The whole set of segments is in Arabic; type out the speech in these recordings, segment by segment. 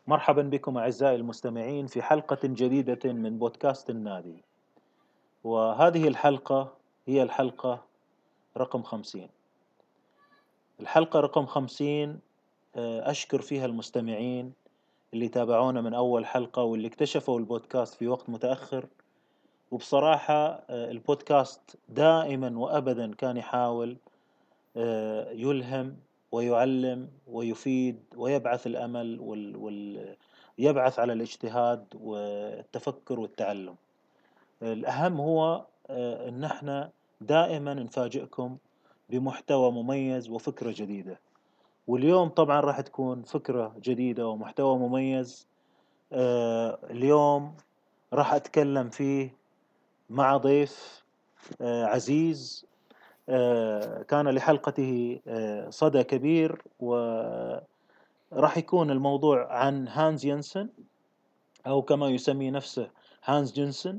مرحبا بكم أعزائي المستمعين في حلقة جديدة من بودكاست النادي. وهذه الحلقة هي الحلقة رقم 50. الحلقة رقم 50 أشكر فيها المستمعين اللي تابعونا من أول حلقة واللي اكتشفوا البودكاست في وقت متأخر. وبصراحة البودكاست دائما وأبدا كان يحاول يلهم ويعلم ويفيد ويبعث الأمل يبعث على الاجتهاد والتفكر والتعلم. الأهم هو أن احنا دائما نفاجئكم بمحتوى مميز وفكرة جديدة. واليوم طبعا راح تكون فكرة جديدة ومحتوى مميز. اليوم راح أتكلم فيه مع ضيف عزيز كان لحلقته صدى كبير، وراح يكون الموضوع عن هانز ينسن أو كما يسمي نفسه هانز جنسن.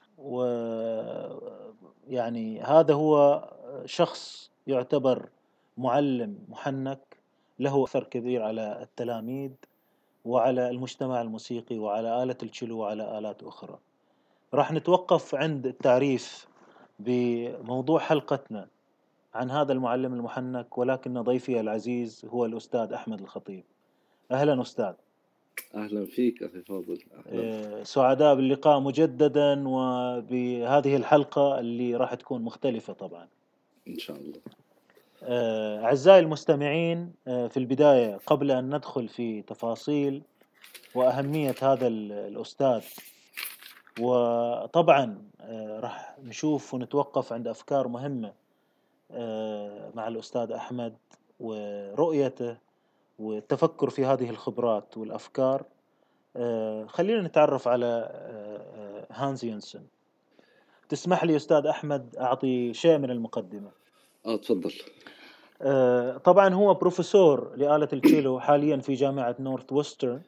ويعني هذا هو شخص يعتبر معلم محنك له أثر كبير على التلاميذ وعلى المجتمع الموسيقي وعلى آلة التشيلو وعلى آلات أخرى. راح نتوقف عند التعريف بموضوع حلقتنا عن هذا المعلم المحنك، ولكن ضيفي العزيز هو الأستاذ أحمد الخطيب. أهلا أستاذ. أهلا فيك أخي فاضل. أهلا. سعداء باللقاء مجددا وبهذه الحلقة اللي راح تكون مختلفة طبعا إن شاء الله. أعزائي المستمعين، في البداية قبل أن ندخل في تفاصيل وأهمية هذا الأستاذ، وطبعا راح نشوف ونتوقف عند أفكار مهمة مع الأستاذ أحمد ورؤيته والتفكر في هذه الخبرات والأفكار. خلينا نتعرف على هانز ينسن. تسمح لي أستاذ أحمد أعطي شيء من المقدمة؟ تفضل. طبعا هو بروفيسور لآلة التشيلو حاليا في جامعة نورث وسترن،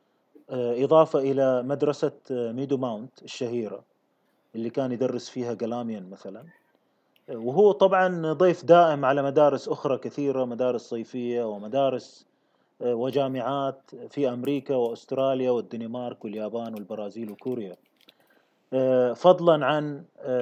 إضافة إلى مدرسة ميدو ماونت الشهيرة اللي كان يدرس فيها جلاميان مثلا. وهو طبعا ضيف دائم على مدارس أخرى كثيرة، مدارس صيفية ومدارس وجامعات في أمريكا وأستراليا والدنمارك واليابان والبرازيل وكوريا، فضلا عن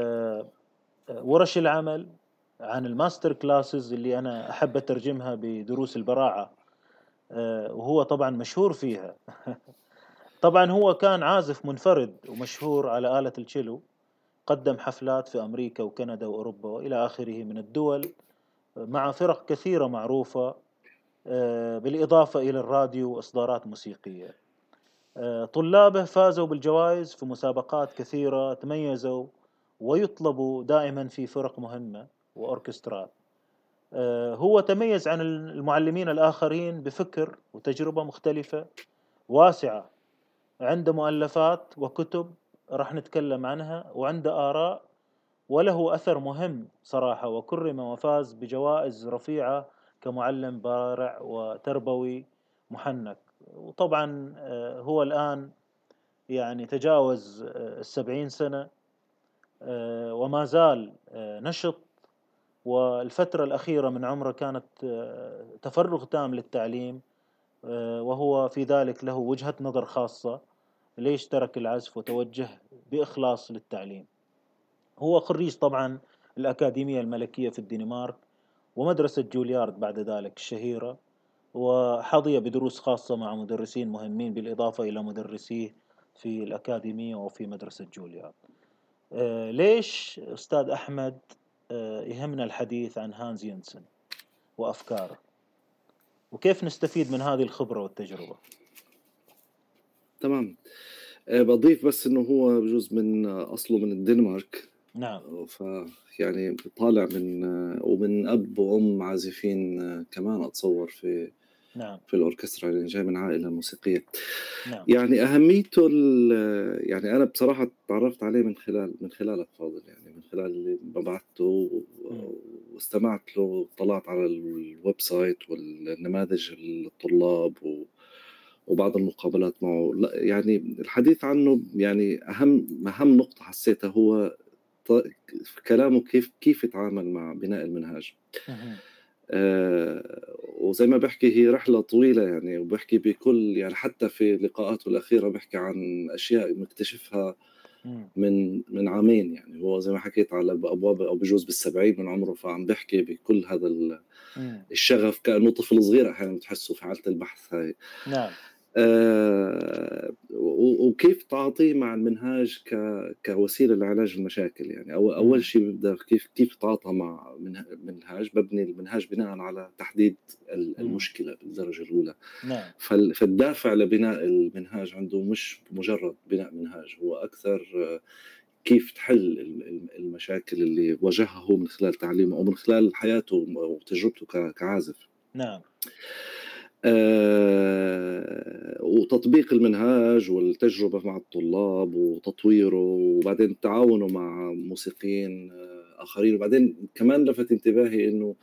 ورش العمل، عن الماستر كلاسز اللي أنا أحب أترجمها بدروس البراعة، وهو طبعا مشهور فيها. طبعا هو كان عازف منفرد ومشهور على آلة التشيلو، قدم حفلات في أمريكا وكندا وأوروبا وإلى آخره من الدول مع فرق كثيرة معروفة، بالإضافة إلى الراديو وإصدارات موسيقية. طلابه فازوا بالجوائز في مسابقات كثيرة، تميزوا ويطلبوا دائما في فرق مهمة وأوركسترات. هو تميز عن المعلمين الآخرين بفكر وتجربة مختلفة واسعة، عنده مؤلفات وكتب راح نتكلم عنها، وعنده آراء، وله أثر مهم صراحة، وكرم وفاز بجوائز رفيعة كمعلم بارع وتربوي محنك. وطبعا هو الآن يعني تجاوز 70 سنة، وما زال نشط. والفترة الأخيرة من عمره كانت تفرغ تام للتعليم، وهو في ذلك له وجهة نظر خاصة ليش ترك العزف وتوجه بإخلاص للتعليم. هو خريج طبعا الأكاديمية الملكية في الدنمارك ومدرسة جوليارد بعد ذلك الشهيرة، وحظي بدروس خاصة مع مدرسين مهمين بالإضافة إلى مدرسيه في الأكاديمية وفي مدرسة جوليارد. ليش أستاذ أحمد يهمنا الحديث عن هانز ينسن وأفكاره، وكيف نستفيد من هذه الخبرة والتجربة؟ تمام. بضيف بس إنه هو بجوز من أصله من الدنمارك. نعم. يعني طالع من ومن أب وأم عازفين كمان أتصور نعم. في الأوركسترا، يعني جاي من عائلة موسيقية. نعم. يعني أهميته يعني أنا بصراحة تعرفت عليه من خلالك فاضل، يعني من خلال اللي بعثته واستمعت له، طلعت على الويب سايت والنماذج الطلاب وبعض المقابلات معه. يعني الحديث عنه، يعني أهم نقطة حسيتها هو في كلامه كيف يتعامل مع بناء المنهاج. وزي ما بحكي هي رحلة طويلة يعني، وبحكي بكل يعني حتى في لقاءاته الأخيرة بحكي عن أشياء مكتشفها من عامين يعني. هو زي ما حكيت على أبواب أو بجوز بالسبعين من عمره، فعم بحكي بكل هذا الشغف كأنه طفل صغير أحيانا بتحسه في حالة البحث هاي. نعم. وكيف تعاطيه مع المنهاج كوسيلة لعلاج المشاكل يعني. أول شيء ببدأ كيف تعاطى مع منهاج. ببني المنهاج بناء على تحديد المشكلة بالدرجة الأولى. نعم. فالدافع لبناء المنهاج عنده مش مجرد بناء منهاج، هو أكثر كيف تحل المشاكل اللي واجهها هو من خلال تعليمه أو من خلال حياته وتجربته كعازف. نعم. وتطبيق المنهاج والتجربة مع الطلاب وتطويره، وبعدين تعاونه مع موسيقيين آخرين. وبعدين كمان لفت انتباهي إنه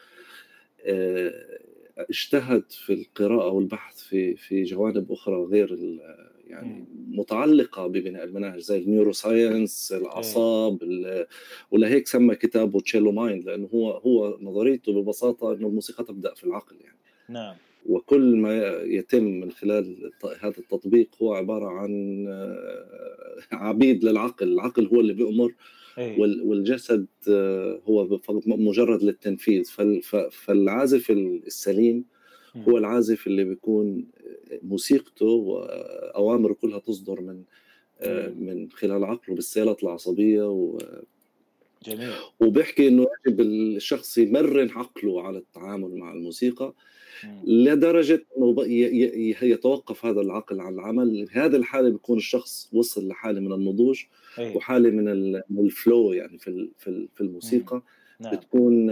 اجتهد في القراءة والبحث في جوانب أخرى غير يعني متعلقة ببناء المناهج زي النيوروساينس، الأعصاب، ولهيك سمى كتابه تشيلو مايند، لأنه هو نظريته ببساطة إنه الموسيقى تبدأ في العقل يعني. نعم. وكل ما يتم من خلال هذا التطبيق هو عبارة عن عبيد للعقل. العقل هو اللي بيأمر، والجسد هو مجرد للتنفيذ. فالعازف السليم هو العازف اللي بيكون موسيقته وأوامره كلها تصدر من خلال عقله بالسيالات العصبية. جميل. وبيحكي إنه يجب الشخص يمرن عقله على التعامل مع الموسيقى لدرجة إنه يتوقف هذا العقل عن العمل. هذه الحالة بيكون الشخص وصل لحالة من النضوج وحالة من الفلو يعني في الموسيقى. نعم. بتكون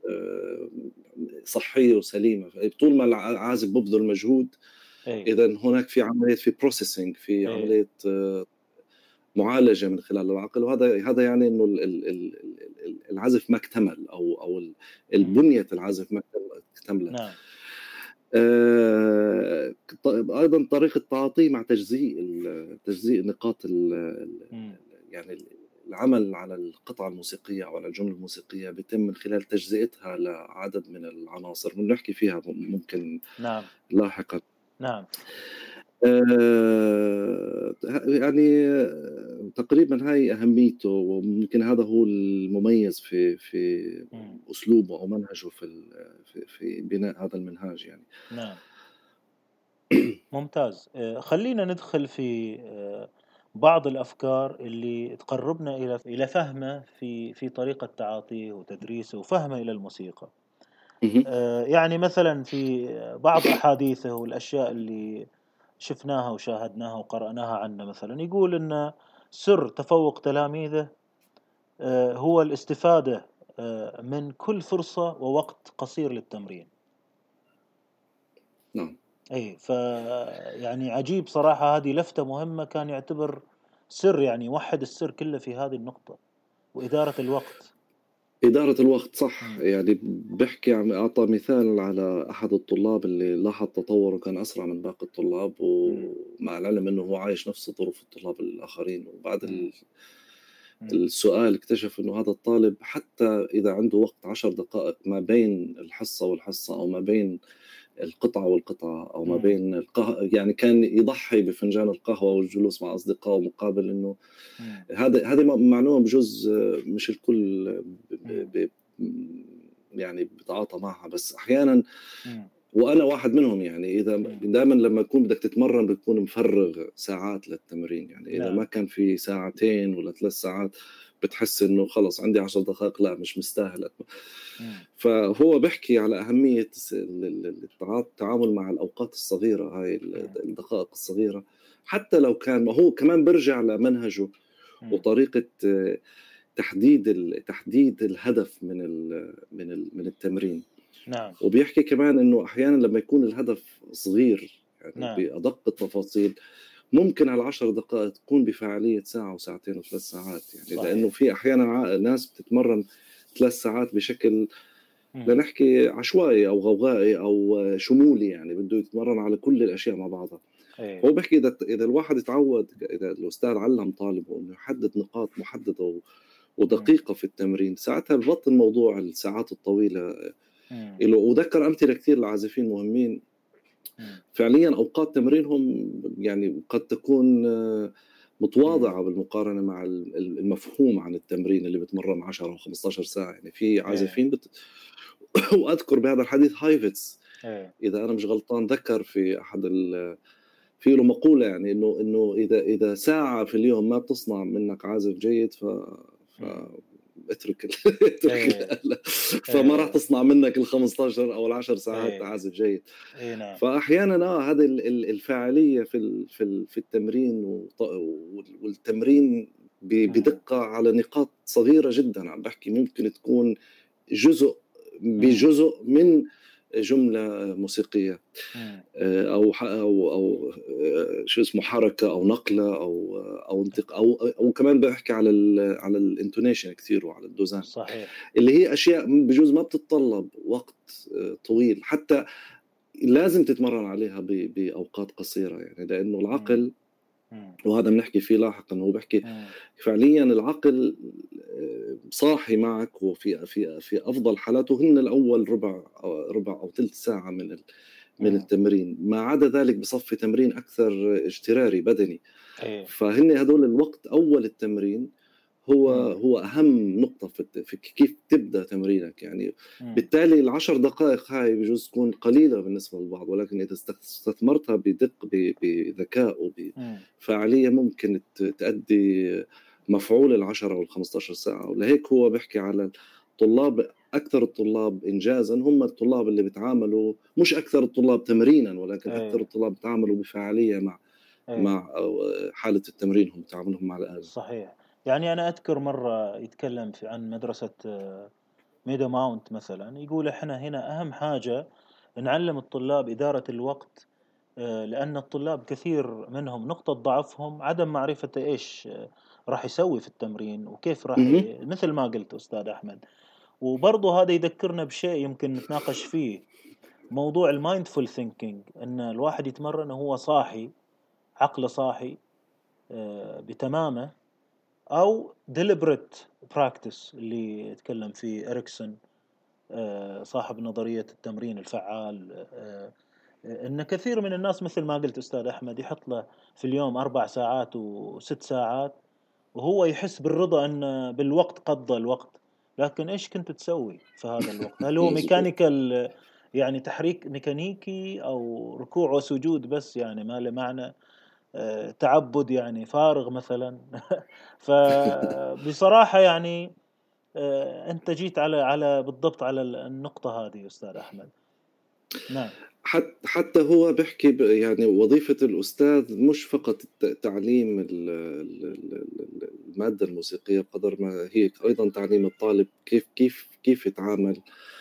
صحية وسليمة طول ما العازف ببذل مجهود. إذا هناك في عملية في بروسيسنج، في عملية معالجة من خلال العقل. وهذا يعني إنه العزف ما اكتمل أو البنية العزف ما اكتملت. نعم. أيضا طريقة تعاطيه مع تجزيء نقاط يعني العمل على القطعة الموسيقية أو على الجملة الموسيقية بيتم من خلال تجزئتها لعدد من العناصر بنحكي فيها ممكن نعم. لاحقا. نعم. يعني تقريبا هاي أهميته، وممكن هذا هو المميز في أسلوبه أو منهجه في بناء هذا المنهاج يعني. نعم. ممتاز. خلينا ندخل في بعض الأفكار اللي تقربنا إلى فهمه في طريقة تعاطيه وتدريسه وفهمه إلى الموسيقى. يعني مثلا في بعض أحاديثه والأشياء اللي شفناها وشاهدناها وقرأناها عنه، مثلا يقول إن سر تفوق تلاميذه هو الاستفادة من كل فرصة ووقت قصير للتمرين. نعم. أي يعني عجيب صراحة، هذه لفتة مهمة. كان يعتبر سر، يعني وحد السر كله في هذه النقطة، وإدارة الوقت. إدارة الوقت صح. يعني بحكي أعطى مثال على أحد الطلاب اللي لاحظ تطوره كان أسرع من باقي الطلاب، ومع العلم أنه هو عايش نفس ظروف الطلاب الآخرين. وبعد السؤال اكتشف أنه هذا الطالب حتى إذا عنده وقت 10 دقائق ما بين الحصة والحصة، أو ما بين القطعة والقطعة، أو ما بين القهوة، يعني كان يضحي بفنجان القهوة والجلوس مع أصدقائه مقابل إنه هذه معلومة بجوز مش الكل يعني بتعاطى معها، بس أحيانا وأنا واحد منهم. يعني إذا دائما لما يكون بدك تتمرن بتكون مفرغ ساعات للتمرين. يعني إذا ما كان في ساعتين ولا 3 ساعات بتحس إنه خلص عندي 10 دقائق لا مش مستاهل. فهو بحكي على أهمية التعامل مع الأوقات الصغيرة، هاي الدقائق الصغيرة، حتى لو كان هو كمان برجع لمنهجه وطريقة تحديد الهدف من التمرين. نعم. وبيحكي كمان إنه أحيانا لما يكون الهدف صغير يعني بأدق التفاصيل ممكن على 10 دقائق تكون بفعالية ساعة وساعتين و3 ساعات يعني. صحيح. لأنه في أحيانا ناس بتتمرن 3 ساعات بشكل لنحكي عشوائي أو غوغائي أو شمولي، يعني بده يتمرن على كل الأشياء مع بعضها. هو بحكي إذا الواحد يتعود، إذا الأستاذ علم طالبه إنه يحدد نقاط محددة ودقيقة في التمرين، ساعتها ببطل موضوع الساعات الطويلة مم. وذكر أمثلة كثير لعازفين مهمين فعليا أوقات تمرينهم يعني قد تكون متواضعة بالمقارنة مع المفهوم عن التمرين اللي بتمرن 10 و15 ساعة. يعني في عازفين وأذكر بهذا الحديث هايفتس إذا أنا مش غلطان ذكر في أحد في له مقولة يعني إنه إذا ساعة في اليوم ما بتصنع منك عازف جيد اترك فما راح تصنع منك ال15 أو ال10 ساعات عازف جيد. نعم. فأحيانا هذه الفاعلية في التمرين والتمرين بدقة على نقاط صغيرة جدا. عم بحكي ممكن تكون جزء من جملة موسيقية أو شو اسمه حركة أو نقلة أو كمان بحكي على الانتونيشن كثير وعلى الدوزان. صحيح. اللي هي أشياء بجوز ما بتتطلب وقت طويل، حتى لازم تتمرن عليها بأوقات قصيرة يعني، لأنه العقل وهذا بنحكي فيه لاحقا، هو بحكي فعليا العقل صاحي معك، وفي أفضل حالاته هن الأول ربع أو ثلث ساعة من التمرين، ما عدا ذلك بصفي تمرين أكثر اجتراري بدني. فهن هدول الوقت أول التمرين هو أهم نقطة في كيف تبدأ تمرينك يعني. بالتالي 10 دقائق هاي بجوز تكون قليلة بالنسبة للبعض، ولكن إذا استثمرتها بذكاء وبفاعلية ممكن تؤدي مفعول 10 وال15 ساعة. ولهيك هو بحكي على الطلاب، أكثر الطلاب إنجازاً هم الطلاب اللي بتعاملوا، مش أكثر الطلاب تمريناً، ولكن أكثر الطلاب بتعاملوا بفاعلية مع حالة التمرين، هم تعاملهم مع الآلة. صحيح. يعني أنا أذكر مرة يتكلم عن مدرسة ميدو ماونت مثلا، يقول إحنا هنا أهم حاجة نعلم الطلاب إدارة الوقت، لأن الطلاب كثير منهم نقطة ضعفهم عدم معرفة إيش راح يسوي في التمرين وكيف راح مثل ما قلت أستاذ أحمد. وبرضه هذا يذكرنا بشيء يمكن نتناقش فيه، موضوع المايندفول ثينكينج، أن الواحد يتمرن وهو صاحي، عقله صاحي بتمامه، أو deliberate practice اللي يتكلم فيه إريكسون صاحب نظرية التمرين الفعال. إن كثير من الناس مثل ما قلت أستاذ أحمد يحط له في اليوم 4 ساعات و6 ساعات وهو يحس بالرضا أن بالوقت قضى الوقت، لكن إيش كنت تسوي في هذا الوقت؟ هل هو ميكانيكال يعني تحريك ميكانيكي أو ركوع وسجود بس يعني ما له معنى، تعبد يعني فارغ مثلا؟ فبصراحة يعني أنت جيت على بالضبط على النقطة هذه أستاذ أحمد. نعم. حتى هو بحكي يعني وظيفة الأستاذ مش فقط تعليم المادة الموسيقية، بقدر ما هي أيضا تعليم الطالب كيف يتعامل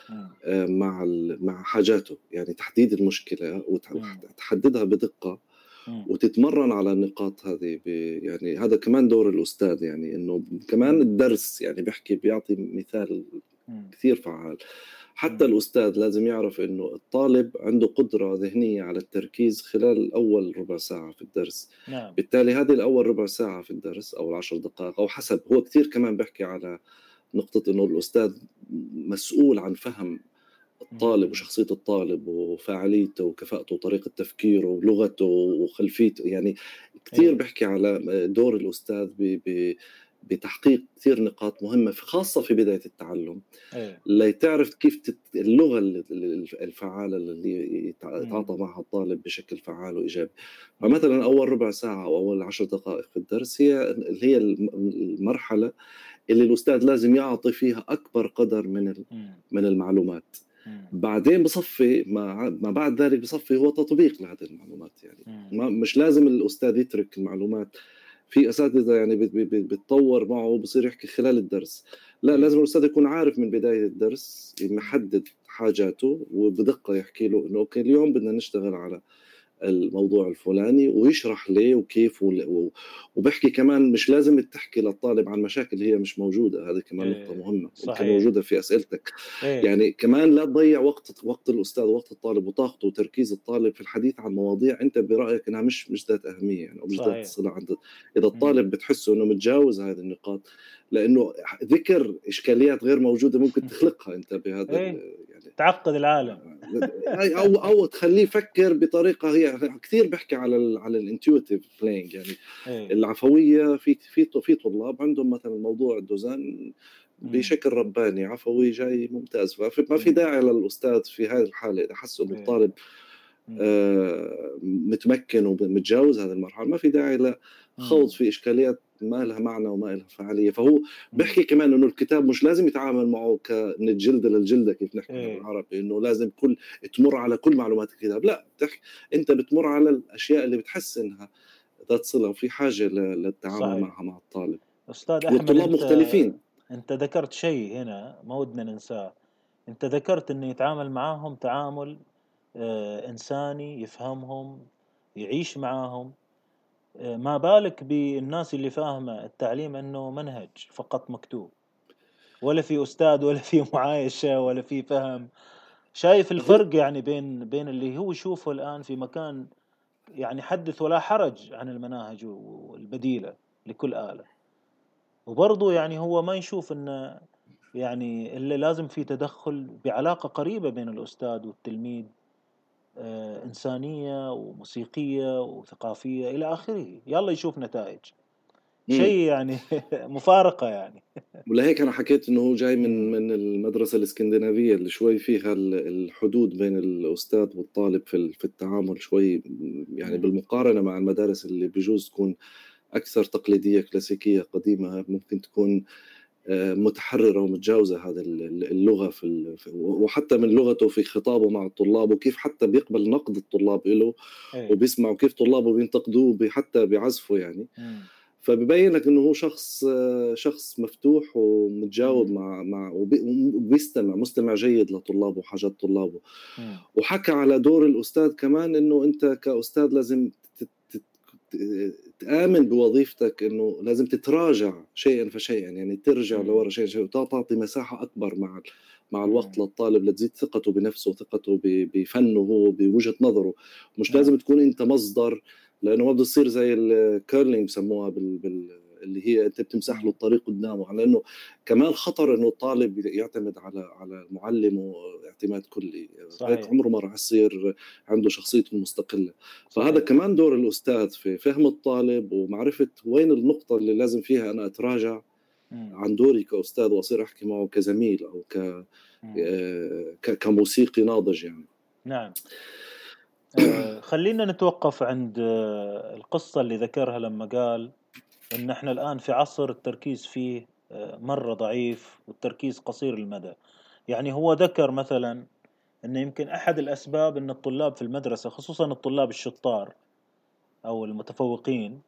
مع حاجاته، يعني تحديد المشكلة وتحددها بدقة وتتمرن على النقاط هذه. يعني هذا كمان دور الأستاذ، يعني إنه كمان الدرس يعني بحكي بيعطي مثال كثير فعال. حتى الأستاذ لازم يعرف إنه الطالب عنده قدرة ذهنية على التركيز خلال أول ربع ساعة في الدرس. نعم. بالتالي هذه الأول ربع ساعة في الدرس أو 10 دقائق أو حسب، هو كثير كمان بحكي على نقطة إنه الأستاذ مسؤول عن فهم الطالب وشخصية الطالب وفاعليته وكفاءته وطريقة تفكيره ولغته وخلفيته. يعني كثير بحكي على دور الأستاذ بتحقيق كثير نقاط مهمة خاصة في بداية التعلم، لتعرف كيف اللغة الفعالة اللي يتعاطى معها الطالب بشكل فعال وإيجابي. فمثلا أول ربع ساعة أو أول 10 دقائق في الدرس هي المرحلة اللي الأستاذ لازم يعطي فيها أكبر قدر من المعلومات. بعدين بصفي ما بعد ذلك بصفي هو تطبيق لهذه المعلومات. يعني مش لازم الأستاذ يترك المعلومات. في أساتذة يعني بتطور معه بصير يحكي خلال الدرس، لا لازم الأستاذ يكون عارف من بداية الدرس، يحدد حاجاته وبدقة يحكي له إنه أوكي اليوم بدنا نشتغل على الموضوع الفلاني، ويشرح ليه وكيف وبحكي كمان مش لازم تحكي للطالب عن مشاكل هي مش موجودة. هذه كمان نقطة مهمة ممكن موجودة في أسئلتك. يعني كمان لا تضيع وقت الأستاذ ووقت الطالب وطاقته وتركيز الطالب في الحديث عن مواضيع أنت برأيك أنها مش ذات أهمية يعني، أو مش ذات صلة عند إذا الطالب بتحسه أنه متجاوز هذه النقاط، لأنه ذكر إشكاليات غير موجودة ممكن تخلقها أنت بهذا يعني تعقد العالم. او تخليه يفكر بطريقه هي كثير بحكي على الانتويتيف بلاينج يعني إيه. العفويه. في طلاب عندهم مثلا موضوع الدوزان بشكل رباني عفوي جاي ممتاز، فما في داعي للاستاذ في هذه الحاله اذا حس انه الطالب متمكن ومتجاوز هذه المرحله، ما في داعي لخوض في اشكاليات ما لها معنى وما لها فعاليه. فهو بحكي كمان انه الكتاب مش لازم يتعامل معه من الجلده للجلده كيف نحكي بالعربي، انه لازم تمر على كل معلومات الكتاب. لا، انت بتمر على الاشياء اللي بتحس انها ذات صله وفي حاجه للتعامل معها مع الطالب. استاذ احمد، والطلاب مختلفين. انت ذكرت شيء هنا ما ودنا ننساه. انت ذكرت انه يتعامل معاهم تعامل انساني، يفهمهم، يعيش معاهم. ما بالك بالناس اللي فاهمة التعليم انه منهج فقط مكتوب، ولا في استاذ ولا في معايشة ولا في فهم. شايف الفرق يعني بين اللي هو يشوفه الآن في مكان يعني حدث ولا حرج عن المناهج والبديلة لكل آلة، وبرضه يعني هو ما يشوف انه يعني اللي لازم في تدخل بعلاقة قريبة بين الأستاذ والتلميذ، إنسانية وموسيقية وثقافية إلى آخره، يلا يشوف نتائج. شيء يعني مفارقة يعني. ولهيك أنا حكيت إنه هو جاي من المدرسة الإسكندنافية اللي شوي فيها الحدود بين الأستاذ والطالب في التعامل شوي يعني بالمقارنة مع المدارس اللي بجوز تكون أكثر تقليدية كلاسيكية قديمة، ممكن تكون متحررة ومتجاوزة هذا اللغة وحتى من لغته في خطابه مع الطلاب، وكيف حتى بيقبل نقد الطلاب له وبيسمع، وكيف طلابه بينتقدوه حتى بعزفه يعني. فبيبين لك انه هو شخص مفتوح ومتجاوب مع وبيستمع، مستمع جيد لطلابه وحاجات طلابه. وحكى على دور الأستاذ كمان، انه انت كأستاذ لازم تآمن بوظيفتك، انه لازم تتراجع شيئا فشيئا، يعني ترجع لورا شيئا وتعطي مساحة اكبر مع الوقت للطالب لتزيد ثقته بنفسه وثقته بفنه هو بوجهة نظره. مش لازم تكون انت مصدر، لانه ما بده يصير زي الكيرلينج بسموها اللي هي انت بتمسح له الطريق قدامه، لانه كمان خطر انه الطالب يعتمد على المعلم اعتماد كلي، هيك عمره ما راح يصير عنده شخصيته المستقله. فهذا كمان دور الاستاذ في فهم الطالب ومعرفه وين النقطه اللي لازم فيها انا اتراجع عن دوري كاستاذ واصير احكي معه كزميل او كموسيقي ناضج يعني. نعم. خلينا نتوقف عند القصة اللي ذكرها لما قال إن إحنا الآن في عصر التركيز فيه مرة ضعيف والتركيز قصير المدى. يعني هو ذكر مثلا إن يمكن أحد الأسباب إن الطلاب في المدرسة، خصوصا الطلاب الشطار أو المتفوقين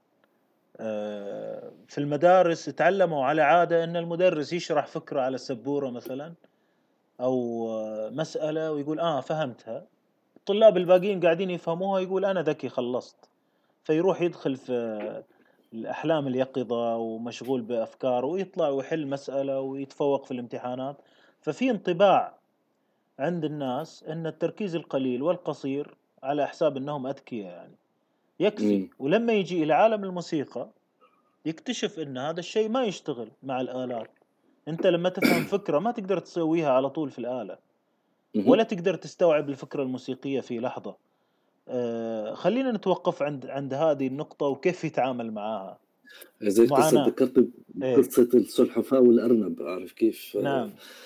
في المدارس، تعلموا على عادة إن المدرس يشرح فكرة على السبورة مثلا أو مسألة ويقول فهمتها، الطلاب الباقيين قاعدين يفهموها، يقول أنا ذكي خلصت، فيروح يدخل في الأحلام اليقظة ومشغول بأفكار ويطلع ويحل مسألة ويتفوق في الامتحانات. ففي انطباع عند الناس أن التركيز القليل والقصير على حساب أنهم أذكياء يعني يكفي. ولما يجي إلى عالم الموسيقى يكتشف أن هذا الشيء ما يشتغل مع الآلات. أنت لما تفهم فكرة ما تقدر تسويها على طول في الآلة، ولا تقدر تستوعب الفكرة الموسيقية في لحظة. خلينا نتوقف عند هذه النقطة وكيف يتعامل معها. زي قصة ذكرت قصة السلحفاة والأرنب، عارف كيف؟ نعم.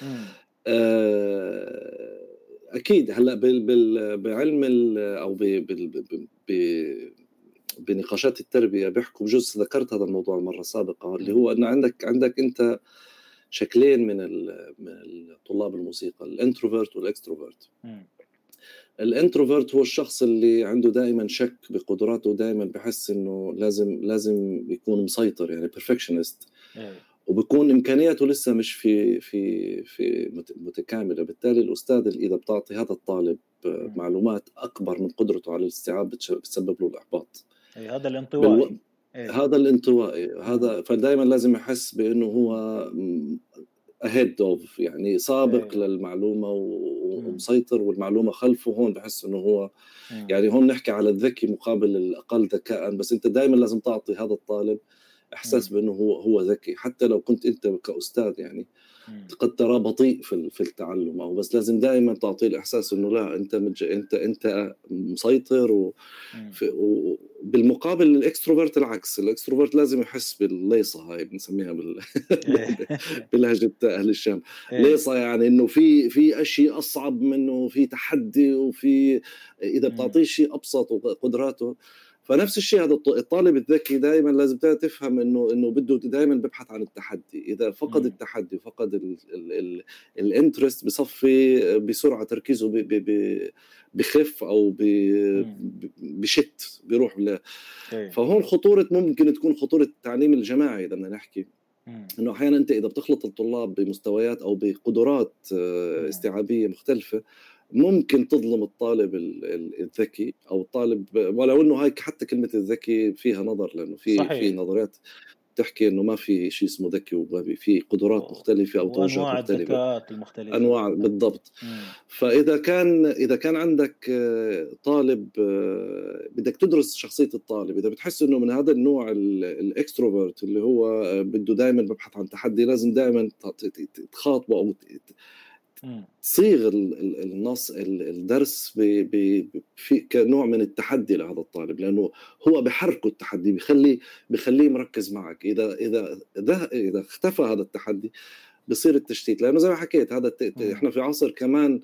أكيد هلا بعلم أو بنقاشات التربية بيحكوا، بجوز ذكرت هذا الموضوع المرة السابقة، اللي هو أن عندك أنت شكلين من الطلاب الموسيقى، الانتروفيرت والاكستروفيرت. الانتروفيرت هو الشخص اللي عنده دائما شك بقدراته، دائما بحس انه لازم يكون مسيطر، يعني بيرفكشنست، وبكون امكانياته لسه مش في متكامله. بالتالي الاستاذ اذا بتعطي هذا الطالب معلومات اكبر من قدرته على الاستيعاب بتسبب له الاحباط. هذا الانطوائي. هذا الانطوائي هذا فدائما لازم يحس بانه هو ahead of، يعني سابق للمعلومة ومسيطر، والمعلومة خلفه. هون بحس انه هو يعني هون نحكي على الذكي مقابل الأقل ذكاء، بس انت دائما لازم تعطي هذا الطالب احساس بانه هو ذكي، حتى لو كنت انت كأستاذ يعني قد تراه بطيء في التعلم، أو بس لازم دائما تعطيه الإحساس إنه لا أنت مسيطر. وبالمقابل الإكستروفرت العكس، الإكستروفرت لازم يحس بالليصة، هاي بنسميها بلهجة أهل الشام. ليصة يعني إنه في أشياء أصعب منه، في تحدي، وفي إذا بتعطيه شيء أبسط وقدراته. فنفس الشيء هذا الطالب الذكي دائما لازم تفهم انه بده دائما ببحث عن التحدي. اذا فقد التحدي وفقد الانترست بصفي بسرعه تركيزه بخف او بشت بيروح فهون خطوره، ممكن تكون خطوره التعليم الجماعي اذا بدنا نحكي انه احيانا انت اذا بتخلط الطلاب بمستويات او بقدرات استيعابيه مختلفه ممكن تظلم الطالب الذكي او الطالب. ولو انه هاي حتى كلمه الذكي فيها نظر، لانه في نظريات تحكي انه ما في شيء اسمه ذكي، وفي قدرات مختلفه او توجهات مختلفه، الذكاءات المختلفه، انواع بالضبط. فاذا كان عندك طالب بدك تدرس شخصيه الطالب، اذا بتحس انه من هذا النوع الاكستروفرت اللي هو بده دائما ببحث عن تحدي، لازم دائما تخاطبه او تصيغ الدرس في كنوع من التحدي لهذا الطالب، لانه هو بحركه التحدي، بخليه مركز معك. اذا اختفى هذا التحدي بصير التشتيت، لانه زي ما حكيت هذا احنا في عصر كمان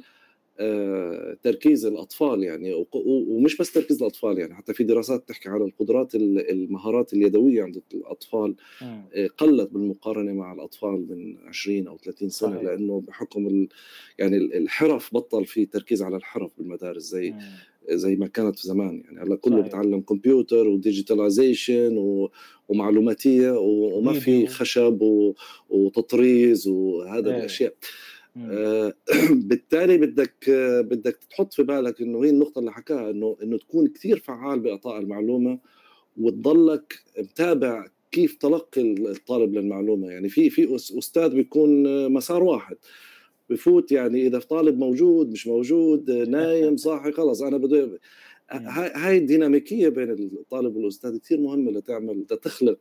تركيز الأطفال يعني، ومش بس تركيز الأطفال يعني، حتى في دراسات تحكي على القدرات المهارات اليدوية عند الأطفال قلت بالمقارنة مع الأطفال من 20 أو 30 سنة. صحيح. لأنه بحكم يعني الحرف بطل في تركيز على الحرف بالمدارس زي ما كانت في زمان يعني. هلا كله بتعلم كمبيوتر وديجيتاليزيشن ومعلوماتية، وما في خشب وتطريز وهذا الأشياء. بالتالي بدك تحط في بالك انه هي النقطه اللي حكاها، انه تكون كثير فعال باعطاء المعلومه، وتضلك متابع كيف تلقي الطالب للمعلومه. يعني في استاذ بيكون مسار واحد، بفوت يعني اذا طالب موجود مش موجود نايم صاحي خلص انا بدي. هاي الديناميكيه بين الطالب والاستاذ كثير مهمه لتخلق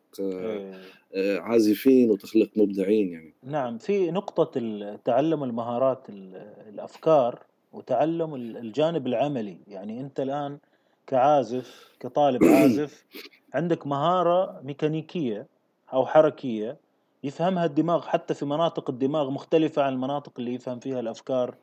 عازفين وتخلق مبدعين يعني. نعم، في نقطة تعلم المهارات الأفكار وتعلم الجانب العملي. يعني أنت الآن كعازف، كطالب عازف، عندك مهارة ميكانيكية أو حركية يفهمها الدماغ، حتى في مناطق الدماغ مختلفة عن المناطق اللي يفهم فيها الأفكار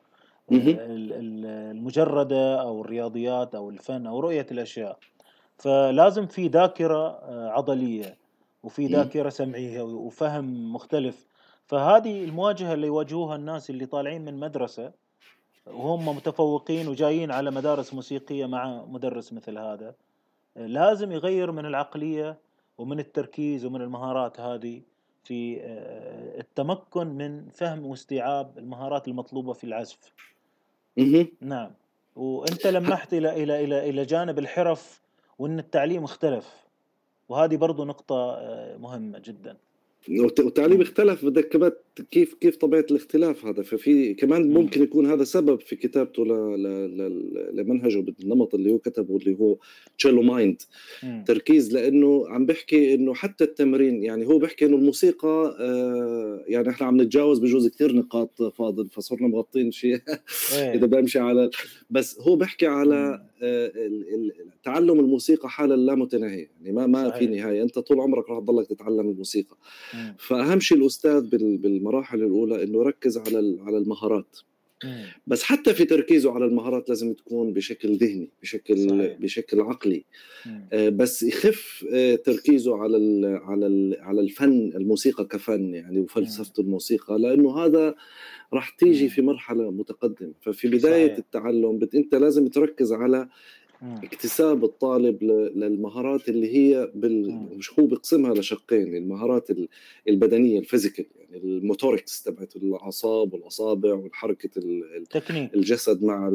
المجردة أو الرياضيات أو الفن أو رؤية الأشياء. فلازم في ذاكرة عضلية وفي ذاكرة سمعية وفهم مختلف. فهذه المواجهة اللي يواجهوها الناس اللي طالعين من مدرسة وهم متفوقين وجايين على مدارس موسيقية مع مدرس مثل هذا، لازم يغير من العقلية ومن التركيز ومن المهارات هذه في التمكن من فهم واستيعاب المهارات المطلوبة في العزف. نعم. وانت لمحت الى جانب الحرف وان التعليم اختلف، وهذه برضو نقطة مهمة جدا. والتعليم اختلف، بدك كمان كيف طبيعة الاختلاف هذا. ففي كمان ممكن يكون هذا سبب في كتابته لمنهجه بالنمط اللي هو كتبه اللي هو تشيلو مايند، تركيز. لأنه عم بحكي إنه حتى التمرين، يعني هو بحكي إنه الموسيقى يعني إحنا عم نتجاوز بجوز كتير نقاط فاضل، فصرنا مغطين شيء إذا بمشي على، بس هو بحكي على تعلم الموسيقى حالة لا متناهية، يعني ما في نهاية، أنت طول عمرك راح تضلك تتعلم الموسيقى. فأهم شيء الأستاذ بالمراحل الأولى إنه يركز على المهارات، بس حتى في تركيزه على المهارات لازم تكون بشكل ذهني، بشكل عقلي. بس يخف تركيزه على الفن، الموسيقى كفن يعني، وفلسفة الموسيقى، لأنه هذا راح تيجي في مرحلة متقدمة. ففي بداية التعلم أنت لازم تركز على اكتساب الطالب للمهارات اللي هي مش هو بقسمها لشقين، المهارات البدنية الفيزيكال يعني الموتوركس تبعت الأعصاب والأصابع والحركة الجسد مع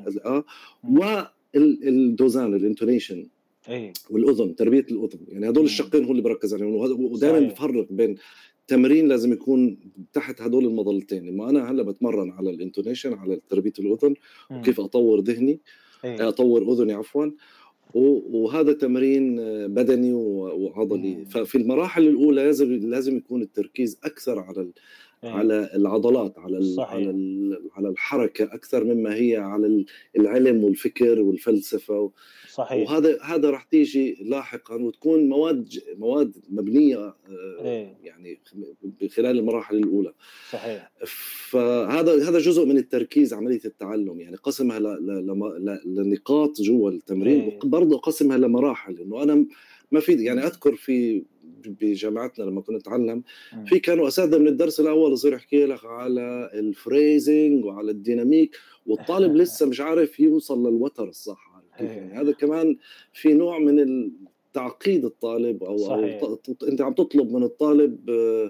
والدوزان الانتونيشن والأذن، تربية الأذن، يعني هدول الشقين هو اللي بركز عليهم. ودائما بفرق بين تمرين لازم يكون تحت هدول المظلتين. لما أنا هلا بتمرن على الانتونيشن، على تربية الأذن وكيف أطور ذهني، أطور أذني عفوا، وهذا تمرين بدني وعضلي. ففي المراحل الأولى لازم يكون التركيز أكثر إيه. على العضلات، صحيح. على الحركة أكثر مما هي على العلم والفكر والفلسفة. صحيح. وهذا راح تيجي لاحقا وتكون مواد مبنية إيه. يعني خلال المراحل الأولى. صحيح. فهذا جزء من التركيز عملية التعلم، يعني قسمها لنقاط جوا التمرين، إيه. وبرضه قسمها لمراحل. إنه أنا ما في يعني أذكر بجامعتنا لما كنا نتعلم مم. كانوا أساتذة من الدرس الأول يصير يحكي لك على الفريزنج وعلى الديناميك، والطالب لسه مش عارف يوصل للوتر الصح. كيف يعني؟ إيه. هذا كمان في نوع من تعقيد الطالب، صحيح. انت عم تطلب من الطالب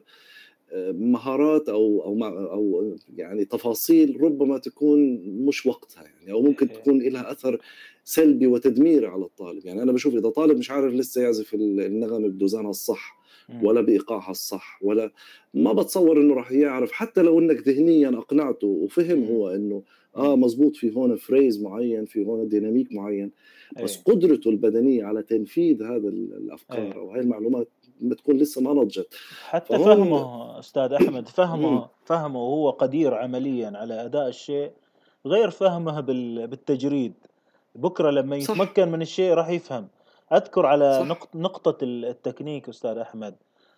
مهارات او يعني تفاصيل ربما تكون مش وقتها، يعني او ممكن إيه. تكون لها اثر سلبي وتدميري على الطالب. يعني انا بشوف اذا طالب مش عارف لسه يعزف النغمه بدوزانها الصح مم. ولا بايقاعها الصح، ولا ما بتصور انه راح يعرف، حتى لو انك ذهنيا اقنعته وفهم مم. هو انه مم. مزبوط، في هون فريز معين، في هون ديناميك معين، بس إيه. قدرته البدنيه على تنفيذ هذه الافكار إيه. او هاي المعلومات بتكون لسه ما نضجت. حتى فهون فهمه أستاذ أحمد، فهمه وهو قدير عمليا على أداء الشيء غير فهمه بالتجريد. بكرة لما صح، يتمكن من الشيء راح يفهم. أذكر على صح. نقطة التكنيك أستاذ أحمد.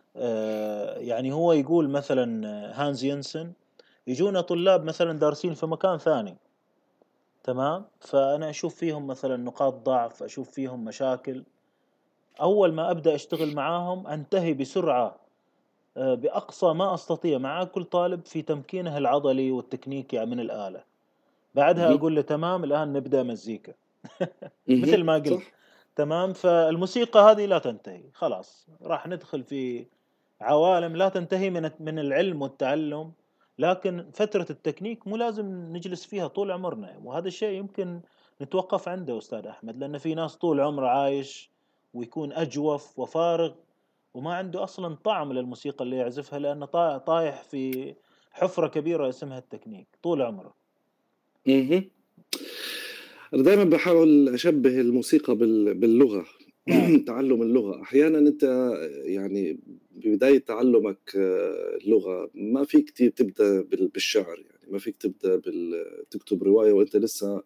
يعني هو يقول مثلا هانز ينسن، يجونا طلاب مثلا دارسين في مكان ثاني، تمام، فأنا أشوف فيهم مثلا نقاط ضعف، أشوف فيهم مشاكل. أول ما أبدأ أشتغل معاهم أنتهي بسرعة، بأقصى ما أستطيع مع كل طالب في تمكينه العضلي والتكنيكي من الآلة. بعدها اهم، أقول له تمام الآن نبدأ مزيكا. مثل ما قلت. صح. تمام. فالموسيقى هذه لا تنتهي، خلاص راح ندخل في عوالم لا تنتهي من العلم والتعلم. لكن فترة التكنيك مو لازم نجلس فيها طول عمرنا، وهذا الشيء يمكن نتوقف عنده أستاذ أحمد، لأن في ناس طول عمره عايش ويكون أجوف وفارغ وما عنده أصلا طعم للموسيقى اللي يعزفها، لأنه طايح في حفرة كبيرة اسمها التكنيك طول عمره. اهم. أنا دايمًا باحاول أشبّه الموسيقى باللغة. نعم. تعلُّم اللغة، أحيانًا أنت يعني ببداية تعلُّمك اللغة ما فيك تبدأ بالشعر، يعني ما فيك تبدأ تكتب رواية وأنت لسه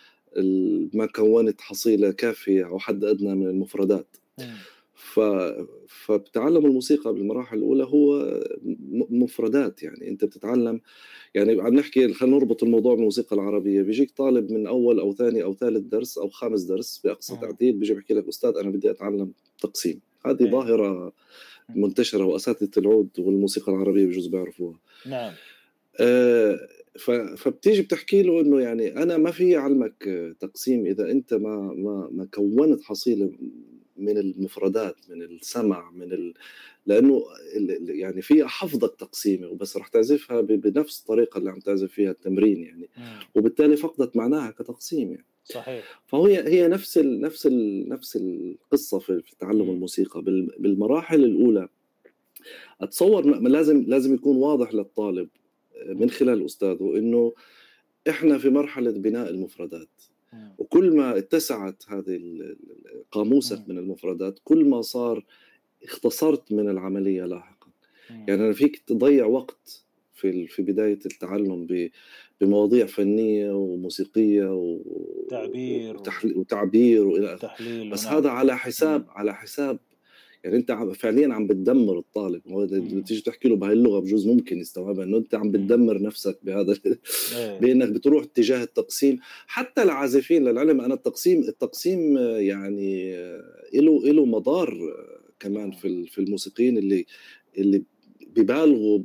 ما كوّنت حصيلة كافية أو حد أدنى من المفردات. مم. ف فبتعلُّم الموسيقى بالمراحل الأولى هو مفردات، يعني أنت بتتعلّم. يعني عم نحكي، خلينا نربط الموضوع بالموسيقى العربية. بيجيك طالب من أول أو ثاني أو ثالث درس أو خامس درس بأقصى مم. تعديل، بيجي بيحكي لك أستاذ أنا بدي أتعلم تقسيم. هذه إيه. ظاهرة مم. منتشرة، وأساتذة العود والموسيقى العربية بجوز بيعرفوها. نعم. آآ فبتيجي بتحكي له إنه يعني أنا ما في أعلمك تقسيم إذا أنت ما كوّنت حصيلة من المفردات، من السمع، لأنه يعني في حافظك تقسيمة وبس راح تعزفها بنفس الطريقة اللي عم تعزف فيها التمرين يعني، مم. وبالتالي فقدت معناها كتقسيم يعني. صحيح. هي نفس القصة في تعلم مم. الموسيقى بالمراحل الأولى. أتصور لازم يكون واضح للطالب من مم. خلال أستاذه إنه إحنا في مرحلة بناء المفردات، مم. وكل ما اتسعت هذه قاموسك مم. من المفردات كل ما صار اختصرت من العملية لاحقًا. مم. يعني أنا فيك تضيّع وقت في بداية التعلُّم بمواضيع فنية وموسيقية تعبير وتعبير وإلى آخره، وتحليل بس ونعم. هذا على حساب يعني أنت فعليًا عم بتدمّر الطالب. هو لمّا مم. تيجي تحكي له بهاي اللغة بجوز ممكن يستوعبها، إنه أنت عم مم. بتدمّر نَفْسك بهذا ايه. بإنّك بتروح اتجاه التقسيم. حتى العازفين للعلم، أنا التقسيم يعني إله مضار كمان مم. في الموسيقيين اللي بيبالغوا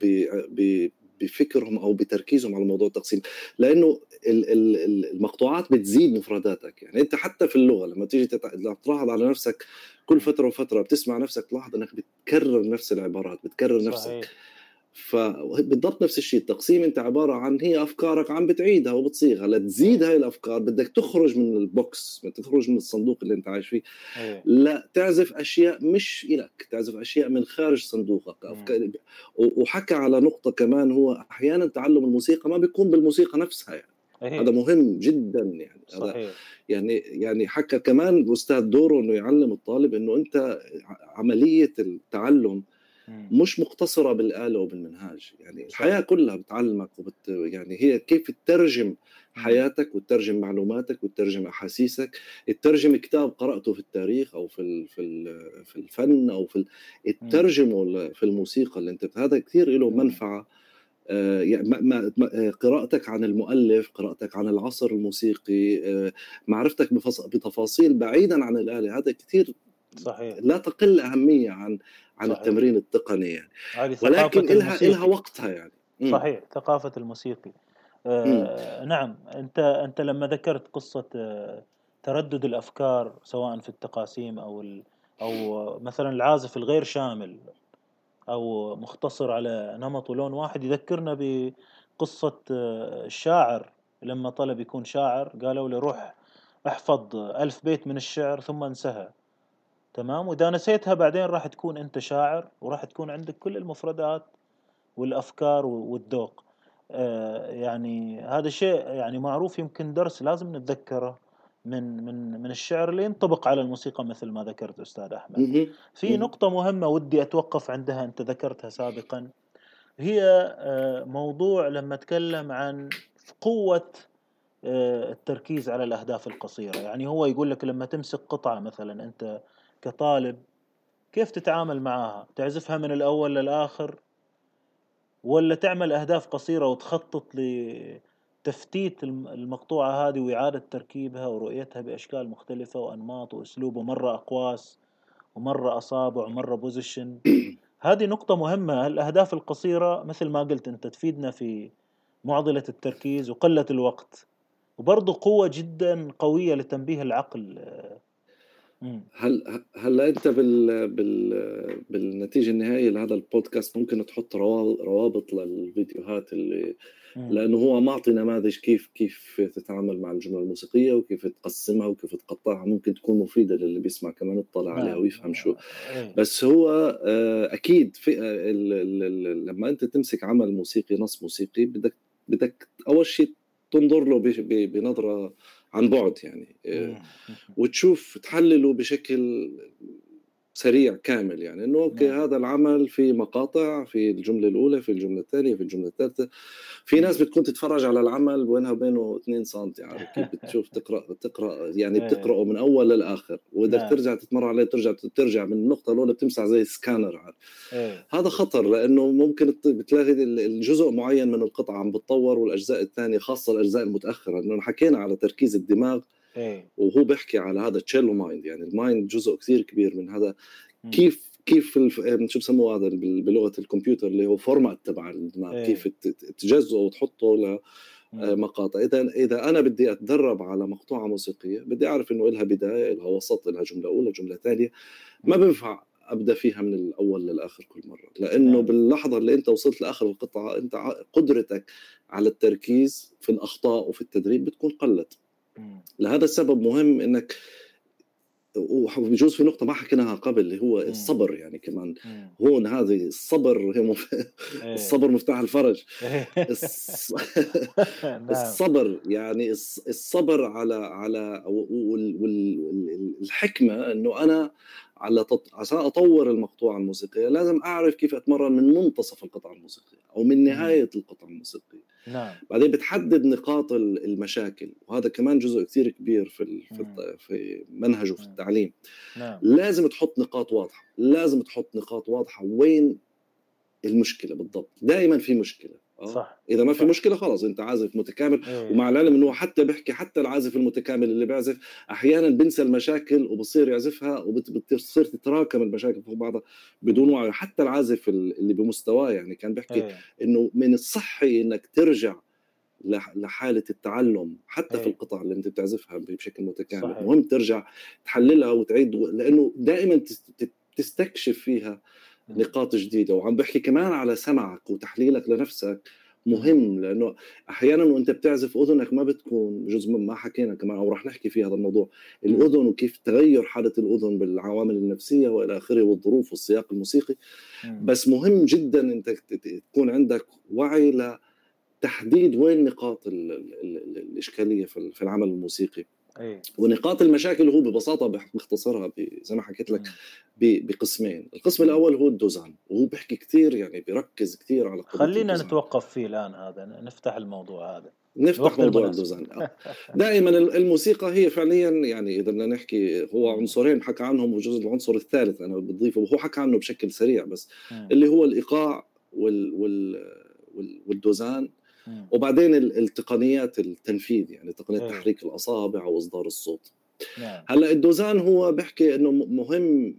بفكرهم أو بتركيزهم على موضوع التقسيم، لأنه المقطوعات بتزيد مفرداتك. يعني أنت حتى في اللغة لما تيجي لما تلاحظ على نفسك كل مم. فترة وفترة بتسمع نفسك تلاحظ أنك بتكرر نفس العبارات، بتكرر نفسك. صحيح. فبالضبط نفس الشيء التقسيم، انت عباره عن هي افكارك عم بتعيدها وبتصيغها لتزيد ايه. هاي الافكار. بدك تخرج من البوكس، بدك تخرج من الصندوق اللي انت عايش فيه، ايه. لا تعزف اشياء مش إلك، تعزف اشياء من خارج صندوقك مم. افكار. وحكى على نقطه كمان، هو احيانا تعلم الموسيقى ما بيكون بالموسيقى نفسها يعني. هذا ايه. مهم جدا يعني. هذا صحيح. يعني حكى كمان الاستاذ دوره انه يعلم الطالب انه انت عمليه التعلم مش مقتصرة بالآلة وبالمنهاج. يعني صح. الحياة كلها بتعلمك يعني هي كيف تترجم حياتك وتترجم معلوماتك وتترجم أحاسيسك. تترجم كتاب قرأته في التاريخ أو في الفن أو الترجمة في الموسيقى اللي أنت هذا كثير له منفعة. يعني قراءتك عن المؤلف، قراءتك عن العصر الموسيقي، معرفتك بتفاصيل بعيدا عن الآلة، هذا كثير صحيح. لا تقل أهمية عن صحيح. التمرين التقني يعني. هذه ولكن ثقافة إلها الموسيقي. وقتها يعني. صحيح، ثقافة الموسيقي. نعم، أنت لما ذكرت قصة تردد الأفكار سواء في التقاسيم أو مثلا العازف الغير شامل أو مختصر على نمط ولون واحد، يذكرنا بقصة الشاعر لما طلب يكون شاعر، قالوا له روح احفظ 1000 بيت من الشعر ثم انسها، تمام، وإذا نسيتها بعدين راح تكون أنت شاعر وراح تكون عندك كل المفردات والأفكار والذوق. يعني هذا شيء يعني معروف، يمكن درس لازم نتذكره من الشعر اللي ينطبق على الموسيقى مثل ما ذكرت أستاذ أحمد. في نقطة مهمة ودي أتوقف عندها، أنت ذكرتها سابقا، هي موضوع لما أتكلم عن قوة التركيز على الأهداف القصيرة. يعني هو يقول لك لما تمسك قطعة مثلا أنت كطالب، كيف تتعامل معها؟ تعزفها من الأول للآخر، ولا تعمل أهداف قصيرة وتخطط لتفتيت المقطوعة هذه وإعادة تركيبها ورؤيتها بأشكال مختلفة وأنماط وأسلوب، ومرة أقواس ومرة أصابع ومرة بوزيشن. هذه نقطة مهمة. الأهداف القصيرة مثل ما قلت أنت تفيدنا في معضلة التركيز وقلة الوقت، وبرضه قوة جدا قوية لتنبيه العقل. هلا انت بالنتيجه النهائيه لهذا البودكاست ممكن تحط روابط للفيديوهات اللي لانه هو معطي نماذج كيف تتعامل مع الجمله الموسيقيه وكيف تقسمها وكيف تقطعها، ممكن تكون مفيده للي بيسمع كمان يطلع عليها ويفهم شو. بس هو اكيد في لما انت تمسك عمل موسيقي، نص موسيقي، بدك اول شيء تنظر له بنظره عن بعد يعني، وتشوف تحلله بشكل سريع كامل. يعني انه اوكي هذا العمل في مقاطع، في الجمله الاولى، في الجمله الثانيه، في الجمله الثالثه. في ناس بتكون تتفرج على العمل بينها وبينه 2 سم، عارف كيف؟ بتشوف تقرا يعني بتقراه من اول للاخر، واذا ترجع تتمر عليه ترجع من النقطه الاولى، بتمسح زي سكانر، عارف؟ هذا خطر، لانه ممكن بتلاقي الجزء معين من القطعه عم بتطور والاجزاء الثانيه، خاصه الاجزاء المتاخره، لانه حكينا على تركيز الدماغ وهو بيحكي على هذا تشيلو مايند. يعني المايند جزء كثير كبير من هذا. كيف شو بسموه هذا بلغه الكمبيوتر اللي هو فورمات تبع الدماغ، كيف تجزئه وتحطه لمقاطع. اذا انا بدي اتدرب على مقطوعه موسيقيه، بدي اعرف انه لها بدايه، لها وسط، لها جمله اولى، جمله ثانيه. ما بينفع ابدا فيها من الاول للاخر كل مره، لانه باللحظه اللي انت وصلت لاخر القطعه، انت قدرتك على التركيز في الاخطاء وفي التدريب بتكون قلت. لهذا السبب مهم انك، وبجوز في نقطة ما حكيناها قبل، اللي هو الصبر. يعني كمان هون هذه الصبر الصبر مفتاح الفرج. الصبر يعني الصبر على والحكمة انه انا عشان اطور المقطوعة الموسيقية لازم اعرف كيف اتمرن من منتصف القطعة الموسيقية او من نهاية القطعة الموسيقية. بعدين بتحدد نقاط المشاكل، وهذا كمان جزء كثير كبير في منهجه في التعليم. لازم تحط نقاط واضحة، لازم تحط نقاط واضحة وين المشكلة بالضبط. دائما في مشكلة. صح. إذا ما في مشكلة خلاص أنت عازف متكامل. ومع العلم إنه حتى بحكي حتى العازف المتكامل اللي بيعزف أحيانا بنسى المشاكل وبصير يعزفها وبتصير تتراكم المشاكل فوق بعضها بدون وعي. حتى العازف اللي بمستواه يعني كان بحكي إنه من الصحي إنك ترجع لحالة التعلم حتى في القطع اللي أنت بتعزفها بشكل متكامل. صحيح. مهم ترجع تحللها وتعيد، لأنه دائما تستكشف فيها نقاط جديدة. وعم بحكي كمان على سمعك وتحليلك لنفسك مهم، لأنه أحيانا وأنت بتعزف أذنك ما بتكون جزء ما حكينا كمان أو رح نحكي في هذا الموضوع، الأذن وكيف تغير حالة الأذن بالعوامل النفسية وإلى آخره والظروف والسياق الموسيقي. بس مهم جدا أنت تكون عندك وعي تحديد وين نقاط الإشكالية في العمل الموسيقي. ايه ونقاط المشاكل هو ببساطه بيختصرها زي ما حكيت لك بقسمين. القسم الاول هو الدوزان، وهو بيحكي كثير يعني بيركز كثير على قضيه خلينا الدوزان. نتوقف فيه الآن، هذا نفتح الموضوع هذا نفتح الوقت موضوع المناسب. الدوزان. دائما الموسيقى هي فعليا يعني اذا بدنا نحكي هو عنصرين حكى عنهم، وجزء العنصر الثالث انا بضيفه وهو حكى عنه بشكل سريع بس اللي هو الايقاع والدوزان، وبعدين التقنيات التنفيذ يعني تقنيه تحريك الاصابع واصدار الصوت. نعم. هلا الدوزان هو بحكي انه مهم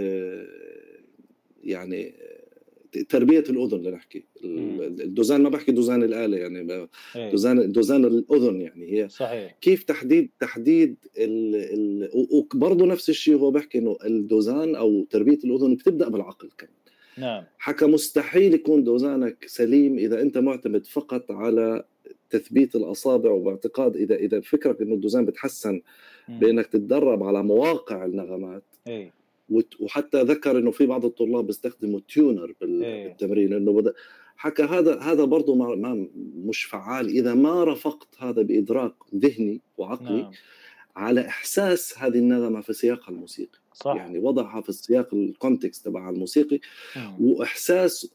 يعني تربيه الاذن. لنحكي الدوزان ما بحكي دوزان الاله يعني دوزان الاذن، يعني هي صحيح. كيف تحديد وبرضه نفس الشيء هو بحكي انه الدوزان او تربيه الاذن بتبدا بالعقل كمان. نعم. حكى مستحيل يكون دوزانك سليم اذا انت معتمد فقط على تثبيت الاصابع، وباعتقاد اذا فكرك انه الدوزان بتحسن بانك تتدرب على مواقع النغمات. وحتى ذكر انه في بعض الطلاب بيستخدموا تيونر بالتمرين، انه حكى هذا برضه ما مش فعال اذا ما رافقت هذا بادراك ذهني وعقلي على احساس هذه النغمه في سياقها الموسيقي. صح. يعني وضعها في السياق الكونتكست تبع الموسيقي واحساس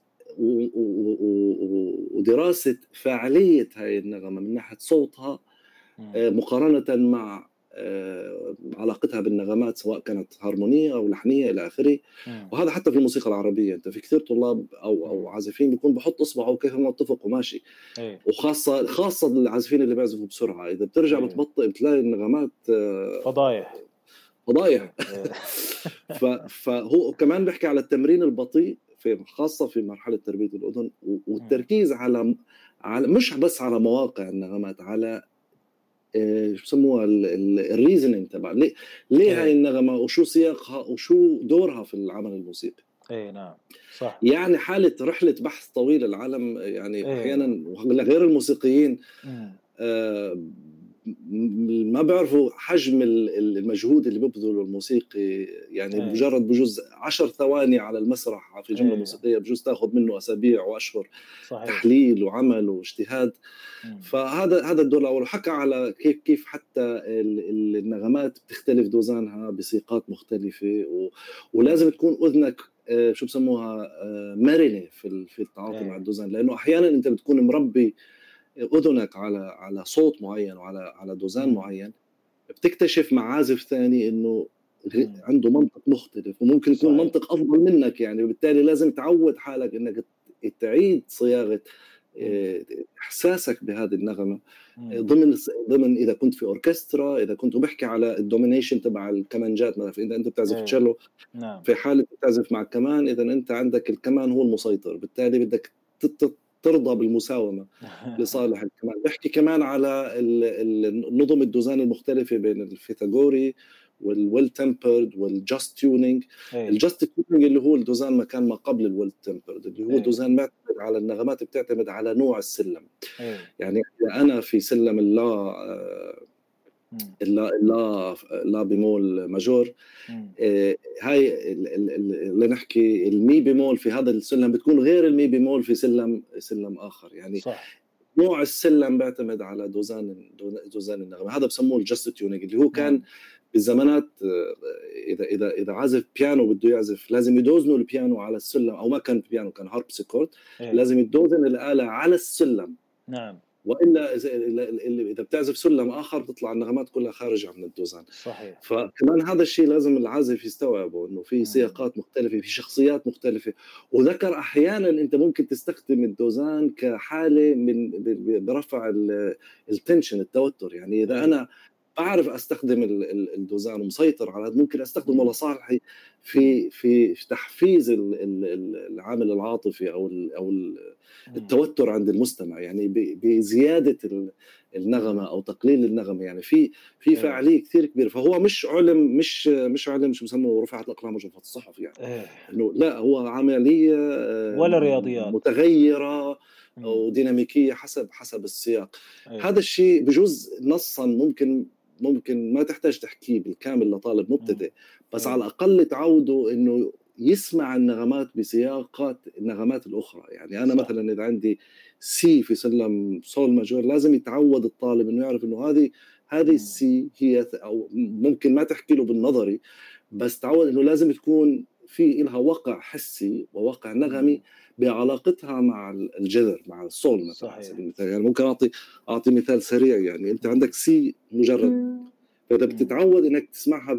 ودراسه فاعليه هاي النغمه من ناحيه صوتها مقارنه مع علاقتها بالنغمات سواء كانت هارمونيه او لحنيه الى اخره. وهذا حتى في الموسيقى العربيه، انت في كثير طلاب او عازفين بيكون بحط اصبعه كيف ما اتفق وماشي. وخاصه العازفين اللي بيعزفوا بسرعه، اذا بترجع بتبطئ بتلاقي النغمات فضايح. فهو كمان بيحكي على التمرين البطيء خاصه في مرحله تربيه الاذن، والتركيز على مش بس على مواقع النغمات، على شو بسموها الريزنينج تبع ليه هاي النغمه وشو سياقها وشو دورها في العمل الموسيقي. نعم صح. يعني حاله رحله بحث طويله العالم يعني احيانا غير الموسيقيين ما بيعرفوا حجم المجهود اللي بيبذله الموسيقي. يعني مجرد بجوز 10 ثواني على المسرح في جمله موسيقيه بجوز تاخذ منه اسابيع واشهر. صحيح. تحليل وعمل واجتهاد. فهذا الدور الاول. وحكى على كيف حتى النغمات بتختلف دوزانها بسياقات مختلفه، ولازم تكون اذنك شو بسموها مرنه في التعاطي مع الدوزان، لانه احيانا انت بتكون مربي اذنك على صوت معين وعلى دوزان معين، بتكتشف مع عازف ثاني انه عنده منطق مختلف وممكن يكون صحيح. منطق افضل منك يعني، وبالتالي لازم تعود حالك انك تعيد صياغه احساسك بهذه النغمه ضمن اذا كنت في اوركسترا، اذا كنت بحكي على الدومينيشن تبع الكمانجات مثلا، اذا انت بتعزف تشيلو في حاله بتعزف مع الكمان، اذا انت عندك الكمان هو المسيطر، بالتالي بدك ترضى بالمساومه لصالح الكمان. بحكي كمان على النظم الدوزان المختلفه بين الفيثاغوري والويل تمبرد والجاست تيونينج. الجاست تيونينج اللي هو الدوزان ما كان ما قبل الويل تمبرد، اللي هو دوزان معتمد على النغمات بتعتمد على نوع السلم. يعني انا في سلم لا بيمول ماجور، هاي اللي نحكي المي بيمول في هذا السلم بتكون غير المي بيمول في سلم اخر يعني. صح. نوع السلم بيعتمد على دوزان النغمه. هذا بسموه الجاست تيونينج، اللي هو كان بالزمانات اذا عازف بيانو بده يعزف لازم يدوزنوا البيانو على السلم، او ما كان بيانو كان هاربسيكورد لازم يدوزن الآلة على السلم. نعم. والا اذا بتعزف سلم اخر بتطلع النغمات كلها خارجه عن الدوزان. صحيح. فكمان هذا الشيء لازم العازف يستوعبه، انه في سياقات مختلفه، في شخصيات مختلفه. وذكر احيانا انت ممكن تستخدم الدوزان كحاله من برفع التنشن، التوتر. يعني اذا انا بعرف استخدم الدوزان ومسيطر على ممكن استخدمه لصالحي في تحفيز العامل العاطفي او التوتر عند المستمع، يعني بزياده النغمه او تقليل النغمه. يعني في فاعليه كثير كبيره. فهو مش علم مش علم شو بسموه رفعت الاقلام وجفت الصحف يعني. انه لا، هو عمليه ولا رياضيات متغيره وديناميكيه حسب السياق. هذا الشيء بجوز نصا ممكن ما تحتاج تحكيه بالكامل لطالب مبتدئ، بس على الأقل تعوده إنه يسمع النغمات بسياقات النغمات الأخرى. يعني أنا صح. مثلا إذا عندي سي في سلم سول ماجور لازم يتعود الطالب إنه يعرف إنه هذه هذه السي هي أو ممكن ما تحكي له بالنظري، بس تعود إنه لازم تكون في إلها وقع حسي ووقع نغمي بعلاقتها مع الجذر، مع الصول مثلا على سبيل المثال. يعني ممكن أعطي مثال سريع. يعني أنت عندك سي مجرد، فإذا بتتعود إنك تسمعها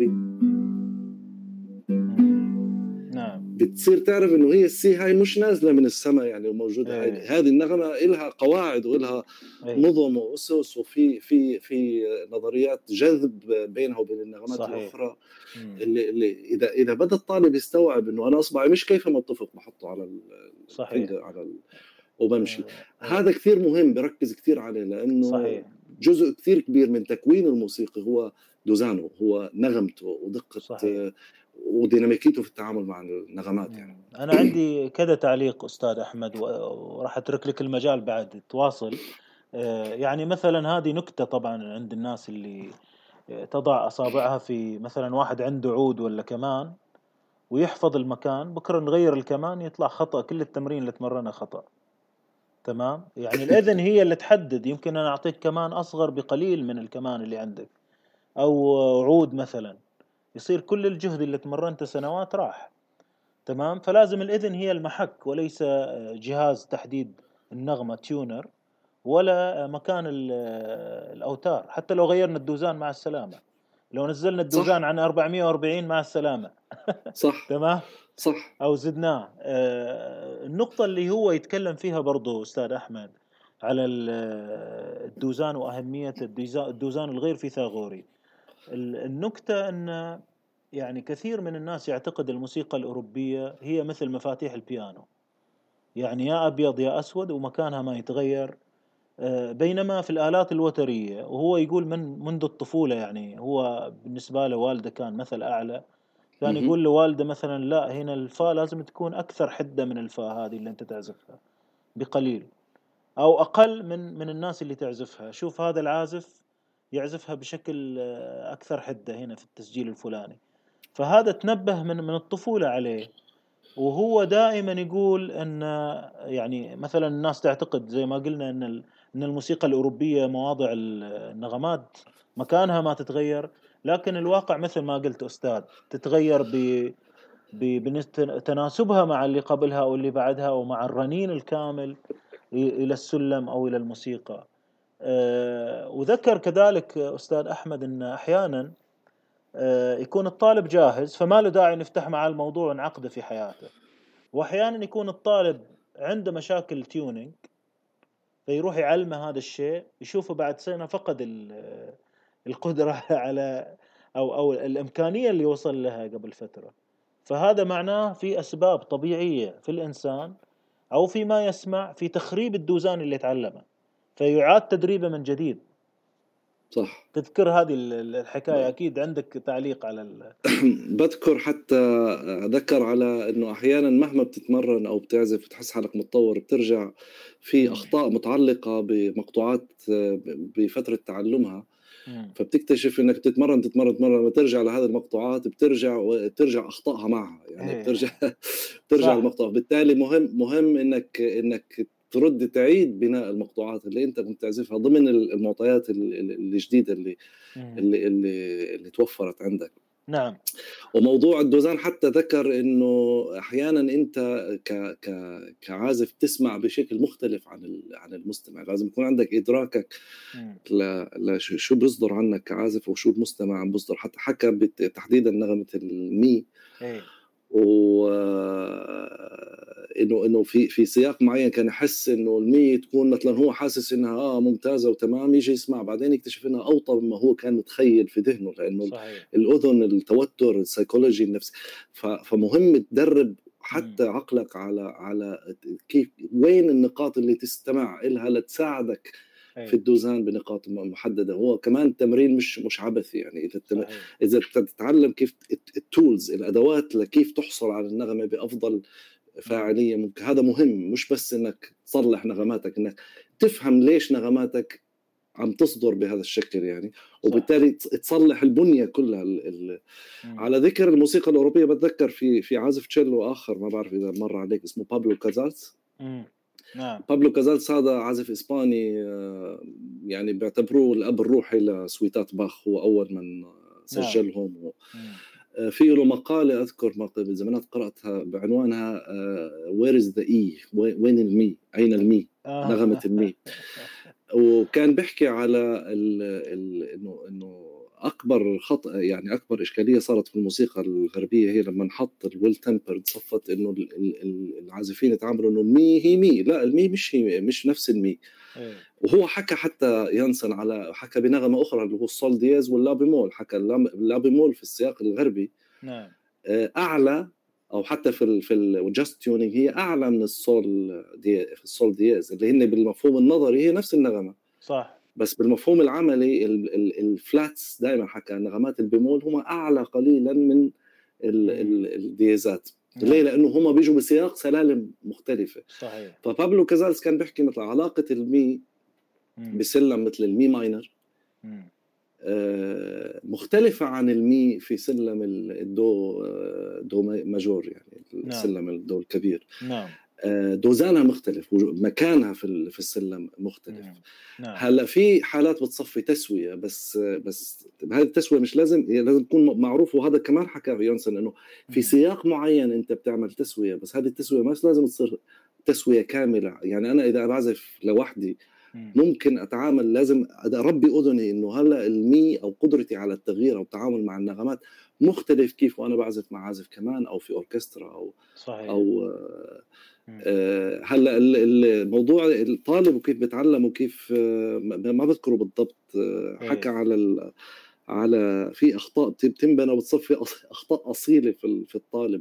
بتصير تعرف إنه هي السي هاي مش نازلة من السماء يعني وموجودة. هذه النغمة إلها قواعد وإلها نظم وأسس، وفي في نظريات جذب بينها وبين النغمات الأخرى. اللي إذا بدأ الطالب يستوعب إنه أنا أصبعي مش كيفما اتفق بحطه على الفينجر على وبمشي. هذا كثير مهم، بركز كثير عليه، لأنه جزء كثير كبير من تكوين الموسيقى هو دوزانه، هو نغمته ودقة وديناميكيته في التعامل مع النغمات. يعني أنا عندي كذا تعليق أستاذ أحمد، وراح أترك لك المجال بعد تواصل. يعني مثلا هذه نكتة طبعا عند الناس اللي تضع أصابعها في مثلا واحد عنده عود ولا كمان ويحفظ المكان، بكرة نغير الكمان يطلع خطأ، كل التمرين اللي تمرنه خطأ. تمام. يعني الأذن هي اللي تحدد. يمكن أنا أعطيك كمان أصغر بقليل من الكمان اللي عندك، أو عود مثلا، يصير كل الجهد اللي تمرنته سنوات راح. تمام. فلازم الإذن هي المحك، وليس جهاز تحديد النغمة تيونر، ولا مكان الأوتار. حتى لو غيرنا الدوزان مع السلامة، لو نزلنا الدوزان عن 440 مع السلامة. صح. تمام. صح. أو زدناه. النقطة اللي هو يتكلم فيها برضو أستاذ أحمد على الدوزان وأهمية الدوزان الغير فيثاغوري. النكتة أن يعني كثير من الناس يعتقد الموسيقى الأوروبية هي مثل مفاتيح البيانو، يعني يا أبيض يا أسود ومكانها ما يتغير. بينما في الآلات الوترية، وهو يقول منذ الطفولة، يعني هو بالنسبة له والده كان مثل أعلى، كان يقول لوالده مثلا لا، هنا الفا لازم تكون أكثر حدة من الفا هذه اللي أنت تعزفها بقليل، أو أقل من الناس اللي تعزفها. شوف هذا العازف يعزفها بشكل أكثر حدة هنا في التسجيل الفلاني. فهذا تنبه من الطفولة عليه. وهو دائما يقول أن يعني مثلا الناس تعتقد زي ما قلنا أن الموسيقى الأوروبية مواضع النغمات مكانها ما تتغير، لكن الواقع مثل ما قلت أستاذ تتغير بتناسبها مع اللي قبلها أو اللي بعدها، ومع الرنين الكامل إلى السلم أو إلى الموسيقى. وذكر كذلك أستاذ أحمد أن أحيانا يكون الطالب جاهز فما له داعي نفتح معه الموضوع ونعقده في حياته، وأحيانا يكون الطالب عنده مشاكل تيونينج فيروح يعلمه هذا الشيء، يشوفه بعد سنة فقد القدرة على أو الإمكانية اللي وصل لها قبل فترة. فهذا معناه في أسباب طبيعية في الإنسان أو فيما يسمع في تخريب الدوزان اللي تعلمه، فيعاد تدريبه من جديد. صح. تذكر هذه الحكاية؟ أكيد عندك تعليق على بذكر حتى أذكر على أنه أحيانا مهما بتتمرن أو بتعزف وتحس حالك متطور بترجع في أخطاء متعلقة بمقطوعات بفترة تعلمها، فبتكتشف انك تتمرن لما ترجع لهذه المقطوعات بترجع اخطائها معها، يعني بترجع المقطوعات. بالتالي مهم انك ترد تعيد بناء المقطوعات اللي انت كنت تعزفها ضمن المعطيات الجديده اللي توفرت عندك. نعم. وموضوع الدوزان حتى ذكر انه احيانا انت كعازف تسمع بشكل مختلف عن المستمع. لازم يكون عندك ادراكك شو بيصدر عنك كعازف وشو المستمع عم بيصدر. حتى حكى تحديدا نغمه المي انه في سياق معين كان يحس انه المي تكون مثلا هو حاسس انها ممتازه وتمام، يجي يسمع بعدين يكتشف انها اوطى مما هو كان متخيل في ذهنه، لانه الاذن، التوتر، السيكولوجي النفسي. فمهم تدرب حتى عقلك على كيف وين النقاط اللي تستمع إلها لتساعدك في الدوزان بنقاط محدده. هو كمان التمرين مش عبث، يعني اذا بتتعلم كيف التولز، الادوات لكيف تحصل على النغمه بافضل فاعليه ممكن. هذا مهم، مش بس انك تصلح نغماتك، انك تفهم ليش نغماتك عم تصدر بهذا الشكل يعني، وبالتالي تصلح البنيه كلها. على ذكر الموسيقى الاوروبيه، بتذكر في عازف تشيلو اخر ما بعرف اذا مر عليك، اسمه بابلو كازالس. نعم. بابلو كازالس هذا عازف إسباني، يعني بيعتبروه الأب الروحي لسويتات باخ، هو أول من سجلهم. في له مقالة أذكر ما قبل زمانات قرأتها بعنوانها Where is the E؟ وين المي؟ أين المي؟ نغمة المي. وكان بيحكي على إنه أكبر خطأ، يعني أكبر إشكالية صارت في الموسيقى الغربية هي لما نحط الويل تمبرد، صفت إنه العازفين يتعاملوا إنه المي هي مي، لا المي مش نفس المي. وهو حكى حتى يانسن حكى بنغمة أخرى اللي هو السول دياز واللا بيمول، حكى اللا بيمول في السياق الغربي نعم أعلى، أو حتى في الجاست تيونينج هي أعلى من السول دياز اللي هن بالمفهوم النظري هي نفس النغمة صح، بس بالمفهوم العملي الفلاتس دائما حكى نغمات البيمول هم أعلى قليلا من الديازات. ليه؟ لأنه هم بيجوا بسياق سلالم مختلفة. صحيح. فبابلو كازالس كان بيحكي مثل علاقة المي بسلم مثل المي ماينر مختلفة عن المي في سلم دو ماجور، يعني سلم الدو الكبير. نعم. دوزانها مختلف، مكانها في السلم مختلف. نعم. هلا في حالات بتصفي تسوية، بس هذه التسوية مش لازم تكون معروف. وهذا كمان حكاه يونسن انه في سياق معين انت بتعمل تسوية، بس هذه التسوية مش لازم تصير تسوية كاملة. يعني انا اذا بعزف لوحدي ممكن اتعامل، لازم اربي اذني انه هلا المي او قدرتي على التغيير او التعامل مع النغمات مختلف كيف وانا بعزف مع عازف كمان او في اوركسترا او صحيح. او هلا الموضوع الطالب وكيف بيتعلم وكيف ما بذكره بالضبط. حكى على في اخطاء بتنبنى وبتصفي اخطاء اصيله في الطالب.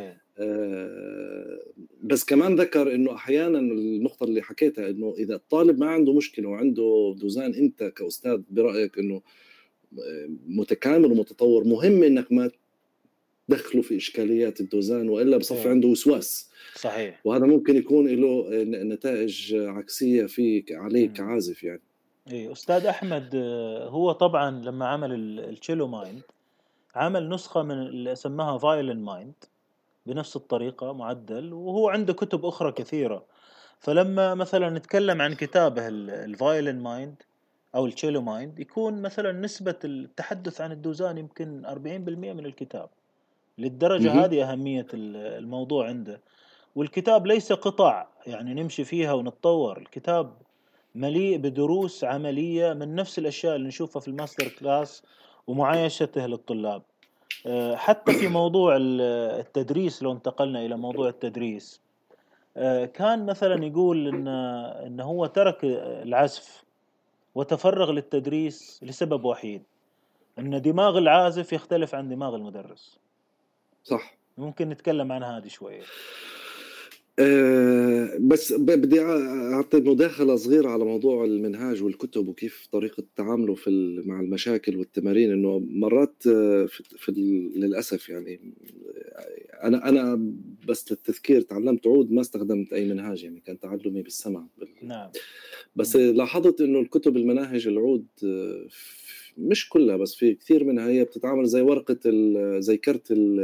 بس كمان ذكر انه احيانا النقطه اللي حكيتها انه اذا الطالب ما عنده مشكله وعنده دوزان، انت كاستاذ برايك انه متكامل ومتطور، مهم انك ما تدخله في اشكاليات الدوزان والا بصفي عنده وسواس. صحيح. وهذا ممكن يكون له نتائج عكسيه فيك عليك كعازف. يعني استاذ احمد هو طبعا لما عمل التشيلو مايند عمل نسخه من اللي سماها فايولين مايند بنفس الطريقه معدل، وهو عنده كتب اخرى كثيره. فلما مثلا نتكلم عن كتابه الفايولين مايند او التشيلو مايند، يكون مثلا نسبه التحدث عن الدوزان يمكن 40% من الكتاب. للدرجه هذه اهميه الموضوع عنده. والكتاب ليس قطع يعني نمشي فيها ونتطور، الكتاب مليء بدروس عملية من نفس الأشياء اللي نشوفها في الماستر كلاس ومعايشته للطلاب. حتى في موضوع التدريس، لو انتقلنا إلى موضوع التدريس، كان مثلا يقول إن هو ترك العزف وتفرغ للتدريس لسبب وحيد، إن دماغ العازف يختلف عن دماغ المدرس. صح. ممكن نتكلم عن هذه شوية. بس بدي أعطي مداخلة صغيرة على موضوع المنهاج والكتب وكيف طريقة تعامله مع المشاكل والتمارين. إنه مرات للأسف يعني أنا بس للتذكير تعلمت عود، ما استخدمت أي منهاج، يعني كان تعلمي بالسمع. نعم. بس لاحظت إنه الكتب المناهج العود مش كلها، بس في كثير منها هي بتتعامل زي ورقة زي كرت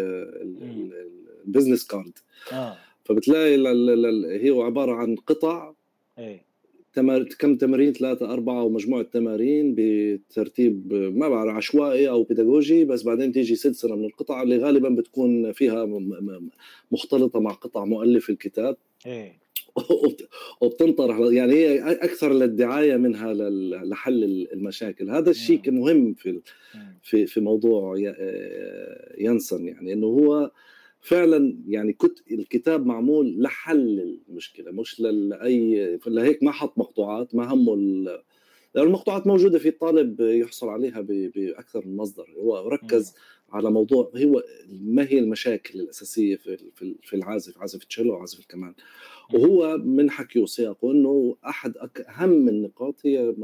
البزنس كارد. فبتلاقي هي عبارة عن قطع كم تمرين 3 4 ومجموعة تمارين بترتيب ما بعرف عشوائي أو بيداغوجي، بس بعدين تيجي سلسلة من القطع اللي غالبا بتكون فيها مختلطة مع قطع مؤلف الكتاب وبتنطرح. يعني هي أكثر للدعاية منها لحل المشاكل. هذا الشيء مهم في موضوع يانسن، يعني إنه هو فعلا يعني الكتاب معمول لحل المشكله مش لاي. فلهيك ما حط مقطوعات، ما همه لأن المقطوعات موجوده في الطالب يحصل عليها باكثر من مصدر. هو ركز على موضوع هو ما هي المشاكل الاساسيه في العازف، عازف التشيلو وعازف الكمان. وهو من حكيه وسياقه انه احد اهم النقاط هي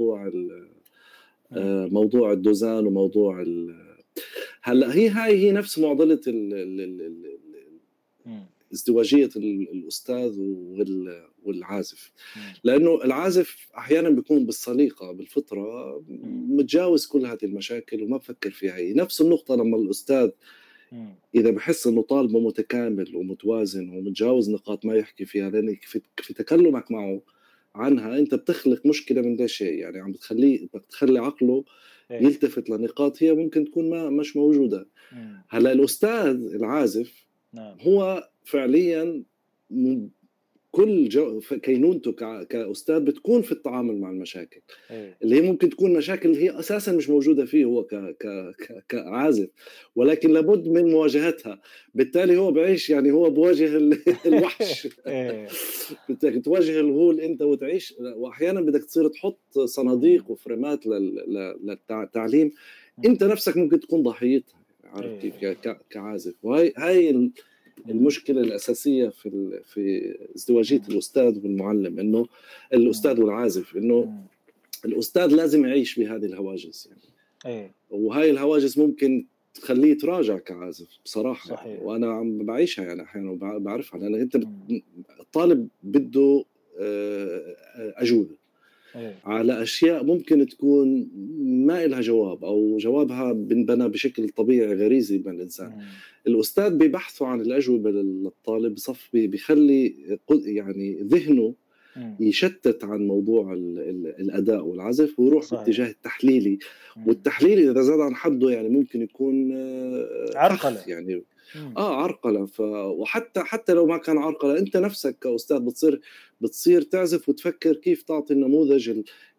موضوع الدوزان وموضوع هلا هي نفس معضله ازدواجيه الاستاذ والعازف. لانه العازف احيانا بيكون بالسليقه بالفطره متجاوز كل هذه المشاكل وما بفكر فيها. هي نفس النقطه لما الاستاذ مم. إذا بحس إنه طالبه متكامل ومتوازن ومتجاوز نقاط ما يحكي فيها، لأنك في تكلمك معه عنها أنت بتخلق مشكلة من لا شيء، يعني عم بتخلي عقله إيه. يلتفت لنقاط هي ممكن تكون مش موجودة. مم. هلا الأستاذ العازف نعم. هو فعليا كل كينونته كأستاذ بتكون في التعامل مع المشاكل، إيه. اللي هي ممكن تكون مشاكل هي أساسا مش موجودة فيه هو كعازف، ولكن لابد من مواجهتها. بالتالي هو بعيش، يعني هو بواجه الوحش. إيه. بدك تواجه الغول أنت وتعيش، وأحيانا بدك تصير تحط مم. صناديق وفريمات للتعليم أنت مم. نفسك ممكن تكون ضحيتها، عارف كيف إيه. كعازف. وهي مم. المشكلة الأساسية في ازدواجية مم. الأستاذ والمعلم، إنه مم. الأستاذ والعازف، إنه مم. الأستاذ لازم يعيش بهذه الهواجس يعني. إيه. وهاي الهواجس ممكن تخليه يتراجع كعازف بصراحة يعني، صحيح. وأنا عم بعيشها يعني أحيانا وبعرفها، لأن أنت مم. الطالب بده أجوبة إيه. على أشياء ممكن تكون ما إلها جواب، أو جوابها بنبنى بشكل طبيعي غريزي من الإنسان. مم. الأستاذ ببحثه عن الأجوبة للطالب بصف بيخلي يعني ذهنه مم. يشتت عن موضوع الأداء والعزف ويروح صحيح. باتجاه التحليلي. مم. والتحليل إذا زاد عن حده يعني ممكن يكون فخ عرقلة. يعني، مم. عرقلة. وحتى لو ما كان عرقلة، أنت نفسك كأستاذ بتصير تعزف وتفكر كيف تعطي النموذج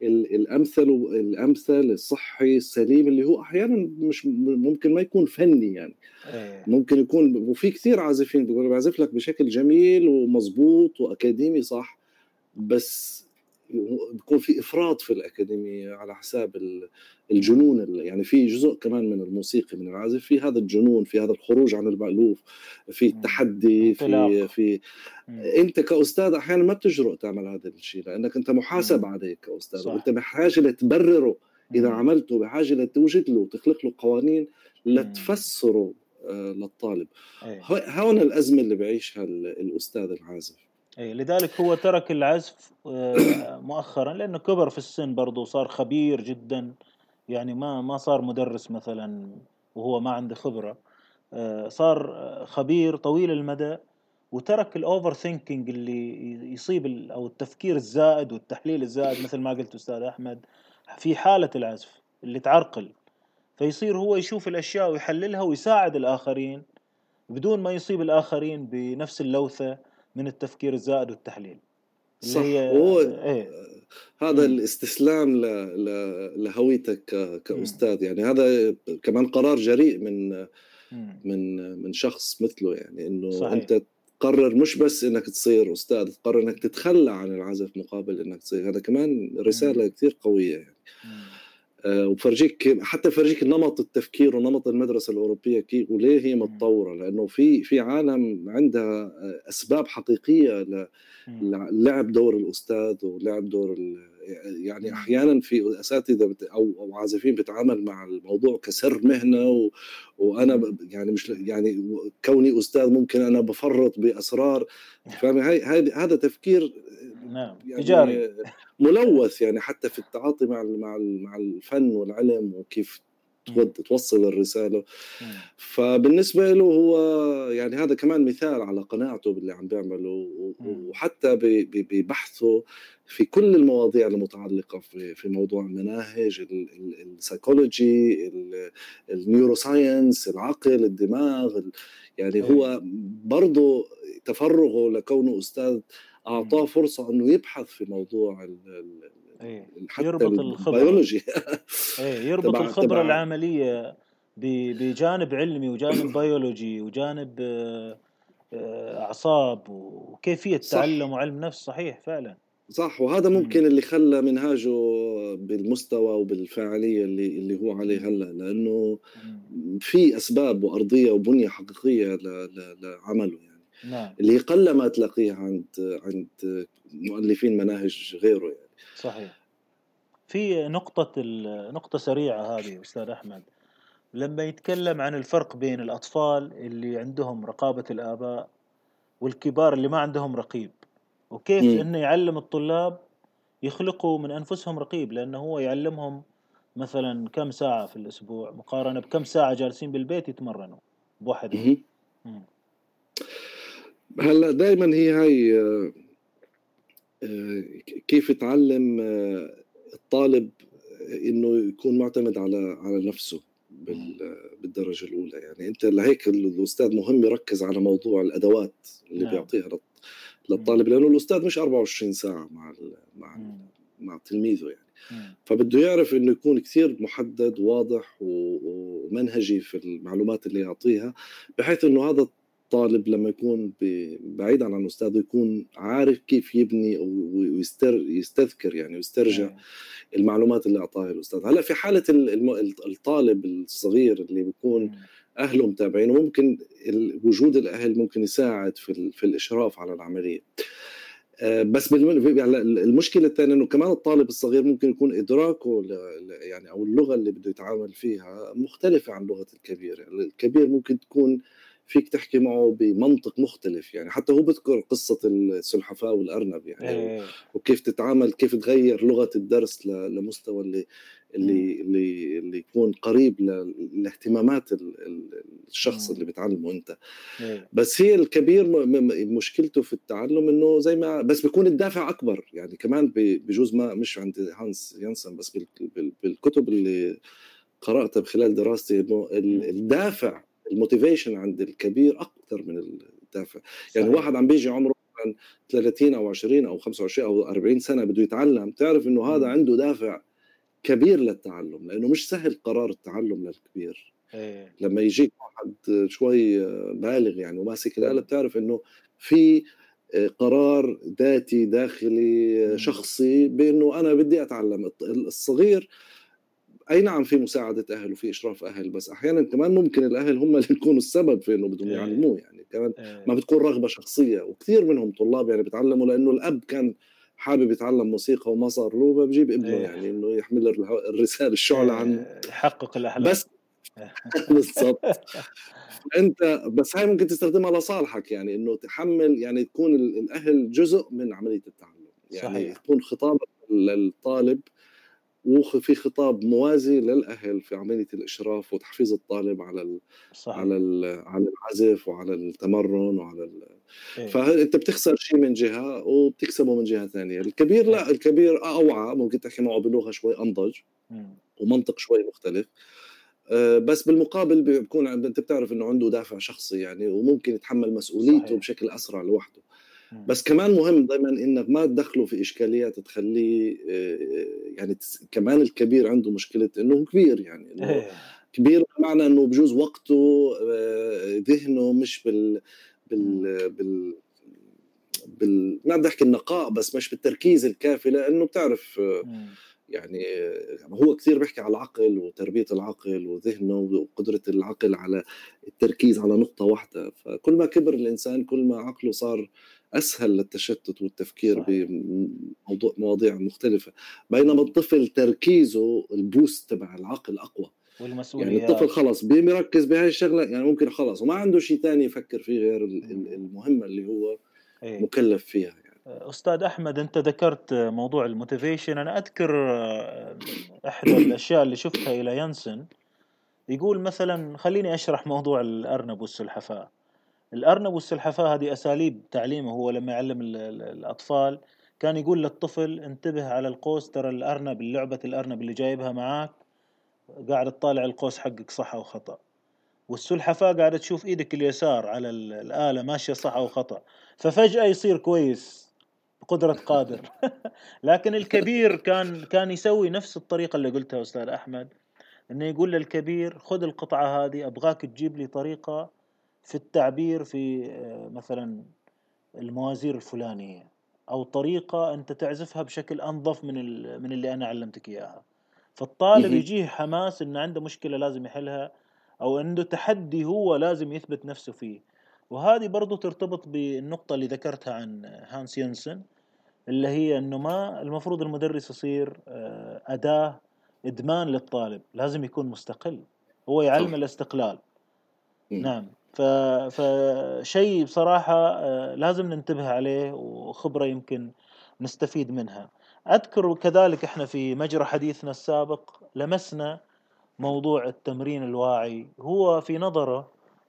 الأمثل الصحي السليم، اللي هو أحيانا مش ممكن ما يكون فني يعني، إيه. ممكن يكون. وفي كثير عازفين بيقولوا بعزف لك بشكل جميل ومظبوط وأكاديمي صح، بس بيكون في إفراط في الأكاديمية على حساب مم. الجنون. يعني في جزء كمان من الموسيقى من العازف في هذا الجنون، في هذا الخروج عن المألوف، في مم. التحدي، انطلاق. في مم. انت كأستاذ احيانا ما بتجرؤ تعمل هذا الشيء لانك انت محاسب مم. عليه كأستاذ، وانت صح. بحاجة لتبرره اذا مم. عملته، بحاجة لتوجد له وتخلق له قوانين مم. لتفسره للطالب. إيه. هون الأزمة اللي بعيشها الأستاذ العازف. إيه. لذلك هو ترك العزف مؤخرا لأنه كبر في السن برضه، صار خبير جدا. يعني ما صار مدرس مثلا وهو ما عنده خبرة. صار خبير طويل المدى، وترك الاوفر ثينكينج اللي يصيب او التفكير الزائد والتحليل الزائد مثل ما قلت استاذ احمد في حالة العزف اللي تعرقل. فيصير هو يشوف الاشياء ويحللها ويساعد الاخرين بدون ما يصيب الاخرين بنفس اللوثة من التفكير الزائد والتحليل اللي هي صح. وهو ايه. هذا امم. الاستسلام لهويتك امم. كأستاذ، يعني هذا كمان قرار جريء امم. من شخص مثله، يعني انه صحيح. انت تقرر مش بس انك تصير استاذ، تقرر انك تتخلى عن العزف مقابل انك تصير. هذا كمان رسالة امم. كثير قوية يعني. امم. وبفرجيك حتى فرجيك نمط التفكير ونمط المدرسة الأوروبية كيف وليه هي امم. متطورة، لأنه في عالم عندها أسباب حقيقية لعب دور الأستاذ ولعب دور يعني امم. أحيانا في أساتذة أو عازفين بتعامل مع الموضوع كسر مهنة وأنا امم. يعني مش يعني كوني أستاذ ممكن أنا بفرط بأسرار. فاهم؟ هذا تفكير نعم تجاري. يعني ملوث يعني، حتى في التعاطي مع الفن والعلم وكيف امم. توصل الرسالة. امم. فبالنسبة له هو يعني هذا كمان مثال على قناعته باللي عم بيعمله، امم. وحتى ببحثه في كل المواضيع المتعلقة في موضوع المناهج، السايكولوجي، النيوروساينس، العقل، الدماغ، يعني ايه. هو برضه تفرغه لكونه أستاذ أعطاه امم. فرصة أنه يبحث في موضوع ايه. حتى يربط الخبرة. البيولوجي ايه. يربط تبع الخبرة تبع العملية بجانب علمي وجانب بيولوجي وجانب أعصاب وكيفية صح. تعلم وعلم نفس. صحيح فعلا. صح. وهذا امم. ممكن اللي خلى منهاجه بالمستوى وبالفاعلية اللي هو عليه امم. هلا، لأنه امم. في أسباب وأرضية وبنية حقيقية لعمله يعني، نعم. اللي قل ما تلاقيه عند مؤلفين مناهج غيره يعني. صحيح. في نقطة سريعة هذه أستاذ أحمد، لما يتكلم عن الفرق بين الأطفال اللي عندهم رقابة الآباء والكبار اللي ما عندهم رقيب، وكيف مم. إنه يعلم الطلاب يخلقوا من أنفسهم رقيب، لأنه هو يعلمهم مثلا كم ساعة في الأسبوع مقارنة بكم ساعة جالسين بالبيت يتمرنوا. بوحدها. مهم. مم. هلا دائما هي كيف تعلم الطالب انه يكون معتمد على نفسه بالدرجه الاولى. يعني انت لهيك الاستاذ مهم يركز على موضوع الادوات اللي نعم. بيعطيها للطالب، لانه الاستاذ مش 24 ساعه مع تلميذه يعني. فبده يعرف انه يكون كثير محدد وواضح ومنهجي في المعلومات اللي يعطيها، بحيث انه هذا الطالب لما يكون بعيدا عن أستاذه يكون عارف كيف يبني ويستذكر يعني ويسترجع المعلومات اللي أعطاها الأستاذ. هلأ في حالة الطالب الصغير اللي بيكون أهله متابعين، وممكن وجود الأهل ممكن يساعد في الإشراف على العملية. بس المشكلة الثانية إنه كمان الطالب الصغير ممكن يكون إدراكه يعني أو اللغة اللي بده يتعامل فيها مختلفة عن لغة الكبير. يعني الكبير ممكن تكون فيك تحكي معه بمنطق مختلف، يعني حتى هو بذكر قصة السلحفاة والأرنب يعني وكيف تتعامل، كيف تغير لغة الدرس لمستوى اللي يكون قريب لاهتمامات الشخص اللي بتعلمه أنت. بس هي الكبير مشكلته في التعلم إنه زي ما بس بيكون الدافع أكبر. يعني كمان بجوز ما مش عند هانس يانسن بس بالكتب اللي قرأتها خلال دراستي إنه الدافع الموتيفيشن عند الكبير أكثر من الدافع. يعني واحد عم بيجي عمره 30 أو 20 أو 25 أو 40 سنة بده يتعلم، تعرف إنه هذا عنده دافع كبير للتعلم، لأنه مش سهل قرار التعلم للكبير. لما يجيك واحد شوي بالغ يعني وماسك الآلة، بتعرف إنه في قرار ذاتي داخلي شخصي بأنه أنا بدي أتعلم. الصغير اي نعم في مساعده اهل وفي اشراف اهل، بس احيانا كمان ممكن الاهل هم اللي يكونوا السبب في انه بدهم يعلموه. يعني كمان ما بتكون رغبه شخصيه، وكثير منهم طلاب يعني بيتعلموا لانه الاب كان حابب يتعلم موسيقى وما صار له، بجيب ابنه يعني انه يحمل الرساله الشعله عنه يحقق الاحلام بس بالضبط. انت بس هاي ممكن تستخدمها لصالحك، يعني انه تحمل يعني تكون الاهل جزء من عمليه التعلم. يعني صحيح. يكون خطابك للطالب وفي خطاب موازي للأهل في عملية الإشراف وتحفيز الطالب على العزف وعلى التمرن وعلى فأنت بتخسر شيء من جهة وبتكسبه من جهة ثانية. الكبير لا، الكبير أوعى، ممكن تحكي معه بلغة شوي أنضج ومنطق شوي مختلف، بس بالمقابل بيكون أنت بتعرف إنه عنده دافع شخصي يعني، وممكن يتحمل مسؤوليته صحيح. بشكل أسرع لوحده. بس كمان مهم دائما انك ما تدخله في اشكاليات تخليه يعني كمان الكبير عنده مشكله انه كبير، يعني انه كبير بمعنى انه بجوز وقته ذهنه مش ما بدي احكي النقاء، بس مش بالتركيز الكافي، لانه بتعرف يعني هو كثير بيحكي على العقل وتربية العقل وذهنه وقدرة العقل على التركيز على نقطة واحدة. فكل ما كبر الإنسان كل ما عقله صار أسهل للتشتت والتفكير بمواضيع مختلفة، بينما الطفل تركيزه البوست تبع العقل أقوى. يعني الطفل خلص بيركز بهاي الشغلة، يعني ممكن خلص وما عنده شيء تاني يفكر فيه غير المهمة اللي هو مكلف فيها. أستاذ أحمد، أنت ذكرت موضوع الموتيفيشن. أنا أذكر إحدى الأشياء اللي شفتها إلى يانسن يقول مثلا، خليني أشرح موضوع الأرنب والسلحفاة. الأرنب والسلحفاة هذه أساليب تعليمه. هو لما يعلم الأطفال كان يقول للطفل انتبه على القوس، ترى الأرنب، اللعبة الأرنب اللي جايبها معاك قاعد تطالع القوس حقك صح أو خطأ، والسلحفاة قاعدة تشوف إيدك اليسار على الآلة ماشية صح أو خطأ، ففجأة يصير كويس بقدرة قادر. لكن الكبير كان يسوي نفس الطريقة اللي قلتها أستاذ أحمد، إنه يقول للكبير خذ القطعة هذه، أبغاك تجيب لي طريقة في التعبير في مثلا الموازير الفلانية، أو طريقة أنت تعزفها بشكل أنظف من اللي أنا علمتك إياها. فالطالب يجيه حماس إنه عنده مشكلة لازم يحلها، أو عنده تحدي هو لازم يثبت نفسه فيه. وهذه برضو ترتبط بالنقطة اللي ذكرتها عن هانس ينسن، اللي هي إنه ما المفروض المدرس يصير أداة إدمان للطالب، لازم يكون مستقل، هو يعلم الاستقلال. نعم. فشيء بصراحة لازم ننتبه عليه، وخبرة يمكن نستفيد منها. أذكر كذلك إحنا في مجرى حديثنا السابق لمسنا موضوع التمرين الواعي. هو في نظره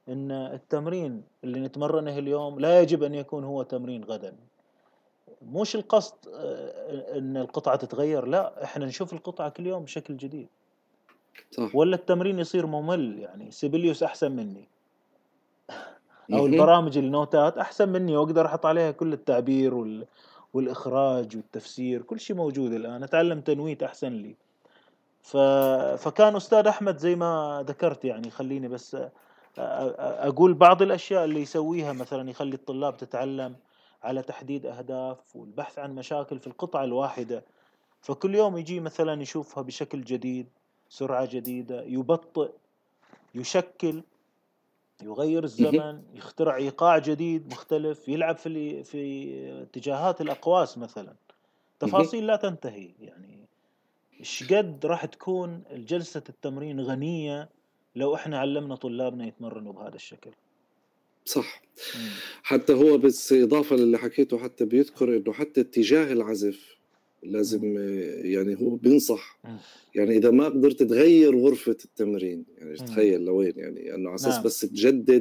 إن التمرين اللي نتمرنه اليوم لا يجب أن يكون هو تمرين غدا. مش القصد إن القطعة تتغير، لا، إحنا نشوف القطعة كل يوم بشكل جديد. صح. ولا التمرين يصير ممل، يعني سيبليوس أحسن مني، أو اهم. البرامج النوتات أحسن مني وأقدر أحط عليها كل التعبير والإخراج والتفسير، كل شيء موجود الآن. أتعلم تنويت أحسن لي. فكان أستاذ أحمد زي ما ذكرت، يعني خليني بس أقول بعض الأشياء اللي يسويها، مثلا يخلي الطلاب تتعلم على تحديد أهداف والبحث عن مشاكل في القطعة الواحدة. فكل يوم يجي مثلا يشوفها بشكل جديد، سرعة جديدة، يبطئ، يشكل، يغير اهم. الزمن، يخترع إيقاع جديد مختلف، يلعب في اتجاهات الأقواس مثلا، اهم. تفاصيل لا تنتهي. يعني إيش قد راح تكون الجلسة التمرين غنية لو إحنا علمنا طلابنا يتمرنوا بهذا الشكل. صح. مم. حتى هو بس إضافة للي حكيته، حتى بيذكر إنه حتى اتجاه العزف مم. لازم، يعني هو بينصح، مم. يعني إذا ما قدرت تغيّر غرفة التمرين، يعني مم. تخيّل لوين، يعني إنه على أساس نعم. بس تجدد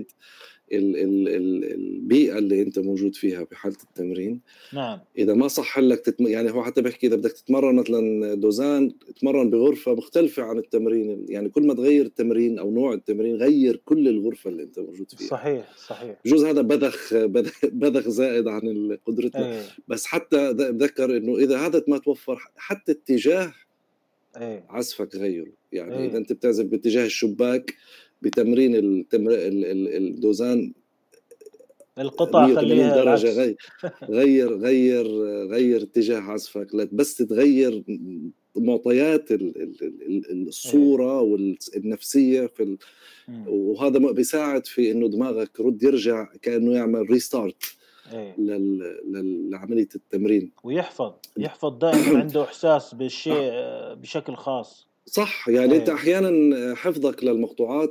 البيئة اللي أنت موجود فيها بحالة التمرين. نعم. إذا ما صح لك يعني هو حتى بيحكي إذا بدك تتمرن مثلًا دوزان، اتمرن بغرفة مختلفة عن التمرين، يعني كل ما تغيّر التمرين أو نوع التمرين غيّر كل الغرفة اللي أنت موجود فيها. صحيح صحيح. بجوز هذا بذخ زائد عن قدرتنا، ايه. بس حتى ذكر إنه إذا هذا ما توفر حتى اتجاه ايه. عزفك غيّره، يعني إذا ايه. أنت بتعزف باتجاه الشباك بتمرين الدوزان القطع 180 خليها درجة، العكس. غيّر اتجاه عزفك، بس تتغيّر معطيات ايه. الصورة النفسية مم. وهذا بيساعد في إنه دماغك يرجع كأنه يعمل restart ايه. لعملية التمرين. يحفظ دائما عنده إحساس بالشيء بشكل خاص. صح، يعني أنت ايه. أحيانًا حفظك للمقطوعات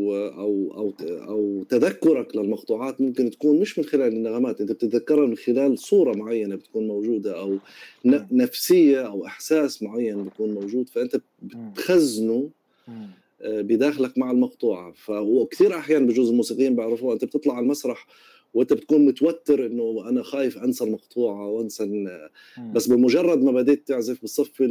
أو تذكُّرك للمقطوعات ممكن تكون مش من خلال النغمات، أنت بتتذكّرها من خلال صورة معيّنة بتكون موجودة، أو مم. نفسية أو إحساس معيّن بيكون موجود، فأنت مم. بتخزنه مم. بداخلك مع المقطوعة. وكثير أحيان بجوز الموسيقيين بيعرفوها، أنت بتطلع على المسرح وأنت بتكون متوتر إنه أنا خايف أنسى المقطوعة وأنسى مم. بس بمجرد ما بديت تعزف بصفي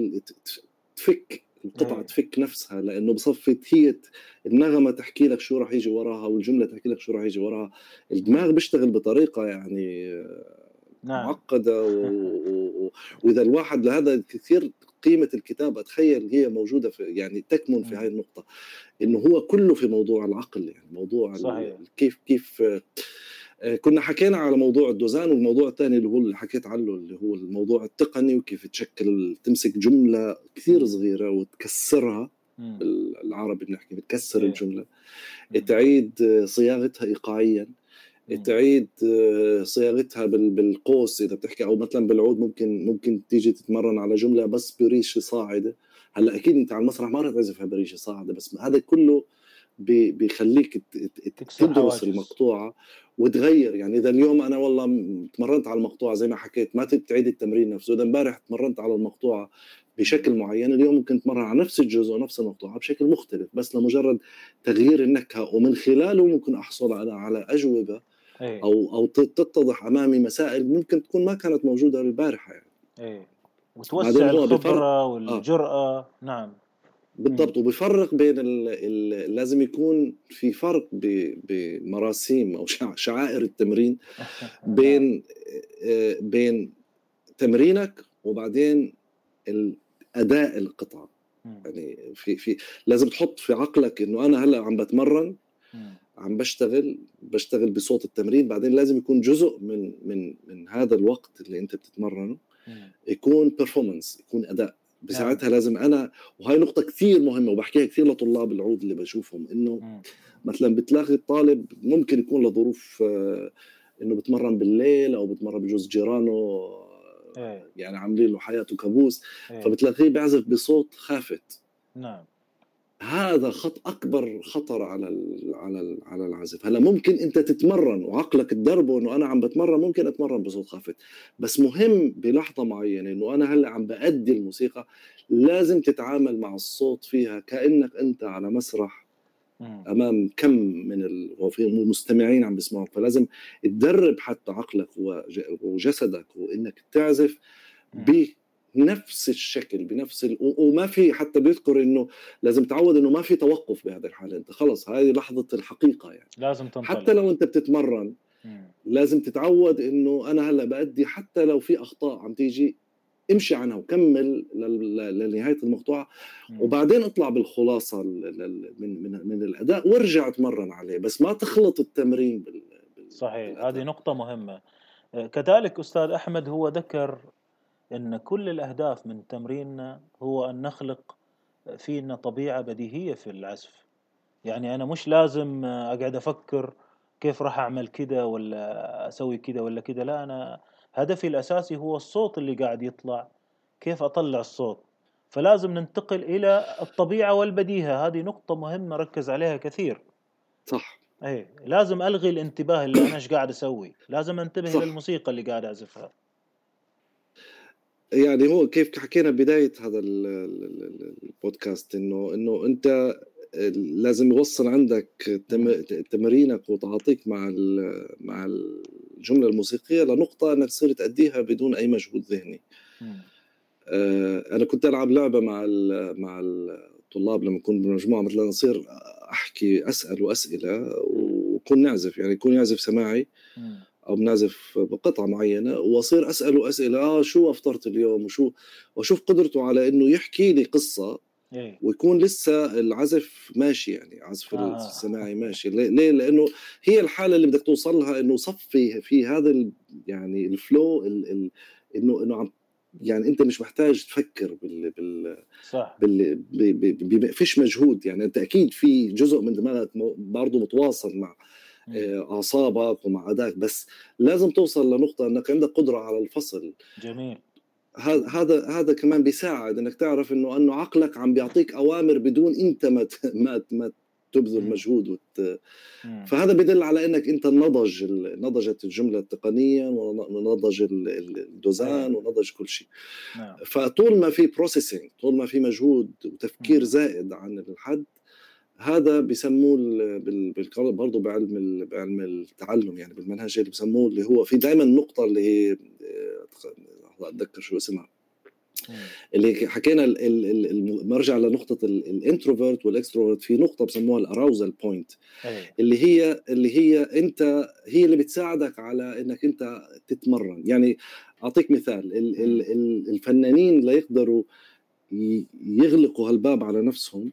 تفك القطعة، ايه. تفك نفسها، لأنه بصفي هي النغمة تحكي لك شو راح يجي وراها والجملة تحكي لك شو راح يجي وراها. مم. الدماغ بيشتغل بطريقة يعني نعم. معقدة وإذا الواحد لهذا كثير قيمة الكتاب أتخيل هي موجودة في، يعني تكمن في مم. هاي النقطة، إنه مم. هو كله في موضوع العقل، يعني موضوع صحيح. كيف كنا حكينا على موضوع الدوزان، والموضوع الثاني اللي هو اللي حكيت عنه اللي هو الموضوع التقني، وكيف تمسك جملة كثير مم. صغيرة وتكسرها. مم. بالعربي بنحكي بتكسر ايه. الجملة، مم. تعيد صياغتها إيقاعيا، مم. تعيد صياغتها بالقوس إذا بتحكي، أو مثلا بالعود ممكن تيجي تتمرن على جملة بس بريشة صاعدة. هلا أكيد أنت على المسرح ما رح تعزفها بريشة صاعدة، بس هذا كله بيخليك تكسر تدرس حواجز. المقطوعة وتغير. يعني إذا اليوم أنا والله تمرنت على المقطوعة زي ما حكيت، ما تعيد التمرين نفسه. إذا امبارح تمرنت على المقطوعة مم. بشكل معين، اليوم ممكن تمرن على نفس الجزء ونفس المقطوعة بشكل مختلف، بس لمجرد تغيير النكهة، ومن خلاله ممكن أحصل على أجوبة ايه. أو تتضح أمامي مسائل ممكن تكون ما كانت موجودة البارحة يعني. ايه. بعدين وتوسع هو الخبرة آه والجرأة. نعم. مم. بالضبط، وبيفرق بين لازم يكون في فرق بمراسيم أو شعائر التمرين نعم. بين بين تمرينك وبعدين أداء القطعة. مم. يعني في لازم تحط في عقلك إنه أنا هلأ عم بتمرن، مم. عم بشتغل بصوت التمرين، بعدين لازم يكون جزء من هذا الوقت اللي أنت بتتمرنه مم. يكون performance، يكون أداء. نعم. بساعتها لازم أنا، وهاي نقطة كثير مهمة وبحكيها كثير لطلاب العود اللي بشوفهم، إنه مم. مثلا بتلاقي الطالب ممكن يكون لظروف إنه بتمرن بالليل أو بتمرن بجوز جيرانه ايه. يعني عاملين له حياته كابوس، ايه. فبتلاقيه بيعزف بصوت خافت. نعم. هذا أكبر خطر على العزف. هلا ممكن أنت تتمرن وعقلك تدربه إنه أنا عم بتمرن، ممكن أتمرن بصوت خافت، بس مهم بلحظة معينة إنه أنا هلا عم بأدي الموسيقى، لازم تتعامل مع الصوت فيها كأنك أنت على مسرح امام كم من وفي مستمعين عم بيسمعوا، فلازم تدرب حتى عقلك وجسدك وانك تعزف بنفس الشكل بنفس وما في، حتى بيذكر انه لازم تعود انه ما في توقف بهذه الحاله، انت خلص هذه لحظه الحقيقه يعني لازم تنطلق. حتى لو انت بتتمرن لازم تتعود انه انا هلا بأدي حتى لو في اخطاء عم تيجي امشي عنها وكمل لنهايه المقطوعه، وبعدين اطلع بالخلاصه من الاداء وارجع اتمرن عليه، بس ما تخلط التمرين صحيح. هذه نقطه مهمه. كذلك استاذ احمد هو ذكر ان كل الاهداف من تمريننا هو ان نخلق فينا طبيعه بديهيه في العزف. يعني انا مش لازم اقعد افكر كيف راح اعمل كده ولا اسوي كده ولا كده، لا، انا هدفي الاساسي هو الصوت اللي قاعد يطلع، كيف اطلع الصوت. فلازم ننتقل الى الطبيعة والبديهة. هذه نقطة مهمة ركز عليها كثير. صح. اي لازم الغي الانتباه اللي انا ايش قاعد اسوي، لازم انتبه صح. للموسيقى اللي قاعد اعزفها. يعني هو كيف حكينا بداية هذا البودكاست انه انت لازم يوصل عندك تمرينك وتعاطيك مع الجملة الموسيقية لنقطة انك تصير تأديها بدون اي مجهود ذهني. انا كنت العب لعبة مع الطلاب لما كنت بمجموعة، مثلا اصير احكي اسأل اسئلة وكون نعزف، يعني يكون يعزف سماعي او بنعزف بقطعه معينه واصير اساله اسئله شو افطرت اليوم واشوف قدرته على انه يحكي لي قصه ويكون لسه العزف ماشي، يعني عزف السماعي ماشي. ليه؟ لانه هي الحاله اللي بدك توصلها، انه صفي في هذا يعني الفلو انه عم، يعني انت مش محتاج تفكر صح. فيش مجهود، يعني انت اكيد في جزء من دماغك برضه متواصل مع اعصابك ومع ادائك، بس لازم توصل لنقطه انك عندك قدره على الفصل. جميل. هذا كمان بيساعد انك تعرف انه عقلك عم بيعطيك اوامر بدون انت ما تبذل مجهود فهذا بيدل على انك انت نضجت الجمله التقنيا ونضج الدوزان ونضج كل شيء. فطول ما في بروسيسنج، طول ما في مجهود وتفكير زائد عن الحد، هذا بيسموه برضه بعلم التعلم، يعني بالمنهج اللي بيسموه اللي هو في دائما نقطه اللي هي اتذكر شو اسمها، اللي حكينا مرجع لنقطه الانتروفيرت والاكستروفيرت، في نقطه بسموها الاراوزال بوينت اللي هي انت هي اللي بتساعدك على انك انت تتمرن. يعني اعطيك مثال، الفنانين لا يقدروا يغلقوا هالباب على نفسهم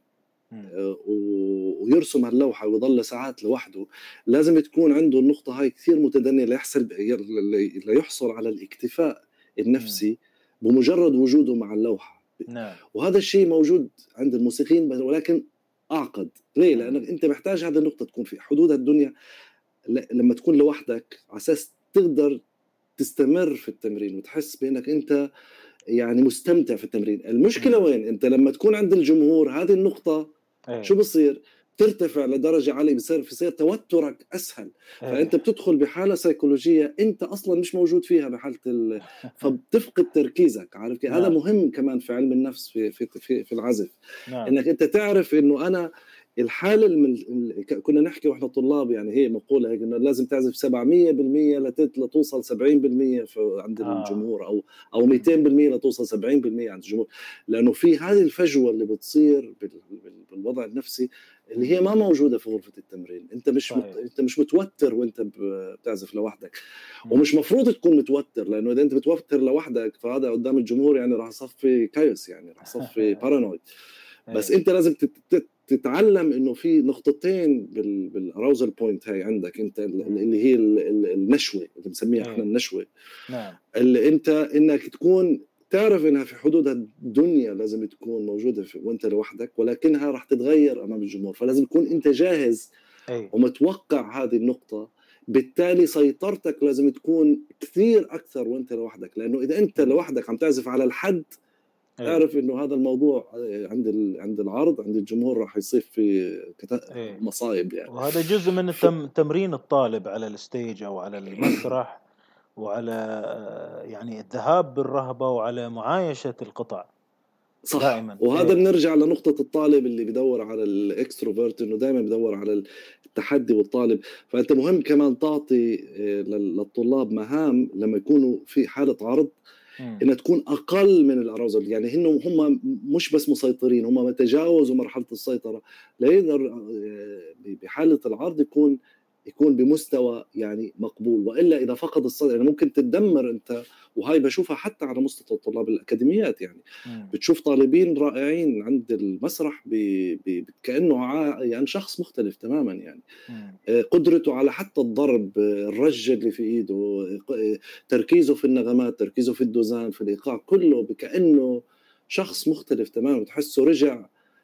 ويرسم هاللوحة ويظل ساعات لوحده، لازم تكون عنده النقطة هاي كثير متدنية ليحصل على الاكتفاء النفسي بمجرد وجوده مع اللوحة. وهذا الشيء موجود عند الموسيقيين ولكن أعقد. ليه؟ لأنك أنت محتاج هذه النقطة تكون في حدود الدنيا لما تكون لوحدك على أساس تقدر تستمر في التمرين وتحس بأنك أنت يعني مستمتع في التمرين. المشكلة وين؟ أنت لما تكون عند الجمهور هذه النقطة شو بصير؟ ترتفع لدرجة عالية، بصير توترك أسهل. فأنت بتدخل بحالة سيكولوجية أنت أصلا مش موجود فيها بحالة فبتفقد تركيزك. عارف كيف؟ هذا مهم كمان في علم النفس في العزف. إنك أنت تعرف إنه أنا الحالة كنا نحكي وإحنا طلاب، يعني هي مقولة هيك إنه لازم تعزف 700% لتوصل 70% عند الجمهور، أو 200% لتوصل 70% عند الجمهور، لأنه في هذه الفجوة اللي بتصير بالوضع النفسي اللي هي ما موجودة في غرفة التمرين. أنت مش متوتر وأنت بتعزف لوحدك، ومش مفروض تكون متوتر، لأنه إذا أنت متوتر لوحدك فهذا قدام الجمهور يعني راح يصفي كايوس، يعني راح يصفي بارانويد. بس أنت لازم تتعلم إنه في نقطتين بالاراوزال بوينت هاي عندك أنت، اللي هي النشوة اللي بنسميها إحنا النشوة. اللي أنت إنك تكون تعرف إنها في حدود الدنيا لازم تكون موجودة وأنت لوحدك، ولكنها راح تتغير أمام الجمهور، فلازم تكون أنت جاهز ومتوقع هذه النقطة. بالتالي سيطرتك لازم تكون كثير أكثر وأنت لوحدك، لأنه إذا أنت لوحدك عم تعزف على الحد، اعرف إنه هذا الموضوع عند العرض عند الجمهور راح يصير في مصايب يعني. وهذا جزء من تمرين الطالب على الستيج أو على المسرح، وعلى يعني الذهاب بالرهبة وعلى معايشة القطع. صح. دائما. وهذا بنرجع لنقطة الطالب اللي بدور على الاكستروفرت، انه دائما بدور على التحدي والطالب. فانت مهم كمان تعطي للطلاب مهام لما يكونوا في حالة عرض انها تكون اقل من الاراوزل. يعني هم مش بس مسيطرين، هم تجاوزوا مرحلة السيطرة ليقدر بحالة العرض يكون بمستوى يعني مقبول. والا اذا فقد الصدر يعني ممكن تتدمر انت. وهاي بشوفها حتى على مستوى طلاب الاكاديميات، يعني بتشوف طالبين رائعين عند المسرح كانه يعني شخص مختلف تماما، يعني قدرته على حتى الضرب، الرجه اللي في ايده، تركيزه في النغمات، تركيزه في الدوزان، في الايقاع، كله كانه شخص مختلف تماما. تحسه رجع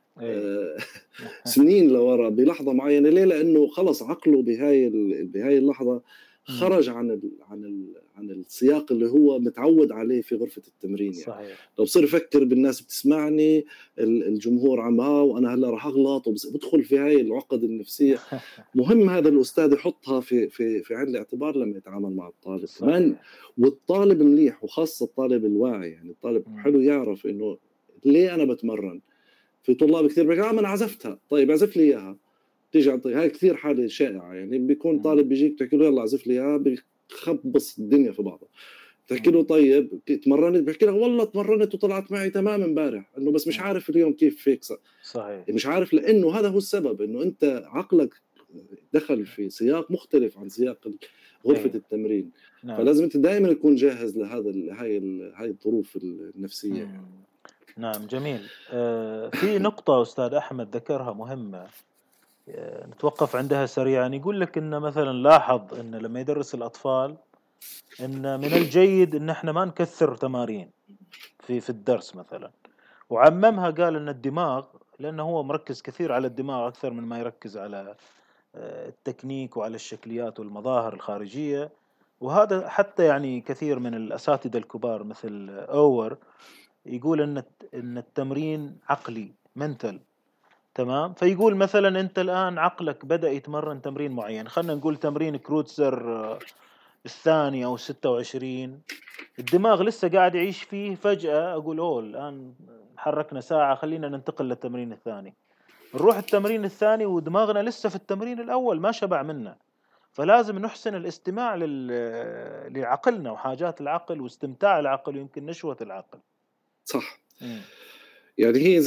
سنين لورا بلحظه معينه. ليه؟ لانه خلص عقله بهاي اللحظه خرج عن السياق اللي هو متعود عليه في غرفه التمرين. يعني صحيح. لو بصير افكر بالناس بتسمعني، الجمهور عم وانا هلا راح اغلط، وبدخل في هاي العقد النفسيه. مهم هذا الاستاذ يحطها في عين الاعتبار لما يتعامل مع الطالب كمان. والطالب مليح، وخاصه الطالب الواعي، يعني الطالب حلو يعرف انه ليه انا بتمرن. في طلاب كثير بيقول ما انا عزفتها، طيب عزف لي اياها، تيجي عن طريق. هاي كثير حاله شائعه، يعني بيكون طالب بيجيك بتحكي له يلا عزف لي اياها، بيخبص الدنيا في بعضها. بتحكي له طيب تمرنت، بحكي لك والله تمرنت وطلعت معي تمام امبارح، انه بس مش عارف اليوم كيف فيك. صحيح. مش عارف، لانه هذا هو السبب، انه انت عقلك دخل في سياق مختلف عن سياق غرفه التمرين. فلازم انت دائما تكون جاهز لهذا هاي الظروف النفسيه يعني. نعم، جميل. في نقطة أستاذ أحمد ذكرها مهمة، نتوقف عندها سريعا. يقول لك إن مثلا لاحظ إن لما يدرس الأطفال إن من الجيد إن إحنا ما نكثر تمارين في الدرس مثلا، وعممها. قال إن الدماغ، لأنه هو مركز كثير على الدماغ أكثر من ما يركز على التكنيك وعلى الشكليات والمظاهر الخارجية. وهذا حتى يعني كثير من الأساتذة الكبار مثل أوور يقول إن التمرين عقلي، منتل. تمام. فيقول مثلا أنت الآن عقلك بدأ يتمرن تمرين معين، خلنا نقول تمرين كروتسر الثاني أو 26، الدماغ لسه قاعد يعيش فيه. فجأة أقول أوه الآن حركنا ساعة، خلينا ننتقل للتمرين الثاني. نروح التمرين الثاني ودماغنا لسه في التمرين الأول ما شبع منه. فلازم نحسن الاستماع لعقلنا وحاجات العقل واستمتاع العقل ويمكن نشوة العقل. صح. يعني هي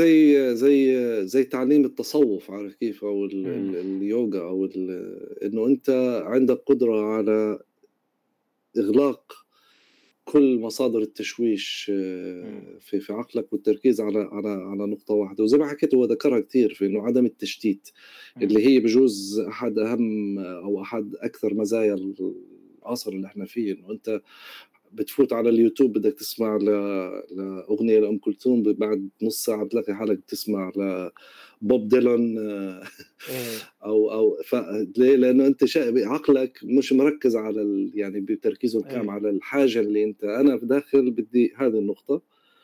زي تعليم التصوف، عارف كيف، او اليوغا، او انه انت عندك قدرة على اغلاق كل مصادر التشويش في عقلك، والتركيز على نقطة واحدة. وزي ما حكيت هو ذكرها كثير في انه عدم التشتيت، اللي هي بجوز احد اهم او احد اكثر مزايا العصر اللي احنا فيه. انه انت بتفوت على اليوتيوب بدك تسمع لأغنية لأم كلثوم، بعد نص ساعة بتلاقي حالك بتسمع لبوب ديلون أو ليه؟ لأنه أنت عقلك مش مركز على يعني بتركيزه الكام على الحاجة اللي أنا داخل بدي هذه النقطة.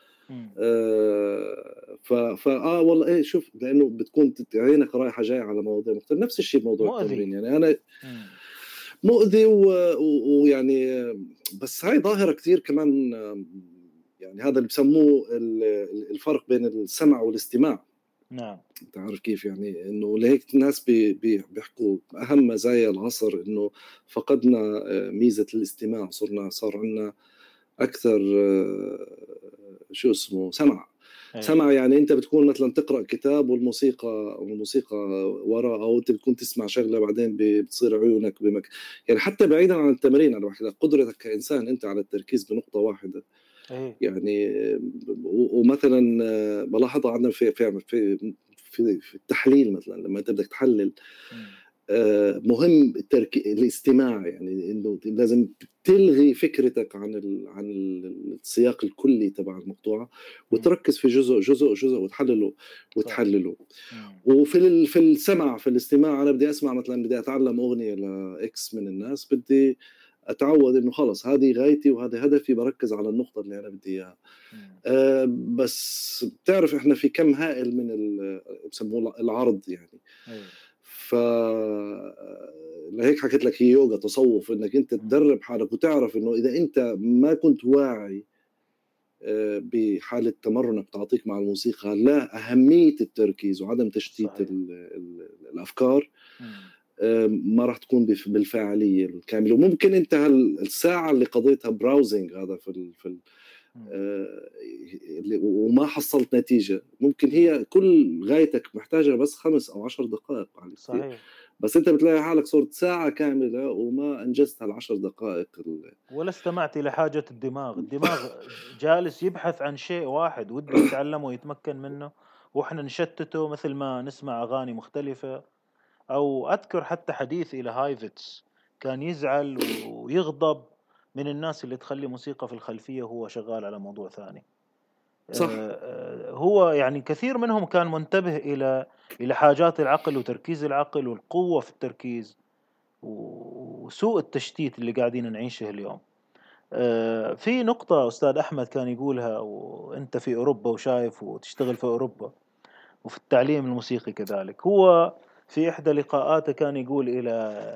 والله ايه، شوف، لانه بتكون عينك رايحه جايه على مواضيع مختلفه. نفس الشيء بموضوع التمرين، يعني انا مؤذي ويعني بس هاي ظاهره كثير كمان. يعني هذا اللي بسموه الفرق بين السمع والاستماع. نعم. انت عارف كيف، يعني انه لهيك الناس بيحكوا اهم مزايا العصر انه فقدنا ميزه الاستماع، صار عندنا اكثر شو اسمه سمع. يعني انت بتكون مثلا تقرا كتاب والموسيقى وراء، او انت بتكون تسمع شغله بعدين بتصير عيونك يعني حتى بعيدا عن التمرين، انا بحكي لك قدرتك كانسان انت على التركيز بنقطه واحده. يعني ومثلا بلاحظها عندنا في التحليل مثلا، لما انت بدك تحلل مهم الاستماع. يعني انه لازم تلغي فكرتك عن السياق الكلي تبع المقطوعه، وتركز في جزء وتحلله. وفي السمع، في الاستماع، انا بدي اسمع مثلا، بدي اتعلم اغنيه لاكس من الناس، بدي اتعود انه خلص هذه غايتي وهذا هدفي، بركز على النقطه اللي انا بدي اياها. بس بتعرف احنا في كم هائل من بسموه العرض يعني. لهيك حكيت لك هي يوغا، تصوف، انك انت تدرب حالك وتعرف انه اذا انت ما كنت واعي بحالة تمرنك تعاطيك مع الموسيقى لأهمية التركيز وعدم تشتيت صحيح. الأفكار، مم. ما راح تكون بالفاعلية الكاملة. وممكن أنت الساعة اللي قضيتها براوزنج هذا مم. وما حصلت نتيجة، ممكن هي كل غايتك محتاجة بس 5 أو 10 دقائق على كثير، صحيح. بس أنت بتلاقي حالك صرت ساعة كاملة وما أنجزت هال10 دقائق ولا استمعت إلى حاجة الدماغ. الدماغ جالس يبحث عن شيء واحد وده يتعلمه ويتمكن منه، وإحنا نشتته مثل ما نسمع أغاني مختلفة. أو أذكر حتى حديث إلى هايفتس، كان يزعل ويغضب من الناس اللي تخلي موسيقى في الخلفية وهو شغال على موضوع ثاني. صح. هو يعني كثير منهم كان منتبه إلى حاجات العقل وتركيز العقل والقوة في التركيز وسوء التشتيت اللي قاعدين نعيشه اليوم. في نقطة أستاذ أحمد كان يقولها، وأنت في أوروبا وشايف وتشتغل في أوروبا وفي التعليم الموسيقي كذلك. هو في إحدى لقاءاته كان يقول إلى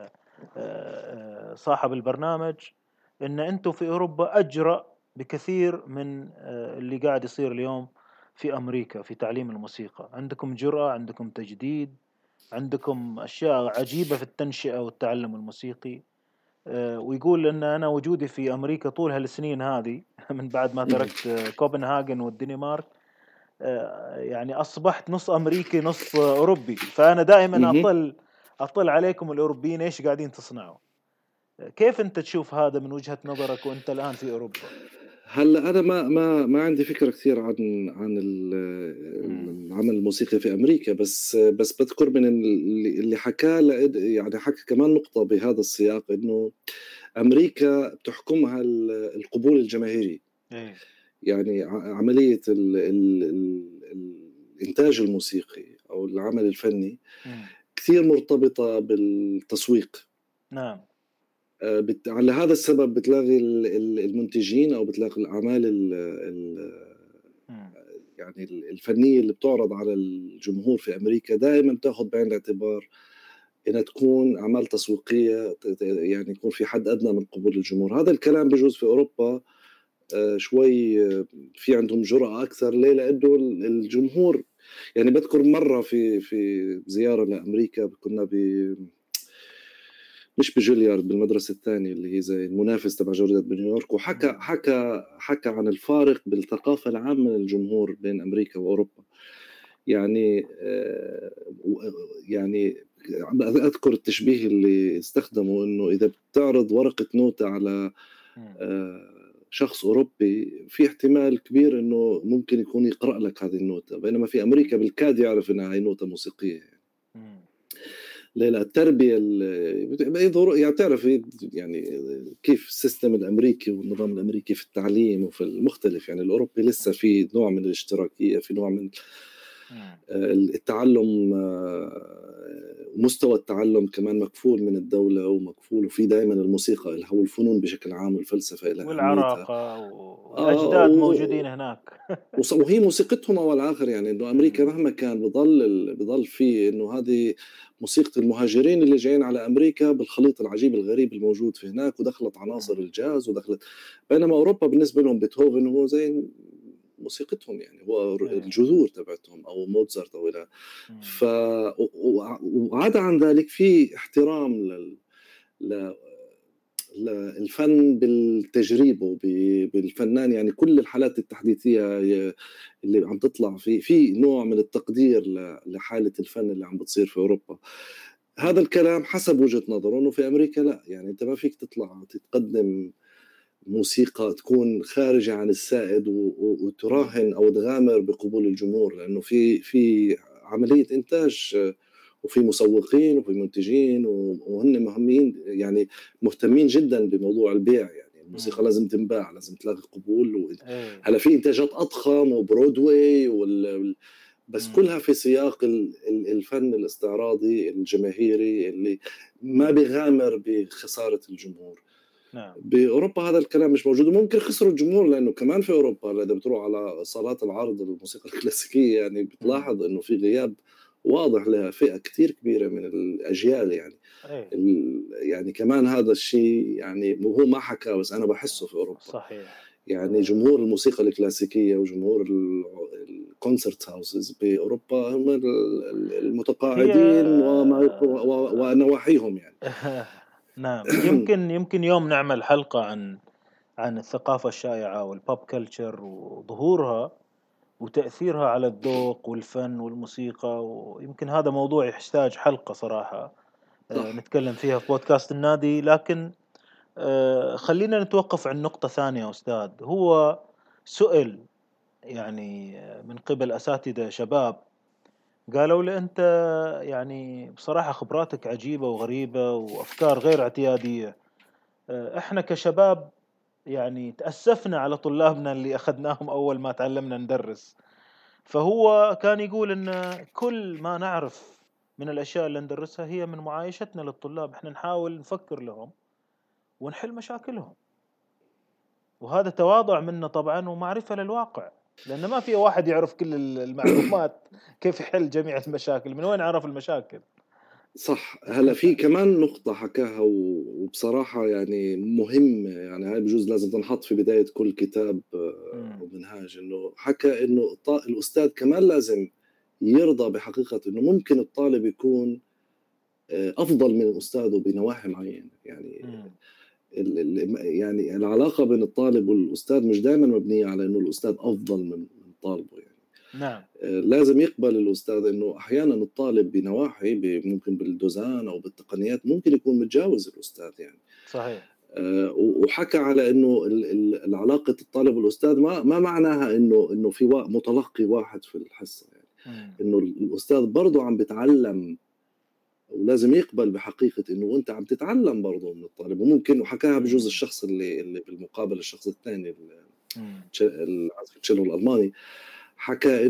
صاحب البرنامج إن أنتم في أوروبا أجرأ بكثير من اللي قاعد يصير اليوم في أمريكا في تعليم الموسيقى. عندكم جرأة، عندكم تجديد، عندكم أشياء عجيبة في التنشئة والتعلم الموسيقي. ويقول ان انا وجودي في امريكا طول هالسنين هذه من بعد ما تركت كوبنهاجن والدنمارك، يعني اصبحت نص امريكي نص اوروبي. فانا دائما مهم. اطل عليكم الاوروبيين ايش قاعدين تصنعوا. كيف انت تشوف هذا من وجهة نظرك وانت الان في اوروبا؟ هلا انا ما عندي فكره كثير عن مم. العمل الموسيقي في امريكا، بس بذكر من اللي حكاه يعني حكى كمان نقطه بهذا السياق، انه امريكا بتحكمها القبول الجماهيري. ايه. يعني عمليه الانتاج الموسيقي او العمل الفني مم. كثير مرتبطه بالتسويق. نعم. على هذا السبب بتلاقي المنتجين او بتلاقي الاعمال مم. يعني الفنيه اللي بتعرض على الجمهور في امريكا دائما تاخذ بعين الاعتبار انها تكون اعمال تسويقيه، يعني يكون في حد ادنى من قبول الجمهور. هذا الكلام بجوز في اوروبا شوي في عندهم جرأة اكثر. ليه؟ لانه الجمهور، يعني بذكر مره في زياره لامريكا كنا مش بجوليارد، بالمدرسة الثانية اللي هي زي المنافس تبع جوليارد بنيويورك، وحكى مم. حكى عن الفارق بالثقافة العامة للجمهور بين أمريكا وأوروبا. يعني يعني أذكر التشبيه اللي استخدمه، إنه إذا بتعرض ورقة نوتة على مم. شخص أوروبي، في احتمال كبير إنه ممكن يكون يقرأ لك هذه النوتة، بينما في أمريكا بالكاد يعرف إنها هي نوتة موسيقية. مم. لا التربية يعني تعرف يعني كيف السيستم الأمريكي والنظام الأمريكي في التعليم وفي المختلف. يعني الأوروبي لسه في نوع من الاشتراكية، في نوع من مم. التعلم، مستوى التعلم كمان مكفول من الدولة ومكفول، وفي دائما الموسيقى أو الفنون بشكل عام والفلسفة لها أهميتها. والعراقة والأجداد موجودين هناك. وهي موسيقتهم أول آخر، يعني إنه أمريكا مم. مهما كان بضل في إنه هذه موسيقى المهاجرين اللي جايين على أمريكا بالخليط العجيب الغريب الموجود في هناك، ودخلت عناصر مم. الجاز ودخلت. بينما أوروبا بالنسبة لهم بيتهوفن هو زي موسيقتهم، يعني هو إيه. الجذور تبعتهم، أو موتزارت أو إلى. مم. ف وعدا عن ذلك في احترام ل... الفن بالتجريب بالفنان. يعني كل الحالات التحديثية اللي عم تطلع في نوع من التقدير لحالة الفن اللي عم بتصير في أوروبا. هذا مم. الكلام حسب وجهة نظره، إنه في أمريكا لا، يعني أنت ما فيك تطلع تقدم موسيقى تكون خارجة عن السائد مم. وتراهن أو تغامر بقبول الجمهور، لأنه في عملية إنتاج، وفي مسوقين وفي منتجين وهن مهمين، يعني مهتمين جدا بموضوع البيع. يعني الموسيقى مم. لازم تنباع، لازم تلاقي قبول. ايه. هلا في انتاجات اضخم وبرودواي بس مم. كلها في سياق الفن الاستعراضي الجماهيري اللي ما مم. بيغامر بخسارة الجمهور. نعم. بأوروبا هذا الكلام مش موجود، وممكن خسروا الجمهور لأنه كمان في أوروبا إذا بتروح على صالات العرض الموسيقى الكلاسيكية، يعني مم. بتلاحظ إنه في غياب واضح لها فئة كتير كبيرة من الأجيال. يعني ايه. يعني كمان هذا الشيء، يعني هو ما حكى بس أنا بحسه في أوروبا. صحيح. يعني جمهور الموسيقى الكلاسيكية وجمهور الكونسرت هاوسز بأوروبا هم هي المتقاعدين ونواحيهم يعني. نعم، يمكن يوم نعمل حلقة عن الثقافة الشائعة والبوب كلتشر وظهورها وتأثيرها على الذوق والفن والموسيقى، ويمكن هذا موضوع يحتاج حلقة صراحة صح. نتكلم فيها في بودكاست النادي. لكن خلينا نتوقف عن نقطة ثانية أستاذ. هو سئل يعني من قبل أساتذة شباب، قالوا لي أنت يعني بصراحة خبراتك عجيبة وغريبة وأفكار غير اعتيادية. إحنا كشباب يعني تأسفنا على طلابنا اللي أخذناهم أول ما تعلمنا ندرس. فهو كان يقول إن كل ما نعرف من الأشياء اللي ندرسها هي من معايشتنا للطلاب، إحنا نحاول نفكر لهم ونحل مشاكلهم، وهذا تواضع منا طبعا ومعرفة للواقع، لأن ما في واحد يعرف كل المعلومات كيف يحل جميع المشاكل، من وين عرف المشاكل؟ صح. هلا في كمان نقطة حكاها وبصراحة يعني مهم، يعني هاي بجوز لازم تنحط في بداية كل كتاب مم. أو منهاج، إنه حكى إنه الأستاذ كمان لازم يرضى بحقيقة إنه ممكن الطالب يكون أفضل من أستاذه بنواحي معينة. يعني مم. يعني العلاقة بين الطالب والأستاذ مش دائما مبنية على إنه الأستاذ أفضل من طالبه يعني. نعم لازم يقبل الأستاذ إنه أحيانا الطالب بنواحي ممكن بالدوزان أو بالتقنيات ممكن يكون متجاوز الأستاذ يعني. صحيح. وحكى على إنه العلاقة الطالب والأستاذ ما معناها إنه في متلقي واحد في الحصة يعني. مم. إنه الأستاذ برضه عم بتعلم، ولازم يقبل بحقيقة إنه أنت عم تتعلم برضه من الطالب. وممكن وحكاها بجوز الشخص اللي بالمقابل الشخص الثاني مم. العازف التشيلو الألماني، حكى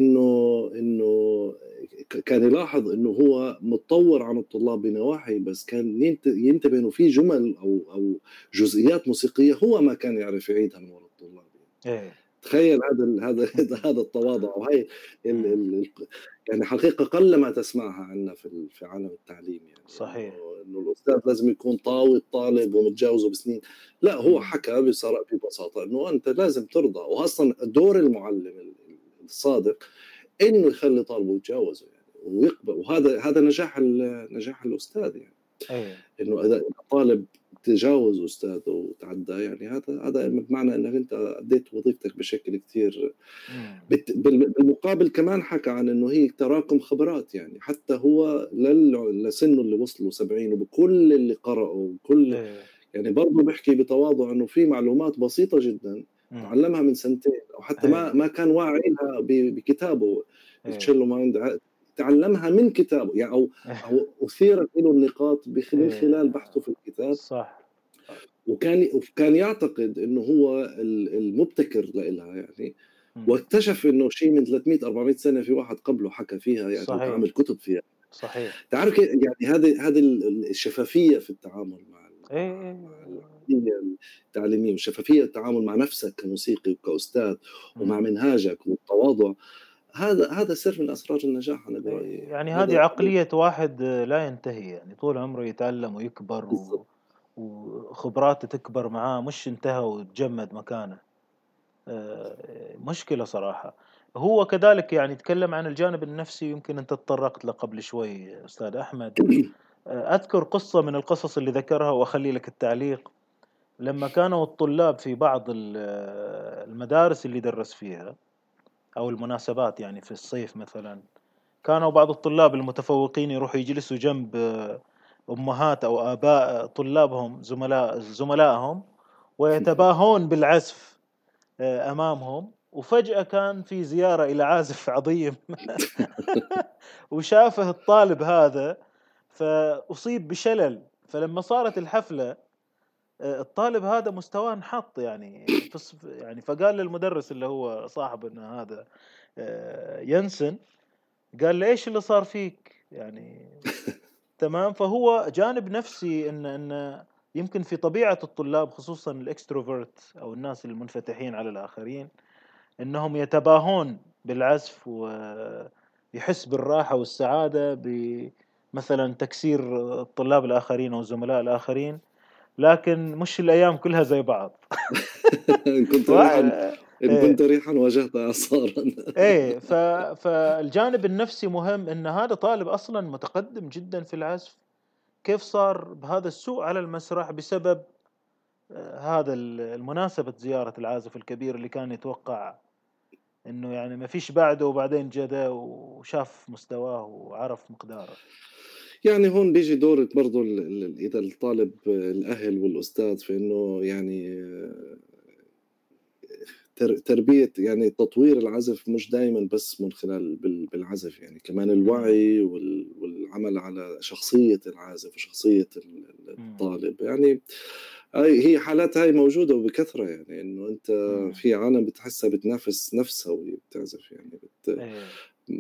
إنه كان يلاحظ إنه هو متطور عن الطلاب بنواحي، بس كان ينتبه إنه في جمل أو جزئيات موسيقية هو ما كان يعرف يعيدها من وراء الطلاب. إيه. تخيل هذا التواضع، وهي ال مم. ال ال يعني حقيقة قل ما تسمعها عندنا في عالم التعليم يعني. صحيح. إنه الأستاذ لازم يكون طاوي الطالب ومتجاوزه بسنين. لا، هو مم. حكى ببساطة إنه أنت لازم ترضى، وأصلا دور المعلم الصادق إنه يخلي طالبه يتجاوزه يعني ويقبل. وهذا نجاح الأستاذ يعني. إيه. إنه إذا طالب تجاوز أستاذه وتعدى، يعني هذا بمعنى إنك أنت أديت وظيفتك بشكل كتير. مم. بالمقابل كمان حكى عن إنه هي تراكم خبرات يعني. حتى هو لسنه اللي وصله 70 وبكل اللي قرأه وكل إيه. يعني برضه بيحكي بتواضع إنه في معلومات بسيطة جدًا مم. تعلمها من سنتين أو حتى إيه. ما كان واعي لها بكتابه. إيه. التشيلو مايند تعلمها من كتابه يعني، أو أثيرت له النقاط من إيه. خلال بحثه في الكتاب. صح. وكان يعتقد إنه هو المبتكر لإلها يعني. مم. واكتشف إنه شيء من 300 400 سنة في واحد قبله حكى فيها يعني صحيح. وعمل كتب فيها. صحيح. تعرف يعني هذه الشفافية في التعامل إيه. مع العملية التعليمية، والشفافية التعامل مع نفسك كموسيقي وكأستاذ ومع مم. منهاجك والتواضع. هذا سر من أسرار النجاح أنا برأيي إيه. يعني. يعني هذه هذا عقلية واحد لا ينتهي، يعني طول عمره يتعلم ويكبر بالضبط. وخبراته تكبر معاه، مش انتهى وتجمد مكانه. مشكلة صراحة. هو كذلك يعني يتكلم عن الجانب النفسي، يمكن أنت تطرقت له قبل شوي أستاذ أحمد. أذكر قصة من القصص اللي ذكرها وأخلي لك التعليق. لما كانوا الطلاب في بعض المدارس اللي درس فيها أو المناسبات، يعني في الصيف مثلا، كانوا بعض الطلاب المتفوقين يروحوا يجلسوا جنب أمهات أو آباء طلابهم زملائهم ويتباهون بالعزف أمامهم. وفجأة كان في زيارة إلى عازف عظيم وشافه الطالب هذا فأصيب بشلل. فلما صارت الحفلة الطالب هذا مستواه انحط يعني يعني فقال للمدرس اللي هو صاحبنا هذا ينسن، قال له ايش اللي صار فيك يعني؟ تمام. فهو جانب نفسي ان يمكن في طبيعة الطلاب خصوصا الاكستروفرت او الناس المنفتحين على الاخرين انهم يتباهون بالعزف ويحس بالراحة والسعادة بمثلا تكسير الطلاب الاخرين او الزملاء الاخرين. لكن مش الأيام كلها زي بعض. إن كنت و... ريحا إن إيه كنت ريحا واجهت إعصارا. إيه فالجانب النفسي مهم، إن هذا طالب أصلا متقدم جدا في العزف، كيف صار بهذا السوء على المسرح بسبب هذا المناسبة زيارة العازف الكبير اللي كان يتوقع انه يعني ما فيش بعده، وبعدين جدا وشاف مستواه وعرف مقداره. يعني هون بيجي دور برضو إذا الطالب الأهل والأستاذ في إنه يعني تربية، يعني تطوير العزف مش دائما بس من خلال بالعزف، يعني كمان الوعي والعمل على شخصية العازف وشخصية الطالب. يعني هي حالات هاي موجودة وبكثرة، يعني إنه أنت في عالم بتحسها بتنافس نفسها وهي بتعزف، يعني إيه.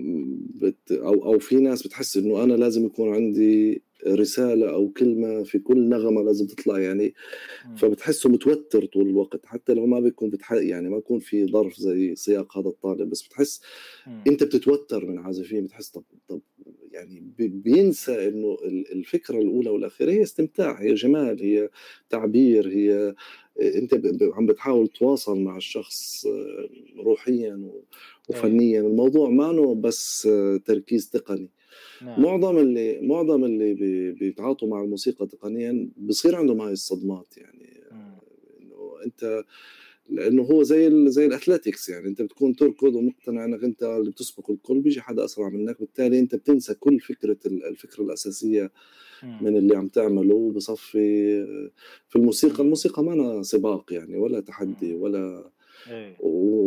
أو في ناس بتحس إنه أنا لازم يكون عندي رسالة أو كلمة في كل نغمة لازم تطلع، يعني فبتحسه متوتر طول الوقت، حتى لو ما بيكون يعني ما يكون في ظرف زي سياق هذا الطالب، بس بتحس انت بتتوتر من عازفين، بتحس طب يعني بينسى انه الفكره الاولى والاخيره هي استمتاع، هي جمال، هي تعبير، هي انت عم بتحاول تواصل مع الشخص روحيا وفنيا. الموضوع ما انه بس تركيز تقني. نعم. معظم اللي بيتعاطوا مع الموسيقى تقنيا بصير عندهم هاي الصدمات، يعني انه انت، لانه هو زي الاثليتكس، يعني انت بتكون تركض ومقتنع انك انت اللي بتسبق الكل، بيجي حدا اسرع منك، بالتالي انت بتنسى كل الفكره الاساسيه من اللي عم تعمله. بصفي في الموسيقى ما أنا سباق يعني، ولا تحدي ولا إيه.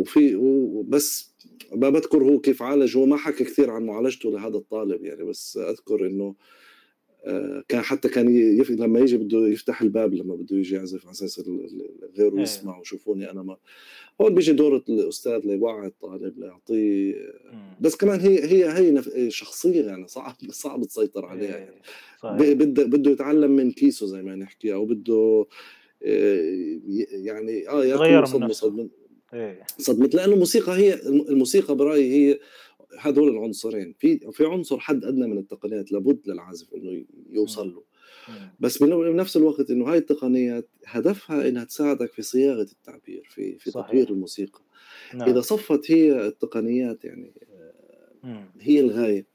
بس ما بذكر هو كيف عالج، هو ما حكى كثير عن معالجته لهذا الطالب يعني، بس اذكر انه كان لما يجي بده يفتح الباب، لما بده يجي يعزف على اساس غيره يسمع وشوفوني انا. ما هون بيجي دور الاستاذ ليوعي الطالب، ليعطيه. بس كمان هي شخصيه يعني صعب تسيطر عليها يعني. بده يتعلم من كيسه زي ما نحكي، او بده يعني ياكل تغير من نفسه. صدمة. لانه الموسيقى برايي هي هدول العنصرين. في عنصر حد ادنى من التقنيات لابد للعازف انه يوصل له، بس بنفس الوقت انه هاي التقنيات هدفها انها تساعدك في صياغه التعبير، في تطوير الموسيقى. نعم. اذا صفت هي التقنيات يعني هي الغايه.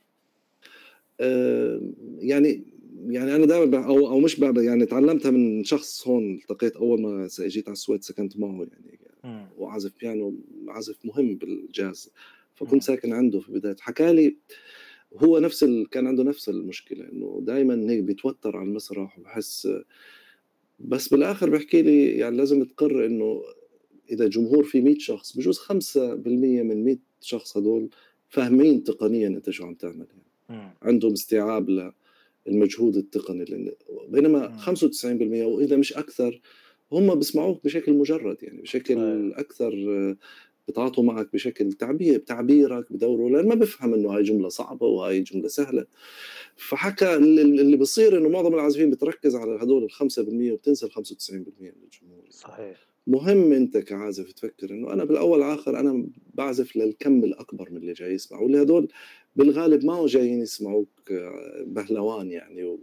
يعني انا دائما او مش يعني تعلمتها من شخص هون التقيت اول ما جيت على السويد، سكنت معه يعني، وعازف بيانو، عازف مهم بالجاز، فكنت ساكن عنده في بداية. حكى لي هو كان عنده نفس المشكلة، انه دائما هيك بيتوتر على المسرح وبحس. بس بالاخر بحكي لي يعني لازم تقر انه اذا جمهور في 100 شخص، بجوز 5% من 100 شخص هدول فاهمين تقنيا انت شو عم تعمل، يعني عندهم استيعاب للمجهود التقني، بينما 95% واذا مش اكثر هم بيسمعوك بشكل مجرد، يعني بشكل اكثر بتعاطوا معك بشكل تعبيرك بدوروا، لان ما بفهم انه هاي جمله صعبه وهاي جمله سهله. فحكى اللي بصير انه معظم العازفين بتركز على هدول ال5% وبتنسى ال95% من الجمهور. صحيح. مهم انت كعازف تفكر انه انا بالاول اخر انا بعزف للكم الاكبر من اللي جاي يسمع، واللي هدول بالغالب ما هو جايين يسمعوك بهلوان يعني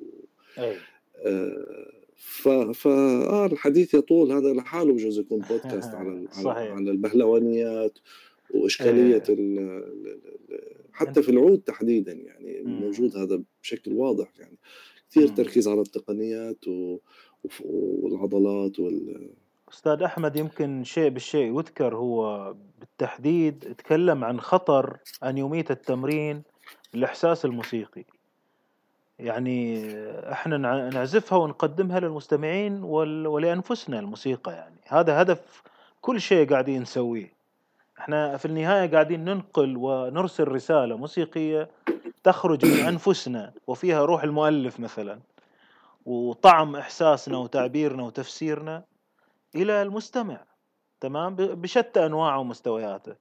الحديث يطول، هذا لحاله بجوز يكون بودكاست على البهلوانيات وإشكالية حتى في العود تحديدا، يعني موجود هذا بشكل واضح، يعني كثير تركيز على التقنيات والعضلات أستاذ أحمد يمكن شيء بالشيء يذكر، هو بالتحديد تكلم عن خطر أن يميت التمرين الإحساس الموسيقي. يعني احنا نعزفها ونقدمها للمستمعين ولأنفسنا الموسيقى، يعني هذا هدف كل شيء قاعدين نسويه. احنا في النهاية قاعدين ننقل ونرسل رسالة موسيقية تخرج من أنفسنا وفيها روح المؤلف مثلا، وطعم إحساسنا وتعبيرنا وتفسيرنا إلى المستمع، تمام، بشتى أنواعه ومستوياته.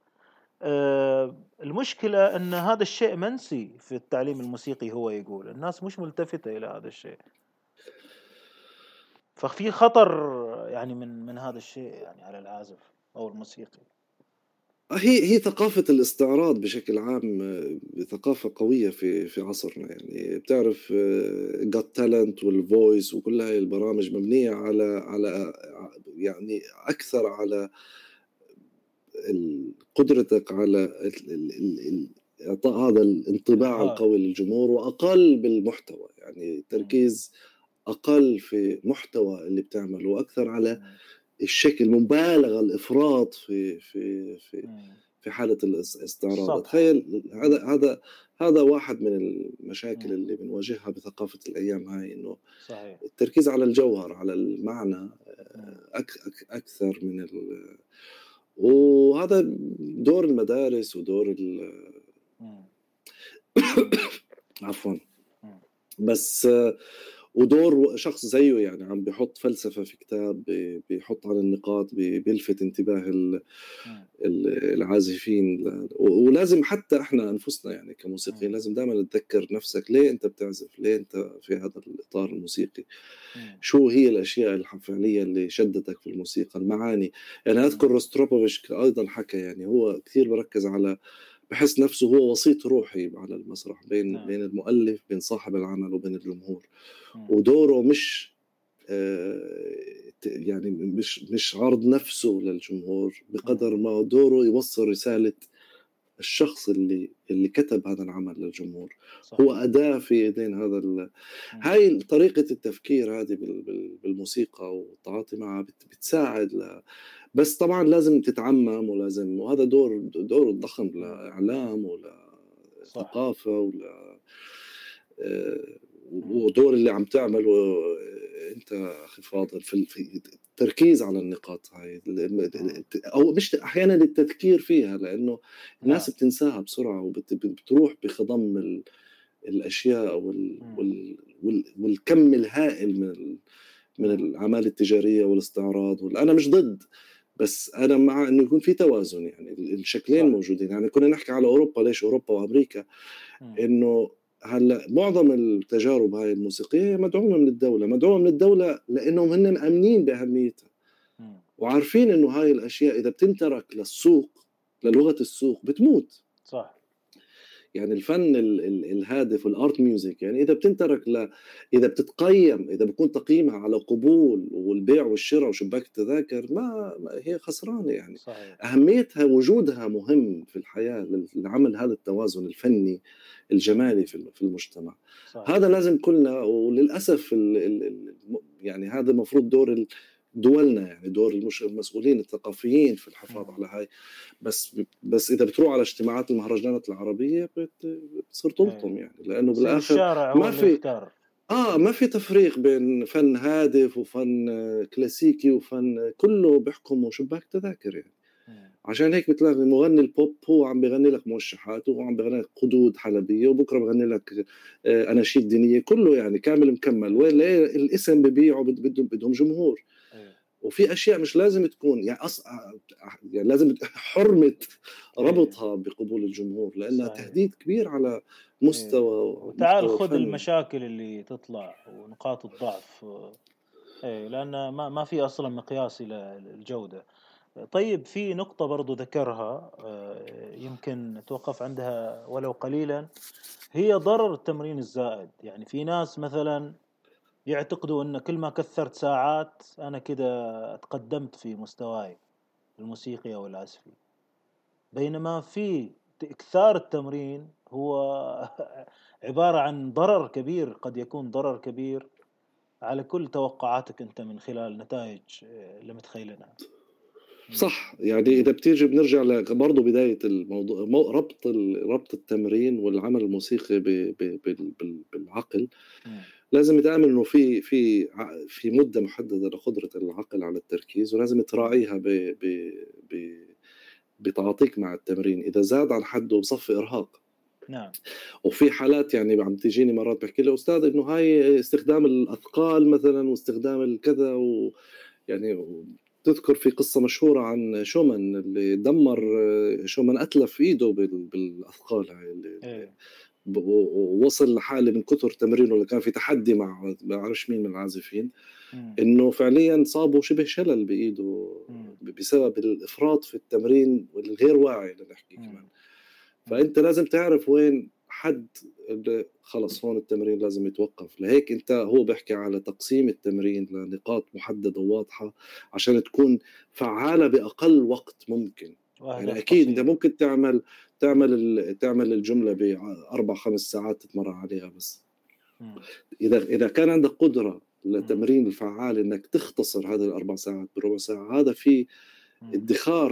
المشكلة أن هذا الشيء منسي في التعليم الموسيقي، هو يقول الناس مش ملتفتة إلى هذا الشيء، ففي خطر يعني من هذا الشيء يعني على العازف أو الموسيقي. هي ثقافة الاستعراض بشكل عام، ثقافة قوية في عصرنا. يعني بتعرف Got Talent والفويس وكل هاي البرامج مبنية على يعني أكثر على قدرتك على إعطاء هذا الانطباع إبهار. القوي للجمهور، وأقل بالمحتوى. يعني التركيز أقل في محتوى اللي بتعمله وأكثر على الشكل، مبالغة الإفراط في حالة الاستعراض. السطح. تخيل هذا واحد من المشاكل اللي بنواجهها بثقافة الأيام هاي، إنه صحيح. التركيز على الجوهر، على المعنى أكثر من وهذا دور المدارس ودور عفوا بس ودور شخص زيه، يعني عم بيحط فلسفة في كتاب، بيحط على النقاط، بيلفت انتباه العازفين. ولازم حتى احنا انفسنا يعني كموسيقيين لازم دائما تذكر نفسك ليه انت بتعزف، ليه انت في هذا الاطار الموسيقي، شو هي الاشياء الفعليه اللي شدتك في الموسيقى، المعاني. يعني اذكر روستروبوفيتش ايضا حكى، يعني هو كثير بركز على، بحس نفسه هو وسيط روحي على المسرح بين المؤلف، بين صاحب العمل وبين الجمهور. ودوره مش يعني مش عرض نفسه للجمهور بقدر ما دوره يوصل رسالة الشخص اللي كتب هذا العمل للجمهور. صح. هو أداة في يدين هذا هاي طريقة التفكير هذه بالموسيقى والتعاطي معها بتساعد بس طبعا لازم تتعمم، ولازم، وهذا دور ضخم لإعلام ولثقافة ودور اللي عم تعمله انت اخي فاضل في التركيز على النقاط هاي، او مش احيانا التذكير فيها، لانه الناس بتنساها بسرعه وبتروح بخضم الاشياء والكم الهائل من الاعمال التجاريه والاستعراض. انا مش ضد، بس انا مع انه يكون في توازن، يعني الشكلين موجودين. يعني كنا نحكي على اوروبا، ليش اوروبا وامريكا؟ انه هلا معظم التجارب هاي الموسيقيه مدعومه من الدوله لانهم هن مأمنين باهميتها وعارفين انه هاي الاشياء اذا بتنترك للسوق، للغه السوق، بتموت. صح. يعني الفن الهادف والارت ميوزك، يعني اذا بتنترك اذا بتتقيم، اذا بكون تقييمها على قبول والبيع والشراء وشباك التذاكر، ما هي خسرانه. يعني صحيح. اهميتها، وجودها مهم في الحياه لعمل هذا التوازن الفني الجمالي في المجتمع. صحيح. هذا لازم كلنا، وللاسف يعني هذا المفروض دور دولنا، يعني دور المسؤولين الثقافيين في الحفاظ على هاي. بس اذا بتروح على اجتماعات المهرجانات العربيه بتصير تلطم، يعني لانه بالاخر ما في تفريق بين فن هادف وفن كلاسيكي وفن، كله بيحكموا شباك تذاكر. يعني عشان هيك بتلاقي مغني البوب هو عم بيغني لك موشحات، وهو عم بيغني لك قدود حلبيه، وبكره بيغني لك اناشيد دينيه، كله يعني كامل مكمل. وين الاسم ببيعه، بدهم جمهور. وفي اشياء مش لازم تكون يعني يعني لازم حرمه ربطها بقبول الجمهور، لانها صحيح. تهديد كبير على مستوى وتعال خذ المشاكل اللي تطلع ونقاط الضعف، لان ما في اصلا مقياس للجوده. طيب في نقطة برضو ذكرها يمكن توقف عندها ولو قليلا، هي ضرر التمرين الزائد. يعني في ناس مثلا يعتقدوا أن كل ما كثرت ساعات أنا كده تقدمت في مستواي الموسيقي أو العزفي، بينما في إكثار التمرين هو عبارة عن ضرر كبير، قد يكون ضرر كبير على كل توقعاتك أنت من خلال نتائج اللي متخيلنها. صح. يعني إذا بتيجي بنرجع برضه بداية الموضوع، ربط التمرين والعمل الموسيقي بالعقل. لازم يتأمل إنه في مدة محددة لقدرة العقل على التركيز، ولازم تراعيها بتعاطيك مع التمرين. إذا زاد عن حده بصفي إرهاق. نعم. وفي حالات يعني عم تيجيني مرات بحكي لي أستاذ إنه هاي استخدام الأثقال مثلا واستخدام الكذا، يعني تذكر في قصة مشهورة عن شومان اللي دمر، شومان أتلف إيده بالأثقال هاي ووصل لحالة من كتر تمرينه اللي كان في تحدي مع ما بعرفش مين من العازفين، مم. إنه فعليا صابه شبه شلل بإيده مم. بسبب الإفراط في التمرين والغير واعي اللي نحكي كمان. مم. فأنت لازم تعرف وين حد اللي خلص هون التمرين لازم يتوقف. لهيك أنت هو بيحكي على تقسيم التمرين لنقاط محددة وواضحة عشان تكون فعالة بأقل وقت ممكن. يعني وأهداف أكيد أنت قصيرة. ممكن تعمل الجملة ب4-5 ساعات تتمرن عليها، بس مم. إذا كان عندك قدرة مم. لتمرين الفعال إنك تختصر هذه ال4 ساعات بربع ساعة، هذا في مم. ادخار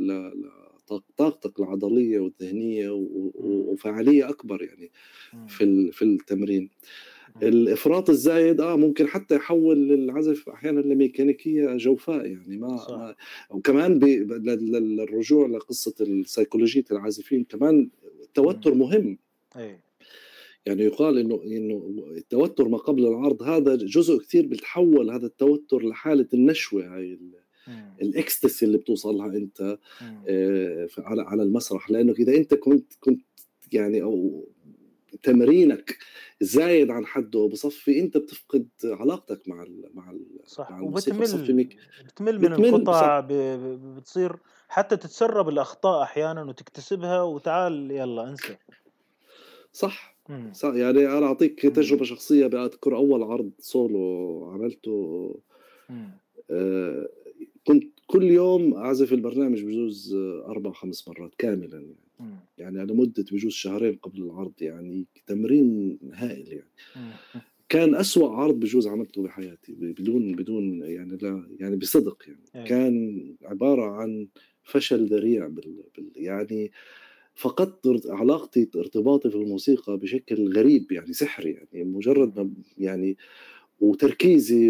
طاقتك العضلية والذهنية مم. وفعالية أكبر يعني مم. في التمرين. مم. الإفراط الزايد ممكن حتى يحول العزف أحيانا لميكانيكية جوفاء، يعني صح. ما وكمان للرجوع لقصة السيكولوجية العازفين كمان التوتر مم. مهم. أي. يعني يقال إنه التوتر ما قبل العرض هذا جزء كثير بتحول هذا التوتر لحالة النشوة، هاي مم. الاكستسي اللي بتوصلها انت مم. على المسرح. لانه اذا انت كنت يعني او تمرينك زايد عن حده بصفي انت بتفقد علاقتك صح. مع الموسيقى بصفي بتمل من بتمل. القطع، بتصير حتى تتسرب الأخطاء أحيانا وتكتسبها، وتعال يلا انسى. صح مم. صح. يعني انا اعطيك مم. تجربه شخصيه. بذكر اول عرض سولو عملته، مم. آه، كنت كل يوم اعزف البرنامج بجوز 4-5 مرات كاملا يعني. مم. يعني على مدة بجوز شهرين قبل العرض، يعني تمرين هائل يعني. مم. كان أسوأ عرض بجوز عملته بحياتي بدون يعني لا يعني بصدق يعني. أي. كان عبارة عن فشل ذريع يعني فقدت علاقتي ارتباطي في الموسيقى بشكل غريب يعني سحري. يعني مجرد مم. ما يعني وتركيزي